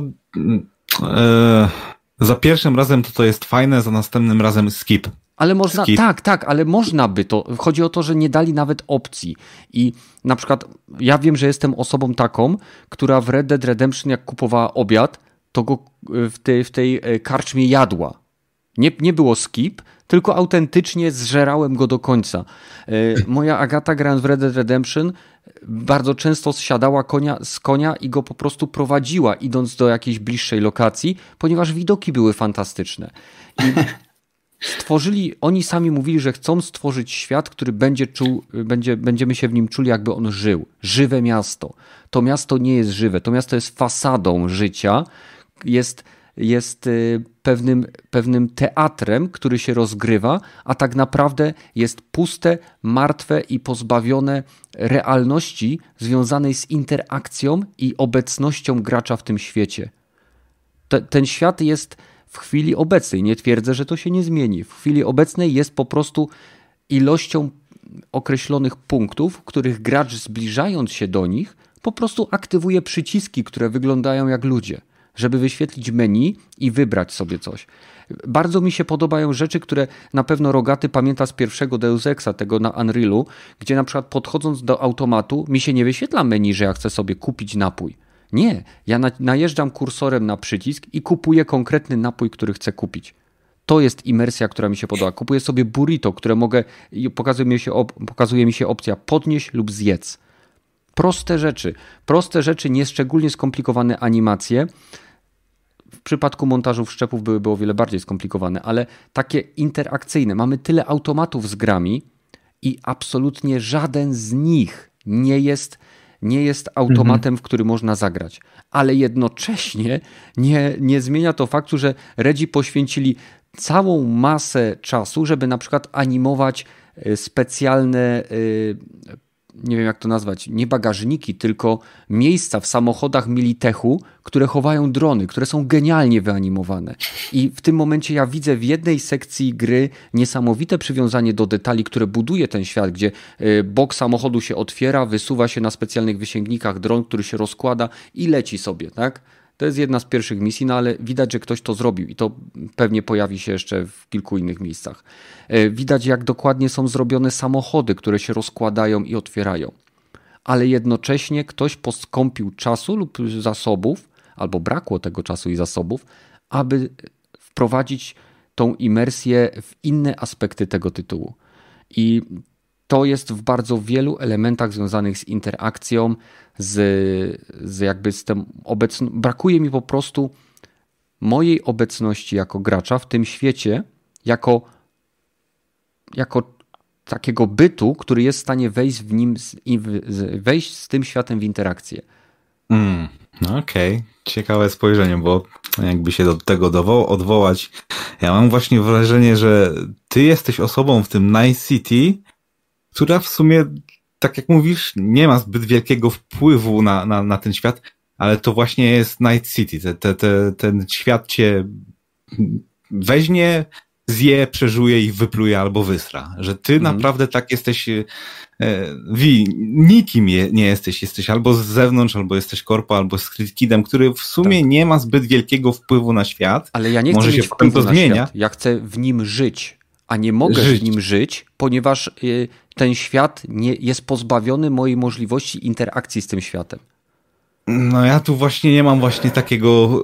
za pierwszym razem to jest fajne, za następnym razem skip. Ale można, tak, ale można by to. Chodzi o to, że nie dali nawet opcji. I na przykład ja wiem, że jestem osobą taką, która w Red Dead Redemption jak kupowała obiad, to go w tej karczmie jadła. Nie było skip, tylko autentycznie zżerałem go do końca. Moja Agata, grając w Red Dead Redemption, bardzo często zsiadała z konia i go po prostu prowadziła, idąc do jakiejś bliższej lokacji, ponieważ widoki były fantastyczne. I oni sami mówili, że chcą stworzyć świat, który będziemy się w nim czuli, jakby on żył. Żywe miasto. To miasto nie jest żywe. To miasto jest fasadą życia. Jest pewnym teatrem, który się rozgrywa, a tak naprawdę jest puste, martwe i pozbawione realności związanej z interakcją i obecnością gracza w tym świecie. Ten świat jest w chwili obecnej, nie twierdzę, że to się nie zmieni, w chwili obecnej jest po prostu ilością określonych punktów, których gracz, zbliżając się do nich, po prostu aktywuje przyciski, które wyglądają jak ludzie, żeby wyświetlić menu i wybrać sobie coś. Bardzo mi się podobają rzeczy, które na pewno Rogaty pamięta z pierwszego Deus Exa, tego na Unrealu, gdzie na przykład podchodząc do automatu mi się nie wyświetla menu, że ja chcę sobie kupić napój. Nie, ja najeżdżam kursorem na przycisk i kupuję konkretny napój, który chcę kupić. To jest imersja, która mi się podoba. Kupuję sobie burrito, które mogę, pokazuje mi się opcja podnieś lub zjedz. Proste rzeczy, nieszczególnie skomplikowane animacje. W przypadku montażu wszczepów byłyby o wiele bardziej skomplikowane, ale takie interakcyjne. Mamy tyle automatów z grami i absolutnie żaden z nich nie jest automatem, w który można zagrać. Ale jednocześnie nie zmienia to faktu, że Redzi poświęcili całą masę czasu, żeby na przykład animować specjalne, nie wiem jak to nazwać, nie bagażniki, tylko miejsca w samochodach Militechu, które chowają drony, które są genialnie wyanimowane. I w tym momencie ja widzę w jednej sekcji gry niesamowite przywiązanie do detali, które buduje ten świat, gdzie bok samochodu się otwiera, wysuwa się na specjalnych wysięgnikach dron, który się rozkłada i leci sobie, tak? To jest jedna z pierwszych misji, no ale widać, że ktoś to zrobił i to pewnie pojawi się jeszcze w kilku innych miejscach. Widać, jak dokładnie są zrobione samochody, które się rozkładają i otwierają. Ale jednocześnie ktoś poskąpił czasu lub zasobów, albo brakło tego czasu i zasobów, aby wprowadzić tą imersję w inne aspekty tego tytułu. I to jest w bardzo wielu elementach związanych z interakcją, z tym brakuje mi po prostu mojej obecności jako gracza w tym świecie, jako takiego bytu, który jest w stanie wejść w nim, wejść z tym światem w interakcję. Okej. Ciekawe spojrzenie, bo jakby się do tego odwołać, ja mam właśnie wrażenie, że ty jesteś osobą w tym Night City, która w sumie, tak jak mówisz, nie ma zbyt wielkiego wpływu na ten świat, ale to właśnie jest Night City. Ten świat cię weźmie, zje, przeżuje i wypluje albo wysra. Że ty naprawdę tak jesteś, nikim nie jesteś albo z zewnątrz, albo jesteś korpo, albo street kidem, który w sumie nie ma zbyt wielkiego wpływu na świat. Ale ja nie chcę mieć wpływu na świat, ja chcę w nim żyć, a nie mogę w nim żyć, ponieważ ten świat jest pozbawiony mojej możliwości interakcji z tym światem. No ja tu właśnie nie mam właśnie takiego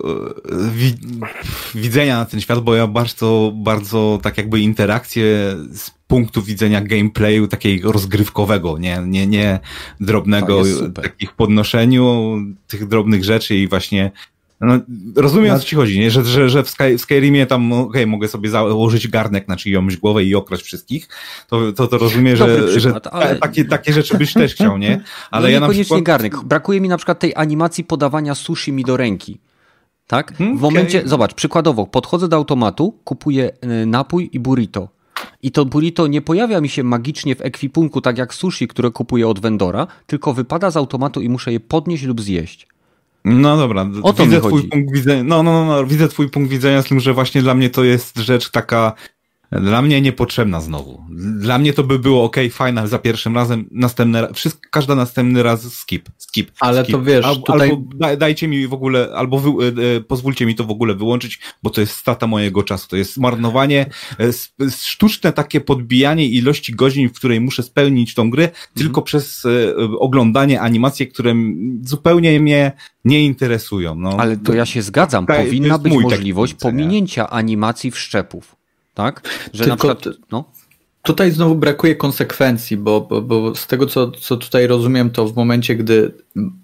widzenia na ten świat, bo ja bardzo tak jakby interakcję z punktu widzenia gameplayu takiego rozgrywkowego, nie drobnego, takich podnoszeniu tych drobnych rzeczy i właśnie no, rozumiem, o co ci chodzi, nie? Że w Skyrimie tam mogę sobie założyć garnek na czyjąś głowę i okraść wszystkich, to rozumiem, przykład, ale... takie rzeczy byś też chciał, nie? Ale no ja niekoniecznie przykład... garnek. Brakuje mi na przykład tej animacji podawania sushi mi do ręki. Tak? W momencie, zobacz, przykładowo, podchodzę do automatu, kupuję napój i burrito. I to burrito nie pojawia mi się magicznie w ekwipunku, tak jak sushi, które kupuję od vendora, tylko wypada z automatu i muszę je podnieść lub zjeść. No dobra, widzę twój punkt widzenia. No, widzę twój punkt widzenia, z tym, że właśnie dla mnie to jest rzecz taka, dla mnie niepotrzebna znowu. Dla mnie to by było fajne za pierwszym razem, każdy następny raz skip. Ale to wiesz, tutaj... Albo dajcie mi w ogóle, pozwólcie mi to w ogóle wyłączyć, bo to jest strata mojego czasu, to jest marnowanie, sztuczne takie podbijanie ilości godzin, w której muszę spełnić tą grę, tylko przez oglądanie animacji, które zupełnie mnie nie interesują. No. Ale to ja się zgadzam, powinna być możliwość pominięcia animacji wszczepów. Tak? Że tylko na przykład, tutaj znowu brakuje konsekwencji, bo z tego, co tutaj rozumiem, to w momencie, gdy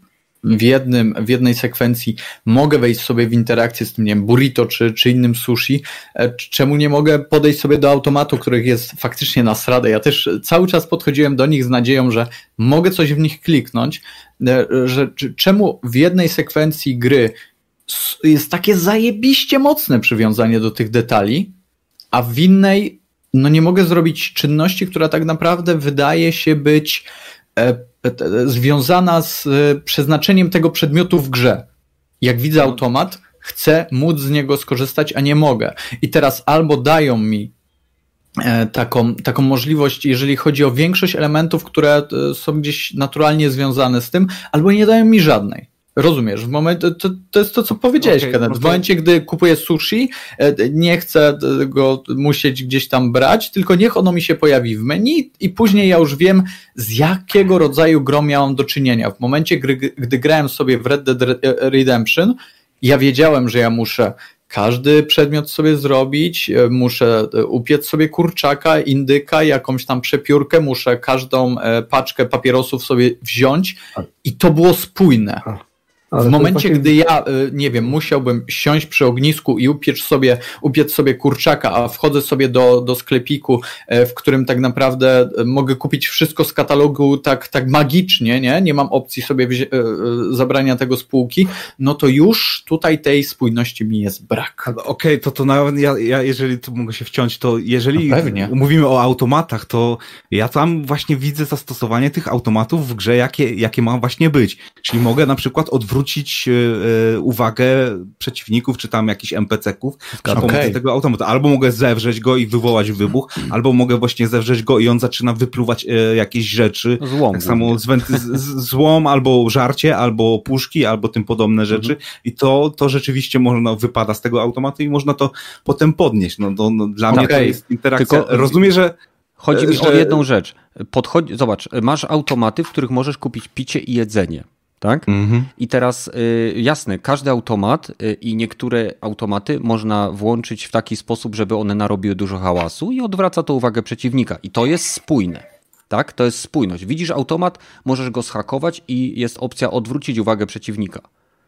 w jednej sekwencji mogę wejść sobie w interakcję z tym, nie wiem, burrito czy innym sushi, czemu nie mogę podejść sobie do automatu, których jest faktycznie nasradę. Ja też cały czas podchodziłem do nich z nadzieją, że mogę coś w nich kliknąć, że czemu w jednej sekwencji gry jest takie zajebiście mocne przywiązanie do tych detali, a w innej nie mogę zrobić czynności, która tak naprawdę wydaje się być związana z przeznaczeniem tego przedmiotu w grze. Jak widzę automat, chcę móc z niego skorzystać, a nie mogę. I teraz albo dają mi taką możliwość, jeżeli chodzi o większość elementów, które są gdzieś naturalnie związane z tym, albo nie dają mi żadnej. Rozumiesz, to jest to, co powiedziałeś, Kenneth. W momencie, gdy kupuję sushi, nie chcę go musieć gdzieś tam brać, tylko niech ono mi się pojawi w menu i później ja już wiem, z jakiego rodzaju grą miałem do czynienia. W momencie, gdy grałem sobie w Red Dead Redemption, ja wiedziałem, że ja muszę każdy przedmiot sobie zrobić, muszę upiec sobie kurczaka, indyka, jakąś tam przepiórkę, muszę każdą paczkę papierosów sobie wziąć i to było spójne. W momencie, gdy ja, nie wiem, musiałbym siąść przy ognisku i upiec sobie kurczaka, a wchodzę sobie do sklepiku, w którym tak naprawdę mogę kupić wszystko z katalogu tak magicznie, nie mam opcji sobie zabrania tego z półki, no to już tutaj tej spójności mi jest brak. Okej, to nawet ja jeżeli tu mogę się wciąć, to jeżeli mówimy o automatach, to ja tam właśnie widzę zastosowanie tych automatów w grze, jakie ma właśnie być. Czyli mogę na przykład odwrócić uwagę przeciwników, czy tam jakichś NPC-ków przy pomocy tego automatu. Albo mogę zewrzeć go i wywołać wybuch, albo mogę właśnie zewrzeć go i on zaczyna wypluwać jakieś rzeczy. Złom. Tak samo złom, albo żarcie, albo puszki, albo tym podobne rzeczy. I to rzeczywiście wypada z tego automatu i można to potem podnieść. Dla mnie to jest interakcja. Tylko rozumiem, że chodzi mi o jedną rzecz. Zobacz, masz automaty, w których możesz kupić picie i jedzenie. Tak? I teraz jasne, każdy automat i niektóre automaty można włączyć w taki sposób, żeby one narobiły dużo hałasu i odwraca to uwagę przeciwnika. I to jest spójne. Tak? To jest spójność. Widzisz automat, możesz go zhakować i jest opcja odwrócić uwagę przeciwnika.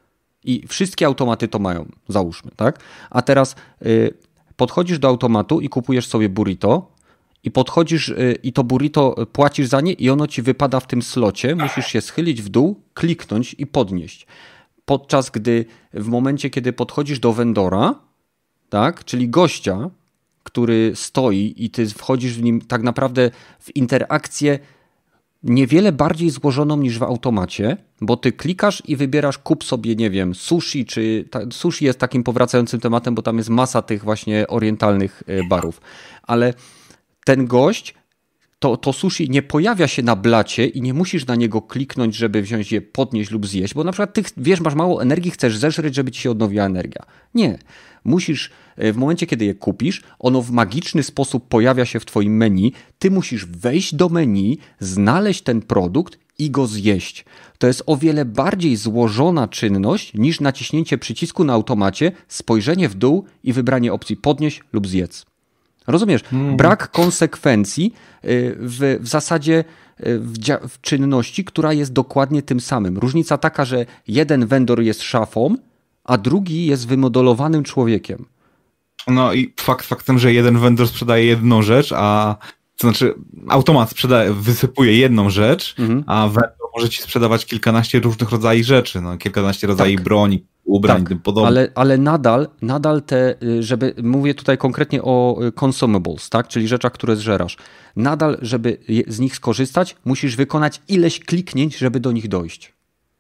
I wszystkie automaty to mają, załóżmy. Tak? A teraz podchodzisz do automatu i kupujesz sobie burrito, i podchodzisz i to burrito płacisz za nie i ono ci wypada w tym slocie, musisz się schylić w dół, kliknąć i podnieść. Podczas gdy w momencie, kiedy podchodzisz do vendora, tak, czyli gościa, który stoi i ty wchodzisz w nim tak naprawdę w interakcję niewiele bardziej złożoną niż w automacie, bo ty klikasz i wybierasz, kup sobie, nie wiem, sushi, sushi jest takim powracającym tematem, bo tam jest masa tych właśnie orientalnych barów, ale ten gość, to sushi nie pojawia się na blacie i nie musisz na niego kliknąć, żeby wziąć je, podnieść lub zjeść, bo na przykład ty wiesz, masz mało energii, chcesz zeżreć, żeby ci się odnowiła energia. Nie. Musisz, w momencie, kiedy je kupisz, ono w magiczny sposób pojawia się w twoim menu, ty musisz wejść do menu, znaleźć ten produkt i go zjeść. To jest o wiele bardziej złożona czynność niż naciśnięcie przycisku na automacie, spojrzenie w dół i wybranie opcji podnieść lub zjedz. Rozumiesz? Brak konsekwencji w zasadzie w czynności, która jest dokładnie tym samym. Różnica taka, że jeden vendor jest szafą, a drugi jest wymodelowanym człowiekiem. No i faktem, że jeden vendor sprzedaje jedną rzecz, to znaczy automat wysypuje jedną rzecz, a vendor może ci sprzedawać kilkanaście różnych rodzajów rzeczy, kilkanaście rodzajów broni, ubrań i tym podobne. Ale nadal żeby, mówię tutaj konkretnie o consumables, tak, czyli rzeczach, które zżerasz. Nadal, żeby z nich skorzystać, musisz wykonać ileś kliknięć, żeby do nich dojść.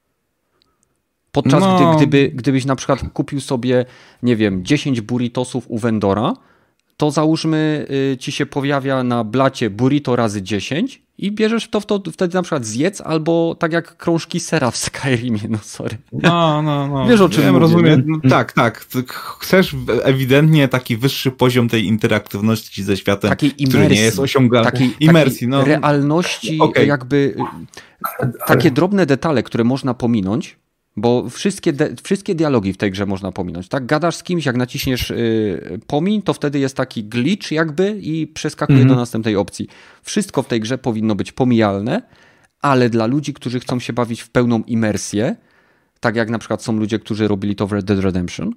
Podczas gdybyś na przykład kupił sobie, nie wiem, 10 burritosów u vendora, to załóżmy ci się pojawia na blacie burrito razy 10 i bierzesz to wtedy na przykład zjedz, albo tak jak krążki sera w Skyrimie, sorry. No. Wiesz, o czym mówię, rozumiem. Tak. Chcesz ewidentnie taki wyższy poziom tej interaktywności ze światem, który nie jest osiągalny. Imersji, realności, jakby takie drobne detale, które można pominąć, bo wszystkie dialogi w tej grze można pominąć. Tak? Gadasz z kimś, jak naciśniesz pomiń, to wtedy jest taki glitch jakby i przeskakuje do następnej opcji. Wszystko w tej grze powinno być pomijalne, ale dla ludzi, którzy chcą się bawić w pełną imersję, tak jak na przykład są ludzie, którzy robili to w Red Dead Redemption,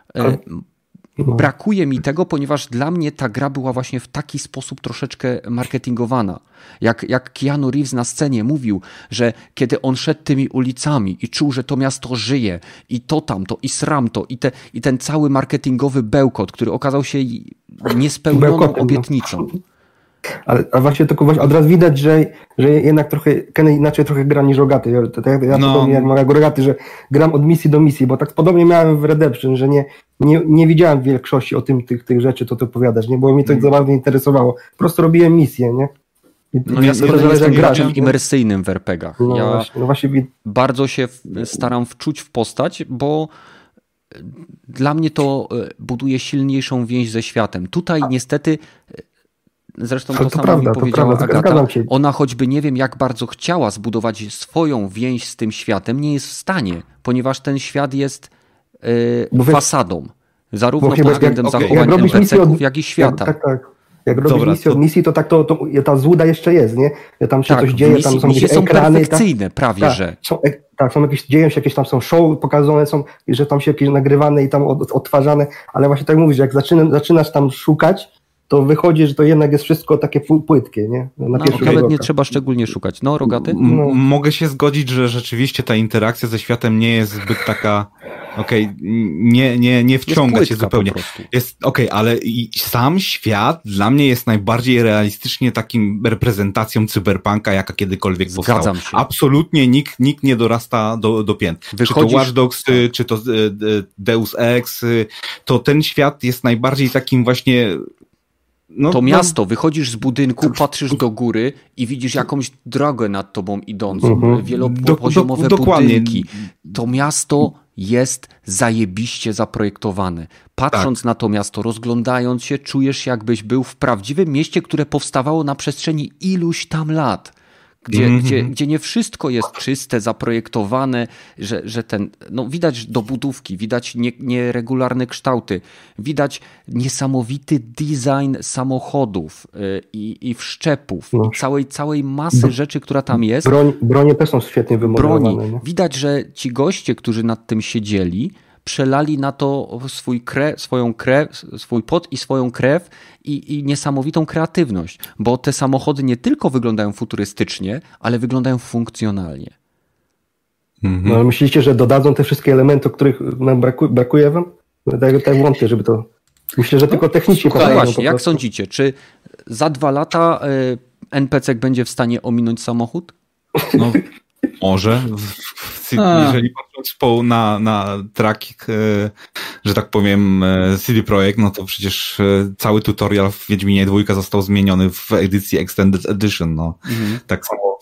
brakuje mi tego, ponieważ dla mnie ta gra była właśnie w taki sposób troszeczkę marketingowana. Jak Keanu Reeves na scenie mówił, że kiedy on szedł tymi ulicami i czuł, że to miasto żyje i to tamto i sramto i ten cały marketingowy bełkot, który okazał się niespełnioną obietnicą. Ale właśnie tylko od razu widać, że jednak Kenny inaczej trochę gra niż Rogaty. Ja podobnie jak Rogaty, że gram od misji do misji, bo tak podobnie miałem w Redemption, że nie widziałem większości o tych rzeczy, to ty opowiadasz, nie? Bo mnie to za bardzo interesowało. Po prostu robiłem misję, nie? Ja z kolei jestem graczem imersyjnym w RPG-ach. Właśnie bardzo się staram wczuć w postać, bo dla mnie to buduje silniejszą więź ze światem. Tutaj niestety... Zresztą to samo mi powiedziała Agata. Ona choćby nie wiem jak bardzo chciała zbudować swoją więź z tym światem, nie jest w stanie, ponieważ ten świat jest fasadą. Zarówno pod względem zachowań NPC-ów, jak i świata. Tak. Jak robisz misję od misji, to tak to ta złuda jeszcze jest, nie? Tam się coś dzieje, tam są jakieś ekrany. Perfekcyjne, prawie że. Są dzieją się jakieś tam są show pokazane, są, że tam się jakieś nagrywane i tam odtwarzane, ale właśnie tak mówisz, jak zaczynasz tam szukać, to wychodzi, że to jednak jest wszystko takie płytkie, nie? Nawet nie trzeba szczególnie szukać. Rogaty? Mogę się zgodzić, że rzeczywiście ta interakcja ze światem nie jest zbyt taka, nie wciąga cię zupełnie. Jest ale i sam świat dla mnie jest najbardziej realistycznie takim reprezentacją cyberpunka, jaka kiedykolwiek powstała. Zgadzam się. Absolutnie nikt nie dorasta do pięt. Czy to Watch Dogs, czy to Deus Ex, to ten świat jest najbardziej takim właśnie... miasto, wychodzisz z budynku, patrzysz do góry i widzisz jakąś drogę nad tobą idącą, wielopoziomowe budynki. To miasto jest zajebiście zaprojektowane. Patrząc na to miasto, rozglądając się, czujesz się jakbyś był w prawdziwym mieście, które powstawało na przestrzeni iluś tam lat. Gdzie nie wszystko jest czyste, zaprojektowane, że widać dobudówki, widać nieregularne kształty, widać niesamowity design samochodów i wszczepów, i całej masy rzeczy, która tam jest. Bronie też są świetnie wymodelowane. Nie? Widać, że ci goście, którzy nad tym siedzieli, przelali na to swój pot i swoją krew i niesamowitą kreatywność, bo te samochody nie tylko wyglądają futurystycznie, ale wyglądają funkcjonalnie. Ale myślicie, że dodadzą te wszystkie elementy, o których nam brakuje wam? Tak wątpię, żeby to... Myślę, że tylko technicznie... Właśnie, jak sądzicie, czy za 2 lata NPC będzie w stanie ominąć samochód? No, może. Jeżeli patrząc na tracking, że tak powiem, CD Projekt, no to przecież cały tutorial w Wiedźminie 2 został zmieniony w edycji Extended Edition. No. Tak samo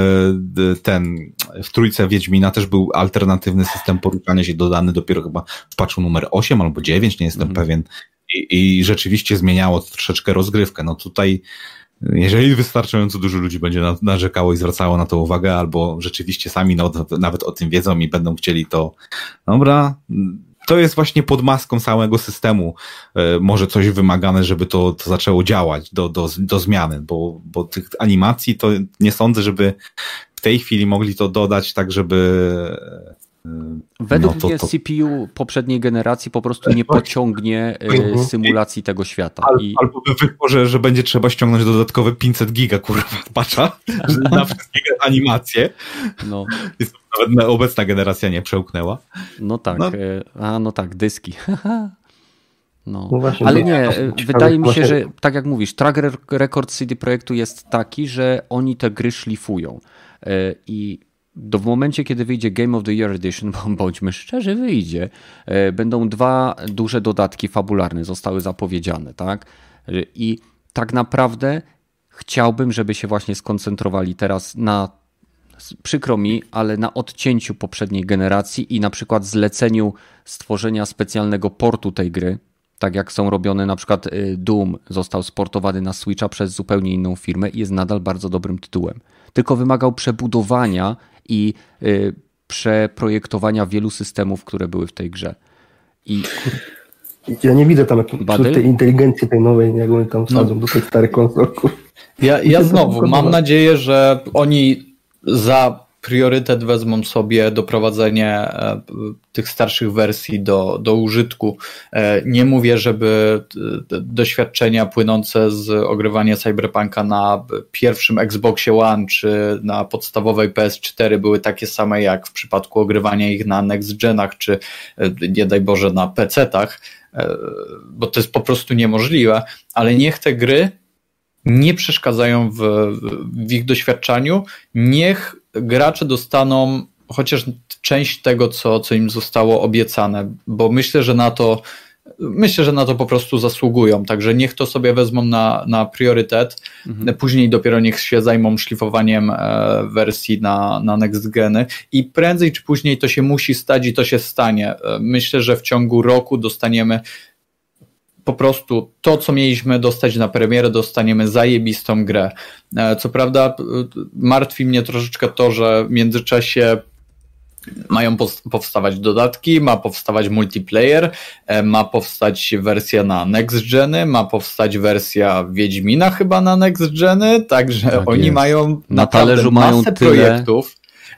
w trójce Wiedźmina też był alternatywny system poruszania się dodany dopiero chyba w patchu numer 8 albo 9, nie jestem pewien. I rzeczywiście zmieniało troszeczkę rozgrywkę. No tutaj jeżeli wystarczająco dużo ludzi będzie narzekało i zwracało na to uwagę, albo rzeczywiście sami nawet o tym wiedzą i będą chcieli to, dobra, to jest właśnie pod maską całego systemu może coś wymagane, żeby to zaczęło działać do zmiany, bo tych animacji to nie sądzę, żeby w tej chwili mogli to dodać tak, żeby... Według mnie CPU poprzedniej generacji po prostu nie pociągnie symulacji tego świata. Albo wyszło, że będzie trzeba ściągnąć dodatkowe 500 giga, patcha, na wszystkie animacje. No. Nawet obecna generacja nie przełknęła. No tak, no tak, dyski. No właśnie, ale nie, wydaje mi się, że tak jak mówisz, track record CD Projektu jest taki, że oni te gry szlifują i w momencie, kiedy wyjdzie Game of the Year Edition, bo bądźmy szczerzy, wyjdzie, będą 2 duże dodatki fabularne, zostały zapowiedziane, tak? I tak naprawdę chciałbym, żeby się właśnie skoncentrowali teraz na, przykro mi, ale na odcięciu poprzedniej generacji i na przykład zleceniu stworzenia specjalnego portu tej gry, tak jak są robione, na przykład Doom został sportowany na Switcha przez zupełnie inną firmę i jest nadal bardzo dobrym tytułem. Tylko wymagał przebudowania i przeprojektowania wielu systemów, które były w tej grze. Ja nie widzę tam tej inteligencji tej nowej, jak oni tam wsadzą do tych starych konsolków. Ja znowu mam nadzieję, że oni za priorytet wezmą sobie doprowadzenie tych starszych wersji do użytku. Nie mówię, żeby doświadczenia płynące z ogrywania Cyberpunka na pierwszym Xboxie One czy na podstawowej PS4 były takie same jak w przypadku ogrywania ich na next genach czy nie daj Boże na PC-tach, bo to jest po prostu niemożliwe, ale niech te gry nie przeszkadzają w ich doświadczaniu, niech gracze dostaną chociaż część tego, co im zostało obiecane, bo myślę, że na to po prostu zasługują, także niech to sobie wezmą na priorytet, później dopiero niech się zajmą szlifowaniem wersji na next geny i prędzej czy później to się musi stać i to się stanie. Myślę, że w ciągu roku dostaniemy po prostu to, co mieliśmy dostać na premierę, dostaniemy zajebistą grę. Co prawda martwi mnie troszeczkę to, że w międzyczasie mają powstawać dodatki, ma powstawać multiplayer, ma powstać wersja na next geny, ma powstać wersja Wiedźmina chyba na next geny, także tak oni mają na talerzu masę projektów.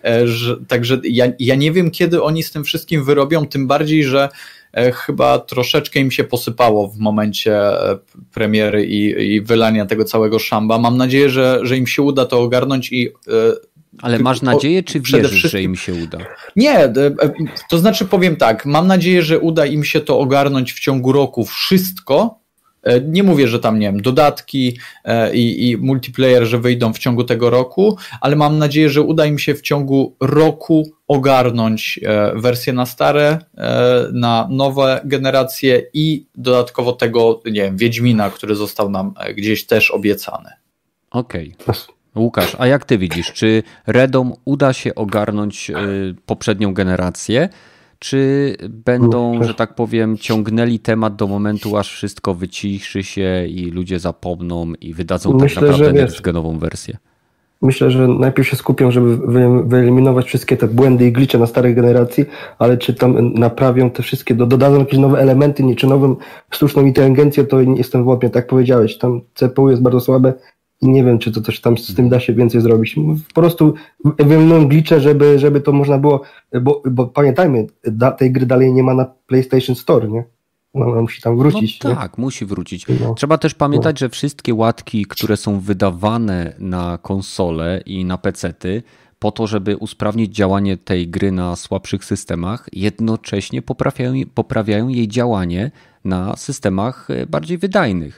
Także ja nie wiem, kiedy oni z tym wszystkim wyrobią, tym bardziej, że chyba troszeczkę im się posypało w momencie premiery i wylania tego całego szamba. Mam nadzieję, że im się uda to ogarnąć i... Ale masz nadzieję, czy wierzysz, że im się uda? Nie, to znaczy powiem tak, mam nadzieję, że uda im się to ogarnąć w ciągu roku wszystko. Nie mówię, że tam, nie wiem, dodatki i multiplayer, że wyjdą w ciągu tego roku, ale mam nadzieję, że uda im się w ciągu roku ogarnąć wersje na stare, na nowe generacje i dodatkowo tego, nie wiem, Wiedźmina, który został nam gdzieś też obiecany. Okej. Łukasz, a jak ty widzisz, czy Redom uda się ogarnąć poprzednią generację, czy będą, że tak powiem, ciągnęli temat do momentu, aż wszystko wyciszy się i ludzie zapomną i wydadzą tak naprawdę next-genową wersję? Myślę, że najpierw się skupią, żeby wyeliminować wszystkie te błędy i glicze na starej generacji, ale czy tam naprawią te wszystkie, dodadzą jakieś nowe elementy, czy nową sztuczną inteligencję, to nie jestem włącznie, tak powiedziałeś, tam CPU jest bardzo słabe i nie wiem, czy to też tam z tym da się więcej zrobić. Po prostu wyeliminują glicze, żeby to można było, bo pamiętajmy, tej gry dalej nie ma na PlayStation Store, nie? Ona musi tam wrócić. No tak, musi wrócić. No. Trzeba też pamiętać, że wszystkie łatki, które są wydawane na konsole i na pecety, po to, żeby usprawnić działanie tej gry na słabszych systemach, jednocześnie poprawiają jej działanie na systemach bardziej wydajnych.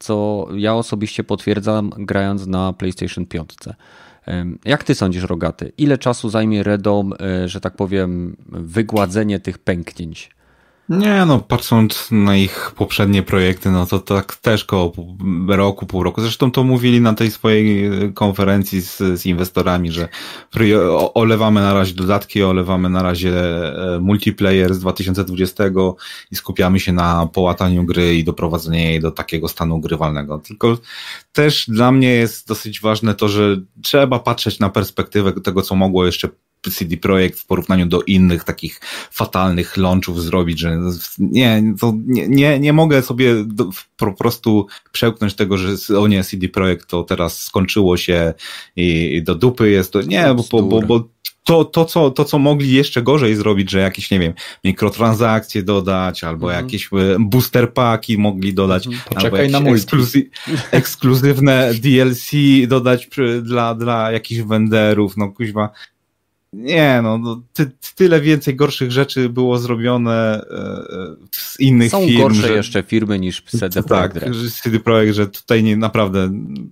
co ja osobiście potwierdzam, grając na PlayStation 5. Jak ty sądzisz, Rogaty? Ile czasu zajmie Redom, że tak powiem, wygładzenie tych pęknięć? Nie, no patrząc na ich poprzednie projekty, no to tak też koło roku, pół roku. Zresztą to mówili na tej swojej konferencji z inwestorami, że olewamy na razie dodatki, olewamy na razie multiplayer z 2020 i skupiamy się na połataniu gry i doprowadzeniu jej do takiego stanu grywalnego. Tylko też dla mnie jest dosyć ważne to, że trzeba patrzeć na perspektywę tego, co mogło jeszcze CD Projekt w porównaniu do innych takich fatalnych launchów zrobić, że nie mogę sobie po prostu przełknąć tego, że CD Projekt to teraz skończyło się i do dupy jest to. Nie, bo to, co mogli jeszcze gorzej zrobić, że jakieś, nie wiem, mikrotransakcje dodać, albo jakieś booster paki mogli dodać, albo jakieś ekskluzywne DLC dodać dla jakichś venderów, no kuźwa. Nie, tyle więcej gorszych rzeczy było zrobione z innych firm. Są gorsze jeszcze firmy niż CD Projekt. Tak, CD Projekt, że tutaj nie, naprawdę,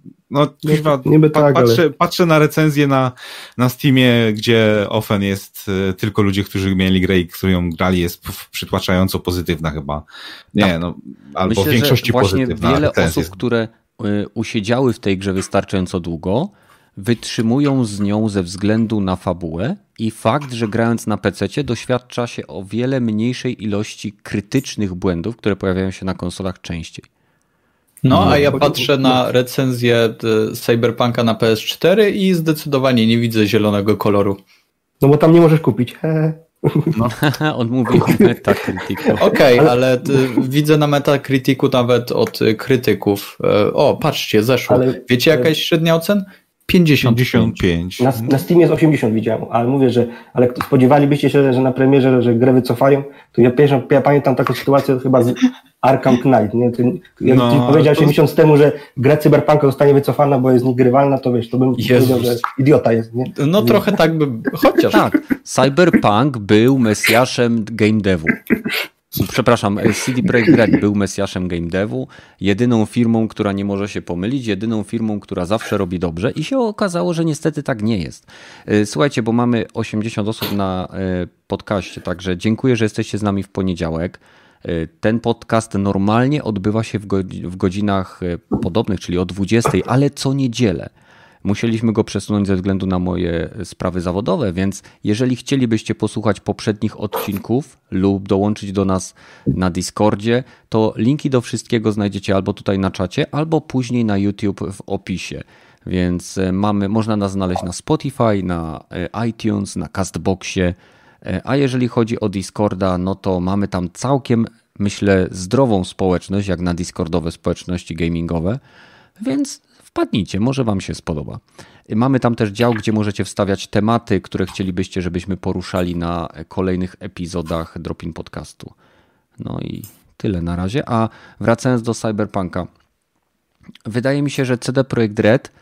patrzę na recenzję na Steamie, gdzie Offen jest tylko ludzie, którzy mieli grę i którą grali, jest przytłaczająco pozytywna chyba. Nie, albo myślę, w większości pozytywna. Wiele osób, które usiedziały w tej grze wystarczająco długo, wytrzymują z nią ze względu na fabułę i fakt, że grając na PC-cie doświadcza się o wiele mniejszej ilości krytycznych błędów, które pojawiają się na konsolach częściej. A ja patrzę na recenzję Cyberpunka na PS4 i zdecydowanie nie widzę zielonego koloru. No bo tam nie możesz kupić. On mówi o Metacriticu. Okej, ale widzę na Metacriticu nawet od krytyków. O, patrzcie, zeszło. Wiecie jaka jest średnia ocen? 55. Na Steamie jest 80 widziałem, ale mówię, ale spodziewalibyście się, że na premierze, że grę wycofają, to ja pamiętam taką sytuację chyba z Arkham Knight, nie? Jak powiedział się miesiąc temu, że gra Cyberpunka zostanie wycofana, bo jest niegrywalna, to wiesz, to bym powiedział, że idiota jest, nie? No trochę tak by, chociaż. Tak, Cyberpunk był mesjaszem game devu. Przepraszam, CD Projekt Red był mesjaszem game devu, jedyną firmą, która nie może się pomylić, jedyną firmą, która zawsze robi dobrze i się okazało, że niestety tak nie jest. Słuchajcie, bo mamy 80 osób na podcaście, także dziękuję, że jesteście z nami w poniedziałek. Ten podcast normalnie odbywa się w godzinach podobnych, czyli o 20, ale co niedzielę. Musieliśmy go przesunąć ze względu na moje sprawy zawodowe, więc jeżeli chcielibyście posłuchać poprzednich odcinków lub dołączyć do nas na Discordzie, to linki do wszystkiego znajdziecie albo tutaj na czacie, albo później na YouTube w opisie. Więc można nas znaleźć na Spotify, na iTunes, na Castboxie, a jeżeli chodzi o Discorda, no to mamy tam całkiem, myślę, zdrową społeczność, jak na Discordowe społeczności gamingowe, więc wpadnijcie, może wam się spodoba. Mamy tam też dział, gdzie możecie wstawiać tematy, które chcielibyście, żebyśmy poruszali na kolejnych epizodach Drop-in Podcastu. No i tyle na razie. A wracając do Cyberpunka. Wydaje mi się, że CD Projekt Red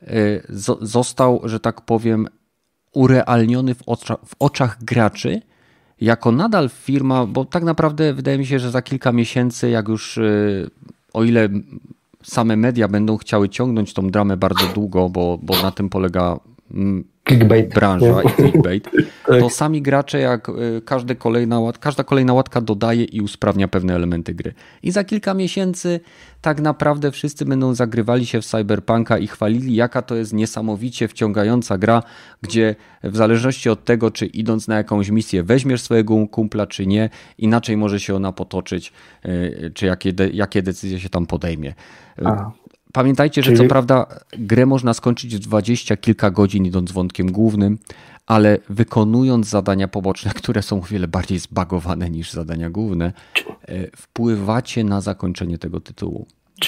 został, że tak powiem, urealniony w oczach graczy jako nadal firma, bo tak naprawdę wydaje mi się, że za kilka miesięcy, jak już o ile same media będą chciały ciągnąć tą dramę bardzo długo, bo na tym polega branża i clickbait, to sami gracze, jak każda kolejna łatka dodaje i usprawnia pewne elementy gry. I za kilka miesięcy tak naprawdę wszyscy będą zagrywali się w Cyberpunka i chwalili, jaka to jest niesamowicie wciągająca gra, gdzie w zależności od tego, czy idąc na jakąś misję weźmiesz swojego kumpla, czy nie, inaczej może się ona potoczyć, czy jakie decyzje się tam podejmie. Pamiętajcie, że co prawda grę można skończyć w 20 kilka godzin idąc wątkiem głównym, ale wykonując zadania poboczne, które są o wiele bardziej zbagowane niż zadania główne, wpływacie na zakończenie tego tytułu.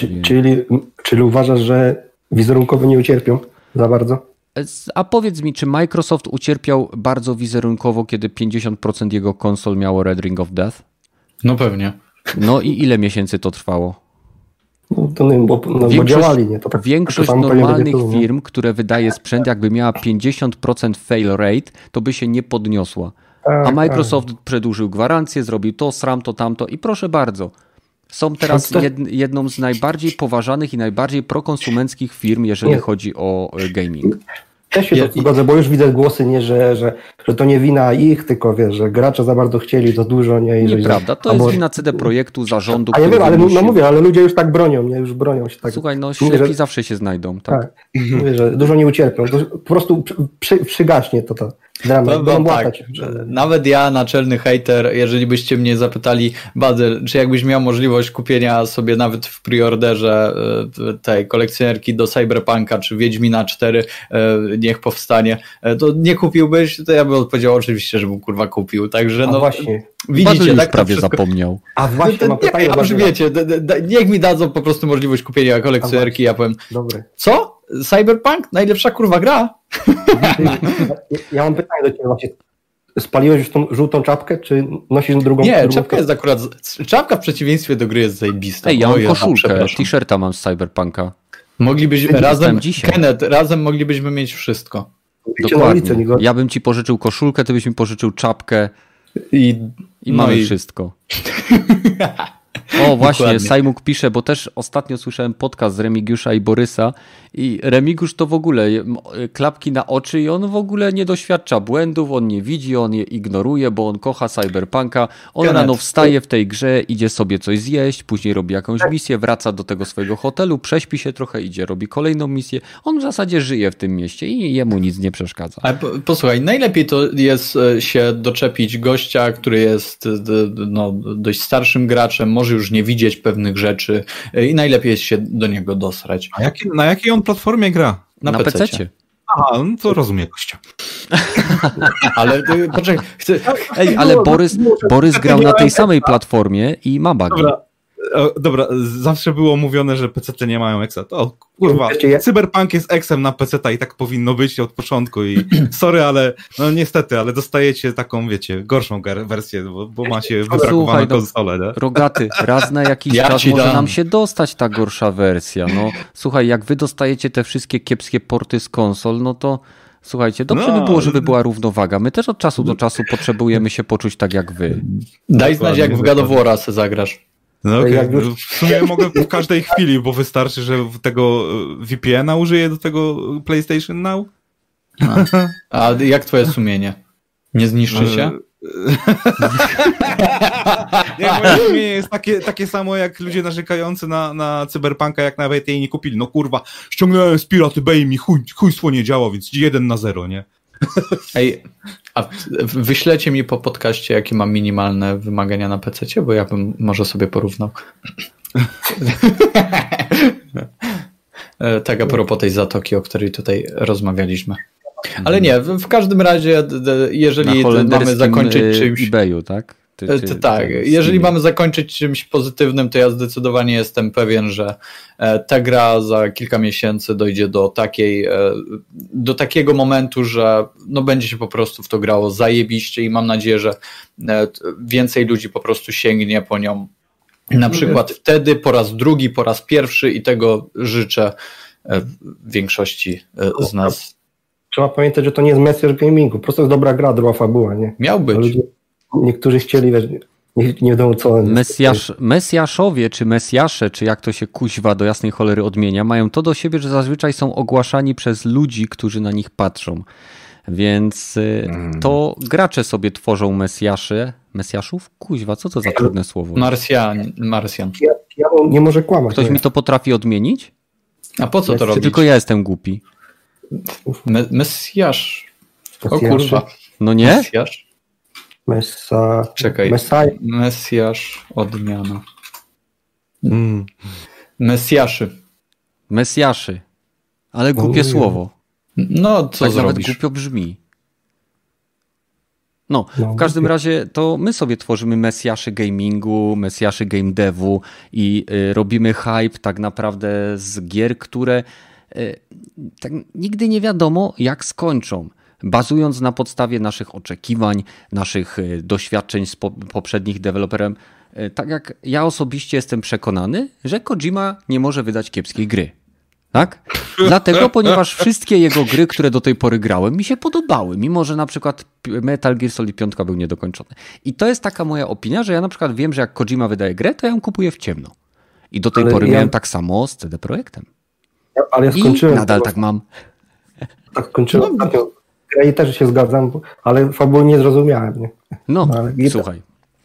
Czyli uważasz, że wizerunkowo nie ucierpią za bardzo? A powiedz mi, czy Microsoft ucierpiał bardzo wizerunkowo, kiedy 50% jego konsol miało Red Ring of Death? No pewnie. No i ile miesięcy to trwało? Bo działali, nie? To tak, większość normalnych firm, które wydaje sprzęt, jakby miała 50% fail rate, to by się nie podniosła. A Microsoft przedłużył gwarancję, zrobił to, SRAM, to, tamto i proszę bardzo. Są teraz jedną z najbardziej poważanych i najbardziej prokonsumenckich firm, jeżeli chodzi o gaming. Też się to zgodzę, bo już widzę głosy, nie, że to nie wina ich, tylko wiesz, że gracze za bardzo chcieli, za dużo, nie? Nieprawda, to jest wina CD Projektu, zarządu. A ja wiem, ale mówię, ale ludzie już tak bronią, nie? Już bronią się tak. Słuchaj, ślepi zawsze się znajdą, tak? Mówię, że dużo nie ucierpią, to po prostu przygaśnie to dramat. Tak. Nawet ja, naczelny hejter, jeżeli byście mnie zapytali, Badyl, czy jakbyś miał możliwość kupienia sobie nawet w preorderze tej kolekcjonerki do Cyberpunka, czy Wiedźmina 4, niech powstanie, to nie kupiłbyś? To ja bym odpowiedział oczywiście, żebym kurwa kupił, także właśnie. Widzicie, tak? Prawie zapomniał. A właśnie, mam pytanie. Już wiecie, niech mi dadzą po prostu możliwość kupienia kolekcjonerki, ja powiem, co? Cyberpunk? Najlepsza kurwa gra? Ja mam pytanie do ciebie właśnie. Spaliłeś już tą żółtą czapkę, czy nosisz drugą? Nie, czapka jest akurat... Czapka w przeciwieństwie do gry jest zajebista. Ja mam koszulkę, t-shirta mam z Cyberpunka. Moglibyśmy razem moglibyśmy mieć wszystko. Dokładnie. Ja bym ci pożyczył koszulkę, ty byś mi pożyczył czapkę i mamy wszystko. O właśnie, Sajmuk pisze, bo też ostatnio słyszałem podcast z Remigiusza i Borysa i Remigiusz to w ogóle klapki na oczy i on w ogóle nie doświadcza błędów, on nie widzi, on je ignoruje, bo on kocha Cyberpunka, on rano wstaje w tej grze, idzie sobie coś zjeść, później robi jakąś misję, wraca do tego swojego hotelu, prześpi się trochę, idzie, robi kolejną misję, on w zasadzie żyje w tym mieście i jemu nic nie przeszkadza. Ale posłuchaj, najlepiej to jest się doczepić gościa, który jest dość starszym graczem, może już nie widzieć pewnych rzeczy i najlepiej jest się do niego dosrać. A na jakiej on platformie gra? Na PC-cie. Aha, no to rozumiem gościa. Ale poczekaj, ale Borys grał na tej samej platformie i ma bugi. Dobra, zawsze było mówione, że PC-ty nie mają exa. To kurwa, Cyberpunk jest exem na PC-ta i tak powinno być od początku i sorry, ale no niestety, ale dostajecie taką, wiecie, gorszą wersję, bo macie wybrakowaną konsolę. Nie? Rogaty, raz na jakiś czas może nam się dostać ta gorsza wersja. No, słuchaj, jak wy dostajecie te wszystkie kiepskie porty z konsol, no to słuchajcie, dobrze by było, żeby była równowaga. My też od czasu do czasu potrzebujemy się poczuć tak jak wy. Daj znać, jak w God of War'a se zagrasz. No okej, w sumie mogę w każdej chwili, bo wystarczy, że tego VPN-a użyję do tego PlayStation Now. A jak twoje sumienie? Nie zniszczy się? Nie, moje sumienie jest takie samo jak ludzie narzekający na Cyberpunka, jak nawet jej nie kupili. No kurwa, ściągnąłem z Pirate Bay i mi chuj nie działa, więc 1-0, nie? Ej, a wyślecie mi po podcaście, jakie mam minimalne wymagania na PC-cie, bo ja bym może sobie porównał. Tak a propos tej zatoki, o której tutaj rozmawialiśmy. Ale nie, w każdym razie, jeżeli mamy zakończyć czymś... eBayu, tak? Tak, jeżeli mamy zakończyć czymś pozytywnym, to ja zdecydowanie jestem pewien, że ta gra za kilka miesięcy dojdzie do takiego momentu, że no będzie się po prostu w to grało zajebiście i mam nadzieję, że więcej ludzi po prostu sięgnie po nią. Na przykład wtedy po raz drugi, po raz pierwszy i tego życzę większości z nas. Trzeba pamiętać, że to nie jest Mesjasz gamingu, po prostu jest dobra gra, dobra fabuła, nie? Miał być. Niektórzy chcieli, nie wiadomo co. Mesjaszowie, czy Mesjasze, czy jak to się kuźwa do jasnej cholery odmienia, mają to do siebie, że zazwyczaj są ogłaszani przez ludzi, którzy na nich patrzą. Więc to gracze sobie tworzą Mesjaszów? Kuźwa, co to za trudne słowo? Marsjan. Ja nie może kłamać. Ktoś mi to potrafi odmienić? A po co to robić? Tylko ja jestem głupi. Mesjasz. O kurwa. No nie? Mesjasz? Czekaj. Mesjasz, odmiana. Mesjaszy. Ale głupie słowo. No, co tak zrobisz? Nawet głupio brzmi. No, w każdym razie to my sobie tworzymy mesjaszy gamingu, mesjaszy game devu i robimy hype tak naprawdę z gier, które tak nigdy nie wiadomo jak skończą. Bazując na podstawie naszych oczekiwań, naszych doświadczeń z poprzednich deweloperem, tak jak ja osobiście jestem przekonany, że Kojima nie może wydać kiepskiej gry. Tak? Dlatego, ponieważ wszystkie jego gry, które do tej pory grałem, mi się podobały, mimo że na przykład Metal Gear Solid 5 był niedokończony. I to jest taka moja opinia, że ja na przykład wiem, że jak Kojima wydaje grę, to ja ją kupuję w ciemno. I do tej pory miałem tak samo z CD Projektem. Ale ja skończyłem. I nadal tak mam. Tak skończyłem. Ja i też się zgadzam, ale fabuły nie zrozumiałem. Nie? No, słuchaj.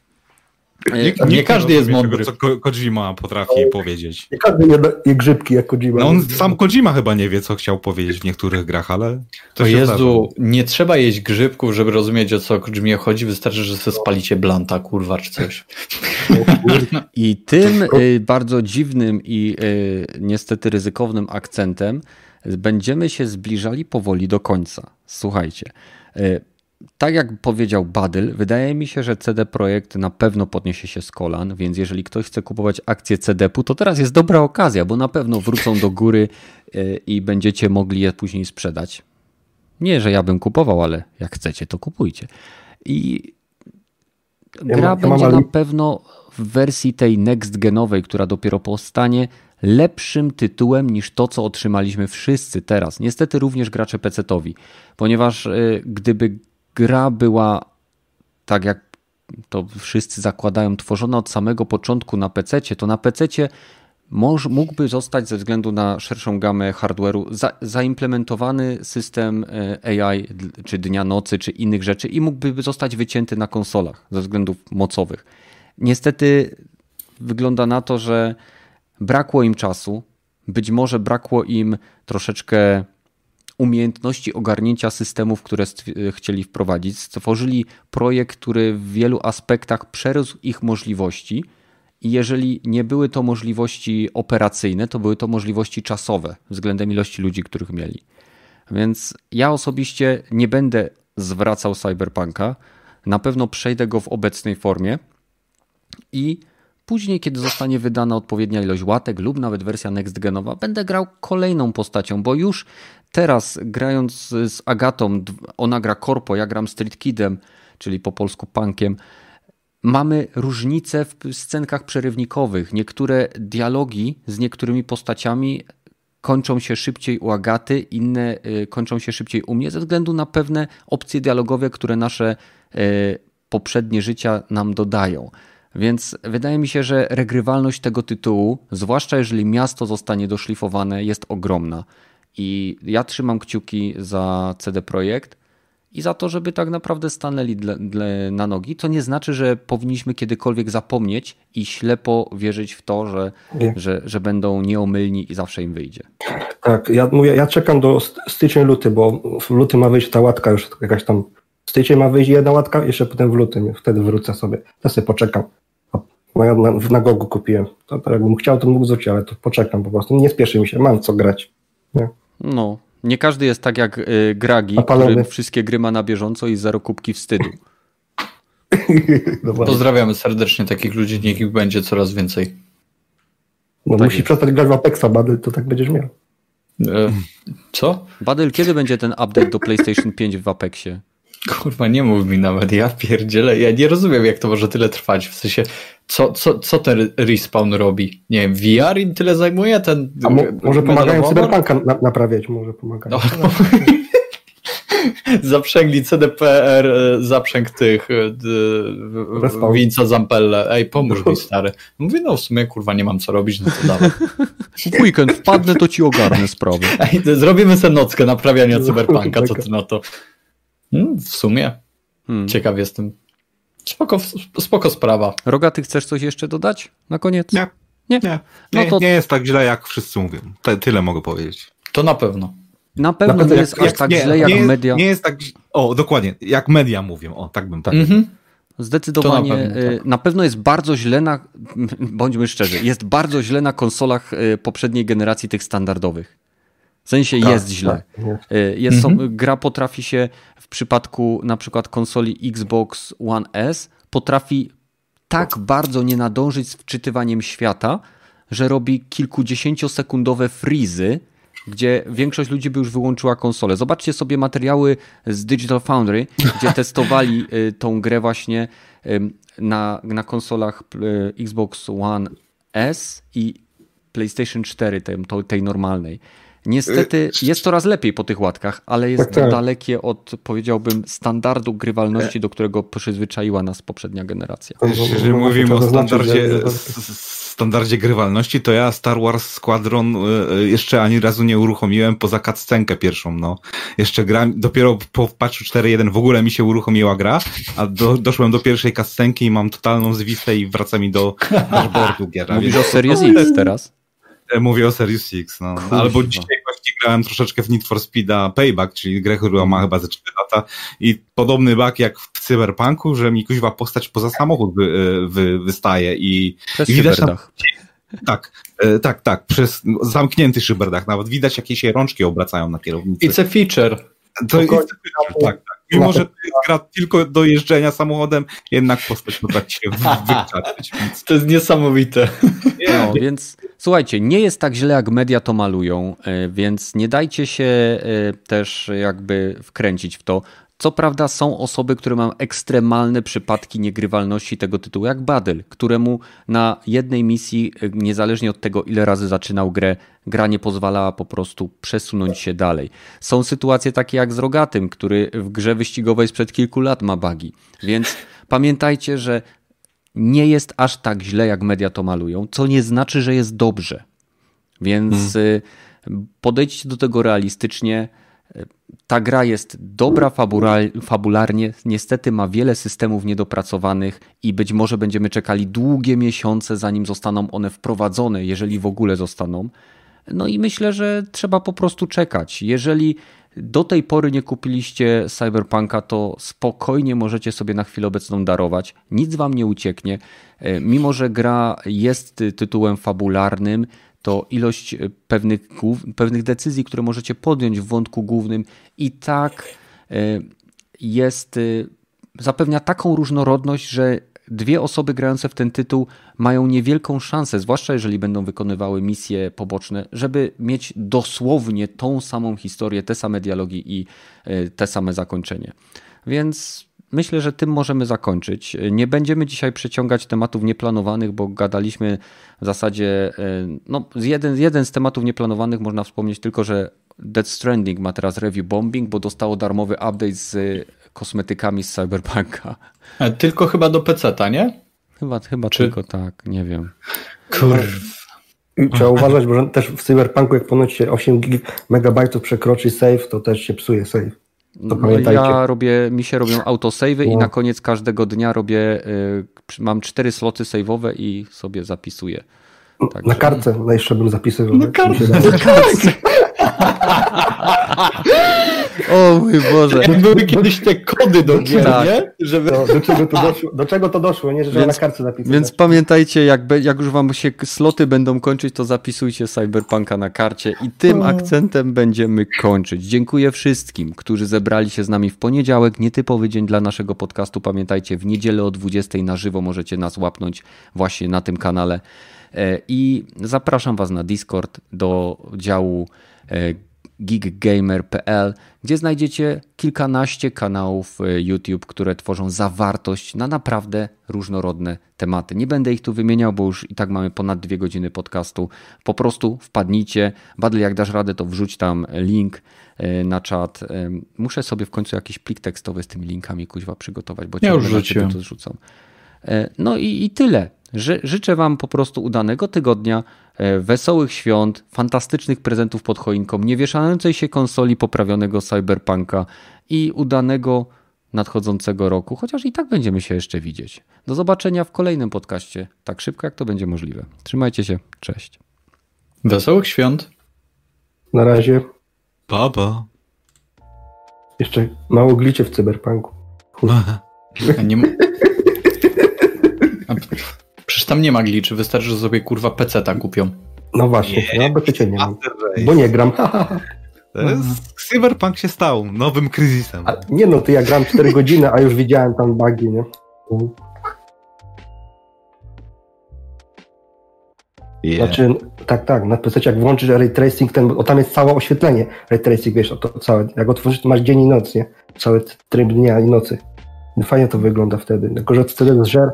Nie każdy jest mądry. Tego, co Kojima potrafi powiedzieć. Nie każdy je grzybki jak Kojima. No sam Kojima chyba nie wie, co chciał powiedzieć w niektórych grach, ale... To Jezu, nie trzeba jeść grzybków, żeby rozumieć, o co Kojimie chodzi. Wystarczy, że sobie spalicie blanta, kurwa, czy coś. I tym bardzo dziwnym i niestety ryzykownym akcentem będziemy się zbliżali powoli do końca. Słuchajcie, tak jak powiedział Badyl, wydaje mi się, że CD Projekt na pewno podniesie się z kolan, więc jeżeli ktoś chce kupować akcje CD-u, to teraz jest dobra okazja, bo na pewno wrócą do góry i będziecie mogli je później sprzedać. Nie, że ja bym kupował, ale jak chcecie, to kupujcie. I gra będzie na pewno w wersji tej next-genowej, która dopiero powstanie, lepszym tytułem niż to, co otrzymaliśmy wszyscy teraz. Niestety również gracze PC-towi, ponieważ gdyby gra była, tak jak to wszyscy zakładają, tworzona od samego początku na PC-cie, to na PC-cie mógłby zostać ze względu na szerszą gamę hardware'u zaimplementowany system AI, czy dnia, nocy, czy innych rzeczy i mógłby zostać wycięty na konsolach ze względów mocowych. Niestety wygląda na to, że brakło im czasu, być może brakło im troszeczkę umiejętności ogarnięcia systemów, które chcieli wprowadzić. Stworzyli projekt, który w wielu aspektach przerósł ich możliwości i jeżeli nie były to możliwości operacyjne, to były to możliwości czasowe względem ilości ludzi, których mieli. Więc ja osobiście nie będę zwracał Cyberpunka. Na pewno przejdę go w obecnej formie i później, kiedy zostanie wydana odpowiednia ilość łatek lub nawet wersja next-genowa, będę grał kolejną postacią, bo już teraz grając z Agatą, ona gra Corpo, ja gram Street Kidem, czyli po polsku punkiem, mamy różnice w scenkach przerywnikowych. Niektóre dialogi z niektórymi postaciami kończą się szybciej u Agaty, inne kończą się szybciej u mnie ze względu na pewne opcje dialogowe, które nasze poprzednie życia nam dodają. Więc wydaje mi się, że regrywalność tego tytułu, zwłaszcza jeżeli miasto zostanie doszlifowane, jest ogromna. I ja trzymam kciuki za CD Projekt i za to, żeby tak naprawdę stanęli na nogi. To nie znaczy, że powinniśmy kiedykolwiek zapomnieć i ślepo wierzyć w to, że będą nieomylni i zawsze im wyjdzie. Tak, ja czekam do styczeń-luty, bo w lutym ma wyjść ta łatka już jakaś tam. W styczeń ma wyjść jedna łatka, jeszcze potem w lutym, wtedy wrócę sobie. Ja sobie poczekam. Bo ja na Gogu kupiłem. To jakbym chciał, to mógł zwrócić, ale to poczekam po prostu. Nie spieszy mi się, mam co grać. Nie? No, nie każdy jest tak jak Gragi, który wszystkie gry ma na bieżąco i zero kubki wstydu. Pozdrawiamy serdecznie takich ludzi, niech ich będzie coraz więcej. No tak musisz przestać grać w Apexa, Badyl, to tak będziesz miał. Co? Badyl, kiedy będzie ten update do PlayStation 5 w Apexie? Kurwa, nie mów mi nawet, ja pierdzielę, ja nie rozumiem, jak to może tyle trwać, w sensie, co ten Respawn robi? Nie wiem, VR im tyle zajmuje? Może pomagają Cyberpunka naprawiać, może pomagają. No. Zaprzęgli CDPR, zaprzęg tych Vince'a Zampelle. Ej, pomóż mi, stary. Mówię, no w sumie, kurwa, nie mam co robić, no to dawaj. W weekend wpadnę, to ci ogarnę sprawę. Ej, zrobimy sobie nockę naprawiania Cyberpunka, co ty na to? W sumie. Ciekaw jestem. Spoko sprawa. Rogaty, chcesz coś jeszcze dodać na koniec? Nie. Nie jest tak źle, jak wszyscy mówią. Tyle mogę powiedzieć. To na pewno. Na pewno nie jest aż tak źle, jak media. Nie jest tak. O, dokładnie. Jak media mówią. Tak bym powiedział. Zdecydowanie. Na pewno jest bardzo źle bądźmy szczerzy, jest bardzo źle na konsolach poprzedniej generacji tych standardowych. W sensie jest źle. Gra potrafi się w przypadku na przykład konsoli Xbox One S potrafi tak bardzo nie nadążyć z wczytywaniem świata, że robi kilkudziesięciosekundowe freezy, gdzie większość ludzi by już wyłączyła konsolę. Zobaczcie sobie materiały z Digital Foundry, gdzie testowali tą grę właśnie na konsolach Xbox One S i PlayStation 4, tej normalnej. Niestety jest coraz lepiej po tych łatkach, ale jest dalekie od, powiedziałbym, standardu grywalności, do którego przyzwyczaiła nas poprzednia generacja. Jeżeli mówimy o standardzie grywalności, to ja Star Wars Squadron jeszcze ani razu nie uruchomiłem poza cutscenkę pierwszą, no. Jeszcze gram, dopiero po patchu 4.1 w ogóle mi się uruchomiła gra, a doszłem do pierwszej cutscenki i mam totalną zwistę i wraca mi do dashboardu gier. Mówisz o Series X teraz? Mówię o Series X, no. Albo dzisiaj właśnie grałem troszeczkę w Need for Speed'a Payback, czyli grę, która ma chyba ze 4 lata i podobny bug jak w Cyberpunku, że mi kuźwa postać poza samochód wystaje i widać tak, przez zamknięty szyberdach, nawet widać jakieś się rączki obracają na kierownicy. It's a feature. To jest tak. Mimo, że to jest gra tylko do jeżdżenia samochodem, jednak postać potrafi się wyczarpić. Więc... To jest niesamowite. No, więc słuchajcie, nie jest tak źle, jak media to malują, więc nie dajcie się też jakby wkręcić w to. Co prawda są osoby, które mają ekstremalne przypadki niegrywalności tego tytułu, jak Badel, któremu na jednej misji, niezależnie od tego, ile razy zaczynał grę, gra nie pozwalała po prostu przesunąć się dalej. Są sytuacje takie jak z Rogatym, który w grze wyścigowej sprzed kilku lat ma bugi. Więc pamiętajcie, że nie jest aż tak źle, jak media to malują, co nie znaczy, że jest dobrze. Więc podejdźcie do tego realistycznie. Ta gra jest dobra fabularnie, niestety ma wiele systemów niedopracowanych i być może będziemy czekali długie miesiące, zanim zostaną one wprowadzone, jeżeli w ogóle zostaną. No i myślę, że trzeba po prostu czekać. Jeżeli do tej pory nie kupiliście Cyberpunka, to spokojnie możecie sobie na chwilę obecną darować. Nic wam nie ucieknie. Mimo że gra jest tytułem fabularnym, to ilość pewnych decyzji, które możecie podjąć w wątku głównym i tak zapewnia taką różnorodność, że dwie osoby grające w ten tytuł mają niewielką szansę, zwłaszcza jeżeli będą wykonywały misje poboczne, żeby mieć dosłownie tą samą historię, te same dialogi i te same zakończenie. Więc myślę, że tym możemy zakończyć. Nie będziemy dzisiaj przeciągać tematów nieplanowanych, bo gadaliśmy w zasadzie, jeden z tematów nieplanowanych można wspomnieć tylko, że Death Stranding ma teraz review bombing, bo dostało darmowy update z kosmetykami z Cyberpunka. Tylko chyba do PC-ta, nie? Chyba tylko tak, nie wiem. Trzeba uważać, bo też w Cyberpunku jak ponoć się 8 MB przekroczy save, to też się psuje save. Mi się robią autosave'y i na koniec każdego dnia mam 4 sloty save'owe i sobie zapisuję. Na kartce jeszcze bym zapisywał. Na kartce. O mój Boże. Były kiedyś te kody do gier, tak. Nie? Żeby... Do czego to doszło, nie? Że na kartce zapisać. Więc pamiętajcie, jak już wam się sloty będą kończyć, to zapisujcie Cyberpunka na karcie i tym akcentem będziemy kończyć. Dziękuję wszystkim, którzy zebrali się z nami w poniedziałek, nietypowy dzień dla naszego podcastu. Pamiętajcie, w niedzielę o 20:00 na żywo możecie nas łapnąć właśnie na tym kanale. I zapraszam was na Discord do działu geekgamer.pl, gdzie znajdziecie kilkanaście kanałów YouTube, które tworzą zawartość na naprawdę różnorodne tematy. Nie będę ich tu wymieniał, bo już i tak mamy ponad 2 godziny podcastu. Po prostu wpadnijcie. Badl, jak dasz radę, to wrzuć tam link na czat. Muszę sobie w końcu jakiś plik tekstowy z tymi linkami kuźwa przygotować, bo ciągle na ciebie to zrzucam. No i tyle. Życzę wam po prostu udanego tygodnia, wesołych świąt, fantastycznych prezentów pod choinką, niewieszającej się konsoli, poprawionego Cyberpunka i udanego nadchodzącego roku, chociaż i tak będziemy się jeszcze widzieć. Do zobaczenia w kolejnym podcaście, tak szybko jak to będzie możliwe. Trzymajcie się, cześć. Wesołych świąt. Na razie. Pa. Jeszcze mało glicie w Cyberpunku. Przecież tam nie ma gliczy, wystarczy, że sobie kurwa PC-ta kupią. No właśnie, bo cię nie mam. Bo nie gram. Cyberpunk się stał nowym kryzysem. To ja gram 4 godziny, a już widziałem tam bugi, nie? Znaczy, tak, na PC jak włączysz ray tracing, tam jest całe oświetlenie ray tracing, wiesz, to całe, jak otworzysz, to masz dzień i noc, nie? Cały tryb dnia i nocy. Fajnie to wygląda wtedy, tylko że wtedy zżer.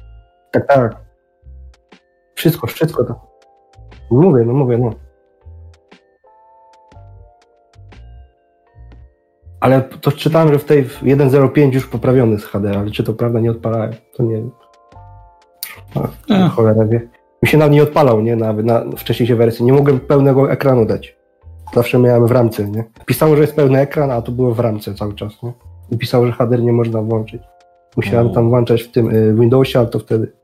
Tak. Wszystko to. Mówię. Ale to czytałem, że w tej 1.05 już poprawiony jest HDR, ale czy to prawda, nie odpalałem, to nie wiem. Cholera wie. Mi się nawet nie odpalał, nie? Nawet na wcześniejszej wersji. Nie mogłem pełnego ekranu dać. Zawsze miałem w ramce, nie? Pisało, że jest pełny ekran, a to było w ramce cały czas, nie? I pisało, że HDR nie można włączyć. Musiałem tam włączać w tym Windowsie, ale to wtedy